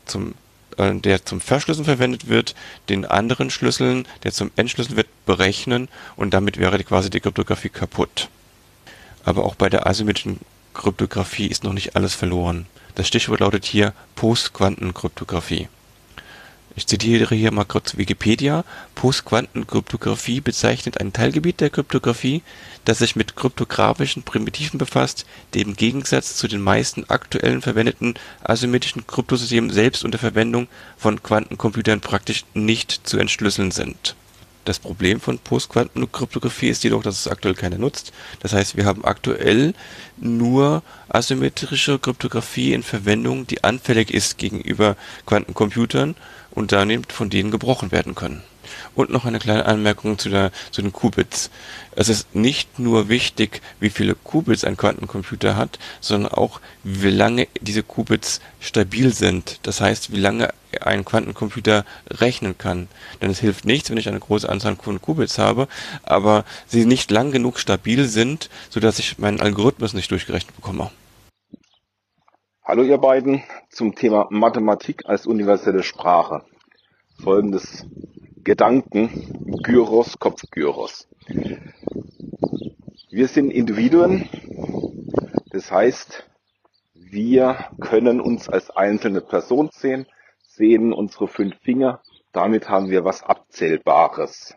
der zum Verschlüsseln verwendet wird, den anderen Schlüsseln, der zum Entschlüsseln wird, berechnen und damit wäre quasi die Kryptographie kaputt. Aber auch bei der asymmetrischen Kryptographie ist noch nicht alles verloren. Das Stichwort lautet hier Postquantenkryptographie. Ich zitiere hier mal kurz Wikipedia. Postquantenkryptographie bezeichnet ein Teilgebiet der Kryptographie, das sich mit kryptografischen Primitiven befasst, die im Gegensatz zu den meisten aktuellen verwendeten asymmetrischen Kryptosystemen selbst unter Verwendung von Quantencomputern praktisch nicht zu entschlüsseln sind. Das Problem von Postquantenkryptographie ist jedoch, dass es aktuell keiner nutzt. Das heißt, wir haben aktuell nur asymmetrische Kryptographie in Verwendung, die anfällig ist gegenüber Quantencomputern und damit von denen gebrochen werden können. Und noch eine kleine Anmerkung zu den Qubits. Es ist nicht nur wichtig, wie viele Qubits ein Quantencomputer hat, sondern auch, wie lange diese Qubits stabil sind. Das heißt, wie lange ein Quantencomputer rechnen kann. Denn es hilft nichts, wenn ich eine große Anzahl von Qubits habe, aber sie nicht lang genug stabil sind, sodass ich meinen Algorithmus nicht durchgerechnet bekomme. Hallo ihr beiden, zum Thema Mathematik als universelle Sprache. Folgendes Gedanken-Gyros, Kopfgyros. Wir sind Individuen, das heißt, wir können uns als einzelne Person sehen unsere 5 Finger, damit haben wir was Abzählbares.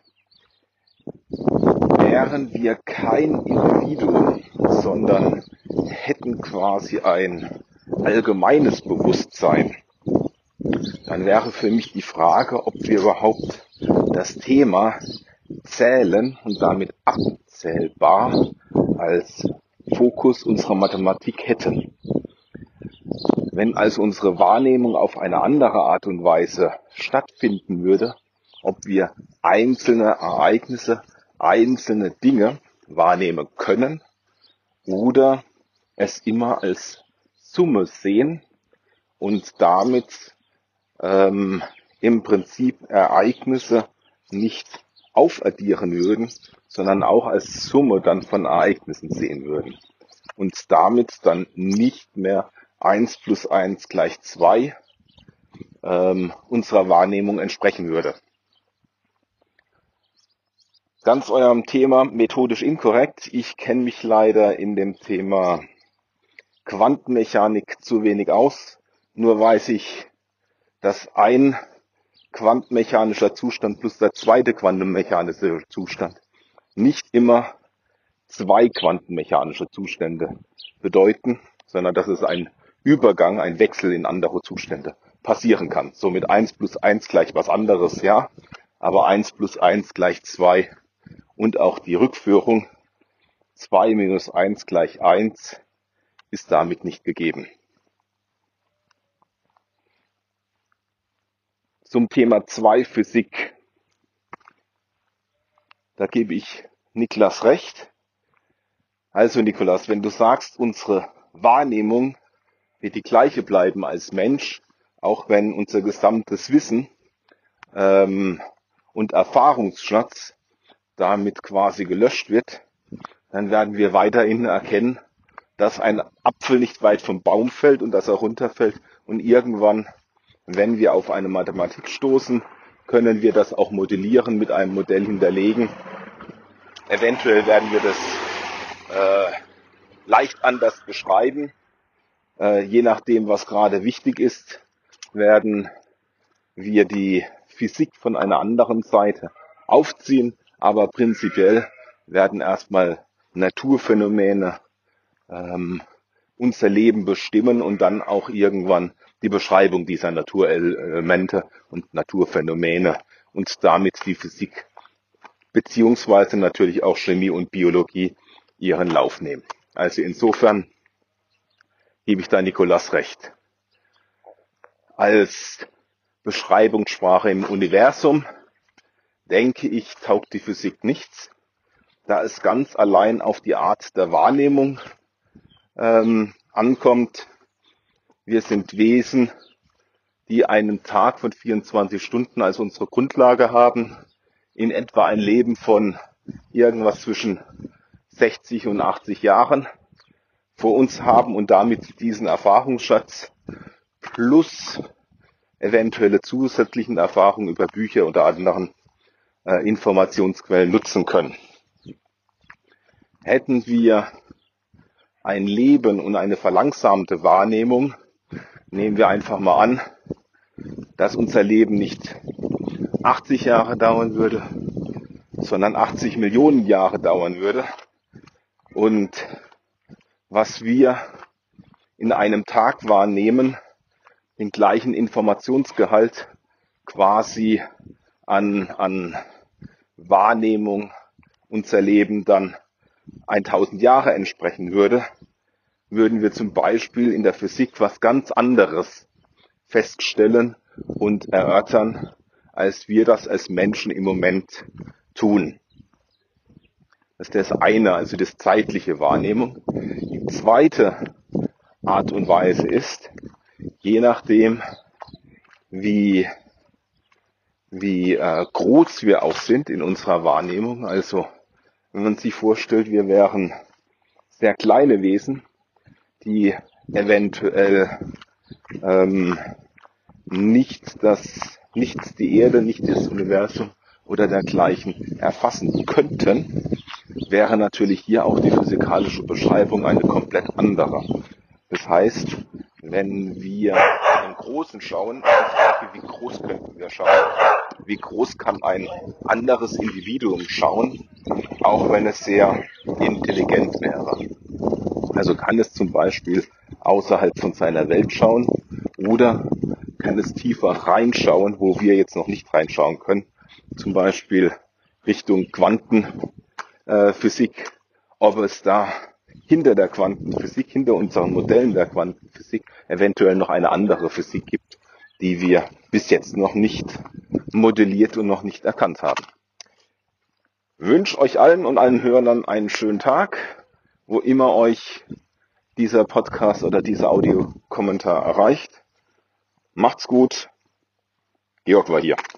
Wären wir kein Individuum, sondern hätten quasi ein allgemeines Bewusstsein, dann wäre für mich die Frage, ob wir überhaupt das Thema Zählen und damit abzählbar als Fokus unserer Mathematik hätten. Wenn also unsere Wahrnehmung auf eine andere Art und Weise stattfinden würde, ob wir einzelne Ereignisse, einzelne Dinge wahrnehmen können oder es immer als Summe sehen und damit im Prinzip Ereignisse nicht aufaddieren würden, sondern auch als Summe dann von Ereignissen sehen würden und damit dann nicht mehr 1 plus 1 gleich 2 unserer Wahrnehmung entsprechen würde. Ganz eurem Thema methodisch inkorrekt. Ich kenne mich leider in dem Thema Quantenmechanik zu wenig aus. Nur weiß ich, dass ein quantenmechanischer Zustand plus der zweite quantenmechanische Zustand nicht immer 2 quantenmechanische Zustände bedeuten, sondern dass es ein Übergang, ein Wechsel in andere Zustände passieren kann. Somit 1 plus 1 gleich was anderes, ja, aber 1 plus 1 gleich 2 und auch die Rückführung 2 minus 1 gleich 1 ist damit nicht gegeben. Zum Thema 2 Physik. Da gebe ich Niklas recht. Also Niklas, wenn du sagst, unsere Wahrnehmung wird die gleiche bleiben als Mensch, auch wenn unser gesamtes Wissen und Erfahrungsschatz damit quasi gelöscht wird, dann werden wir weiterhin erkennen, dass ein Apfel nicht weit vom Baum fällt und dass er runterfällt. Und irgendwann, wenn wir auf eine Mathematik stoßen, können wir das auch modellieren, mit einem Modell hinterlegen. Eventuell werden wir das leicht anders beschreiben. Je nachdem, was gerade wichtig ist, werden wir die Physik von einer anderen Seite aufziehen. Aber prinzipiell werden erstmal Naturphänomene unser Leben bestimmen und dann auch irgendwann die Beschreibung dieser Naturelemente und Naturphänomene und damit die Physik beziehungsweise natürlich auch Chemie und Biologie ihren Lauf nehmen. Also insofern gebe ich da Nikolaus recht. Als Beschreibungssprache im Universum, denke ich, taugt die Physik nichts, da es ganz allein auf die Art der Wahrnehmung ankommt. Wir sind Wesen, die einen Tag von 24 Stunden als unsere Grundlage haben, in etwa ein Leben von irgendwas zwischen 60 und 80 Jahren vor uns haben und damit diesen Erfahrungsschatz plus eventuelle zusätzlichen Erfahrungen über Bücher oder anderen Informationsquellen nutzen können. Hätten wir ein Leben und eine verlangsamte Wahrnehmung, nehmen wir einfach mal an, dass unser Leben nicht 80 Jahre dauern würde, sondern 80 Millionen Jahre dauern würde. Und was wir in einem Tag wahrnehmen, den gleichen Informationsgehalt quasi an Wahrnehmung unser Leben dann 1000 Jahre entsprechen würde, würden wir zum Beispiel in der Physik was ganz anderes feststellen und erörtern, als wir das als Menschen im Moment tun. Das ist das eine, also das zeitliche Wahrnehmung. Die zweite Art und Weise ist, je nachdem, wie groß wir auch sind in unserer Wahrnehmung, also wenn man sich vorstellt, wir wären sehr kleine Wesen, die eventuell nicht die Erde, nicht das Universum oder dergleichen erfassen könnten, wäre natürlich hier auch die physikalische Beschreibung eine komplett andere. Das heißt, wenn wir einen Großen schauen, wie groß könnten wir schauen? Wie groß kann ein anderes Individuum schauen, auch wenn es sehr intelligent wäre? Also kann es zum Beispiel außerhalb von seiner Welt schauen oder kann es tiefer reinschauen, wo wir jetzt noch nicht reinschauen können, zum Beispiel Richtung Quantenphysik, ob es da hinter der Quantenphysik, hinter unseren Modellen der Quantenphysik eventuell noch eine andere Physik gibt, die wir bis jetzt noch nicht modelliert und noch nicht erkannt haben. Ich wünsche euch allen und allen Hörern einen schönen Tag, wo immer euch dieser Podcast oder dieser Audiokommentar erreicht. Macht's gut. Georg war hier.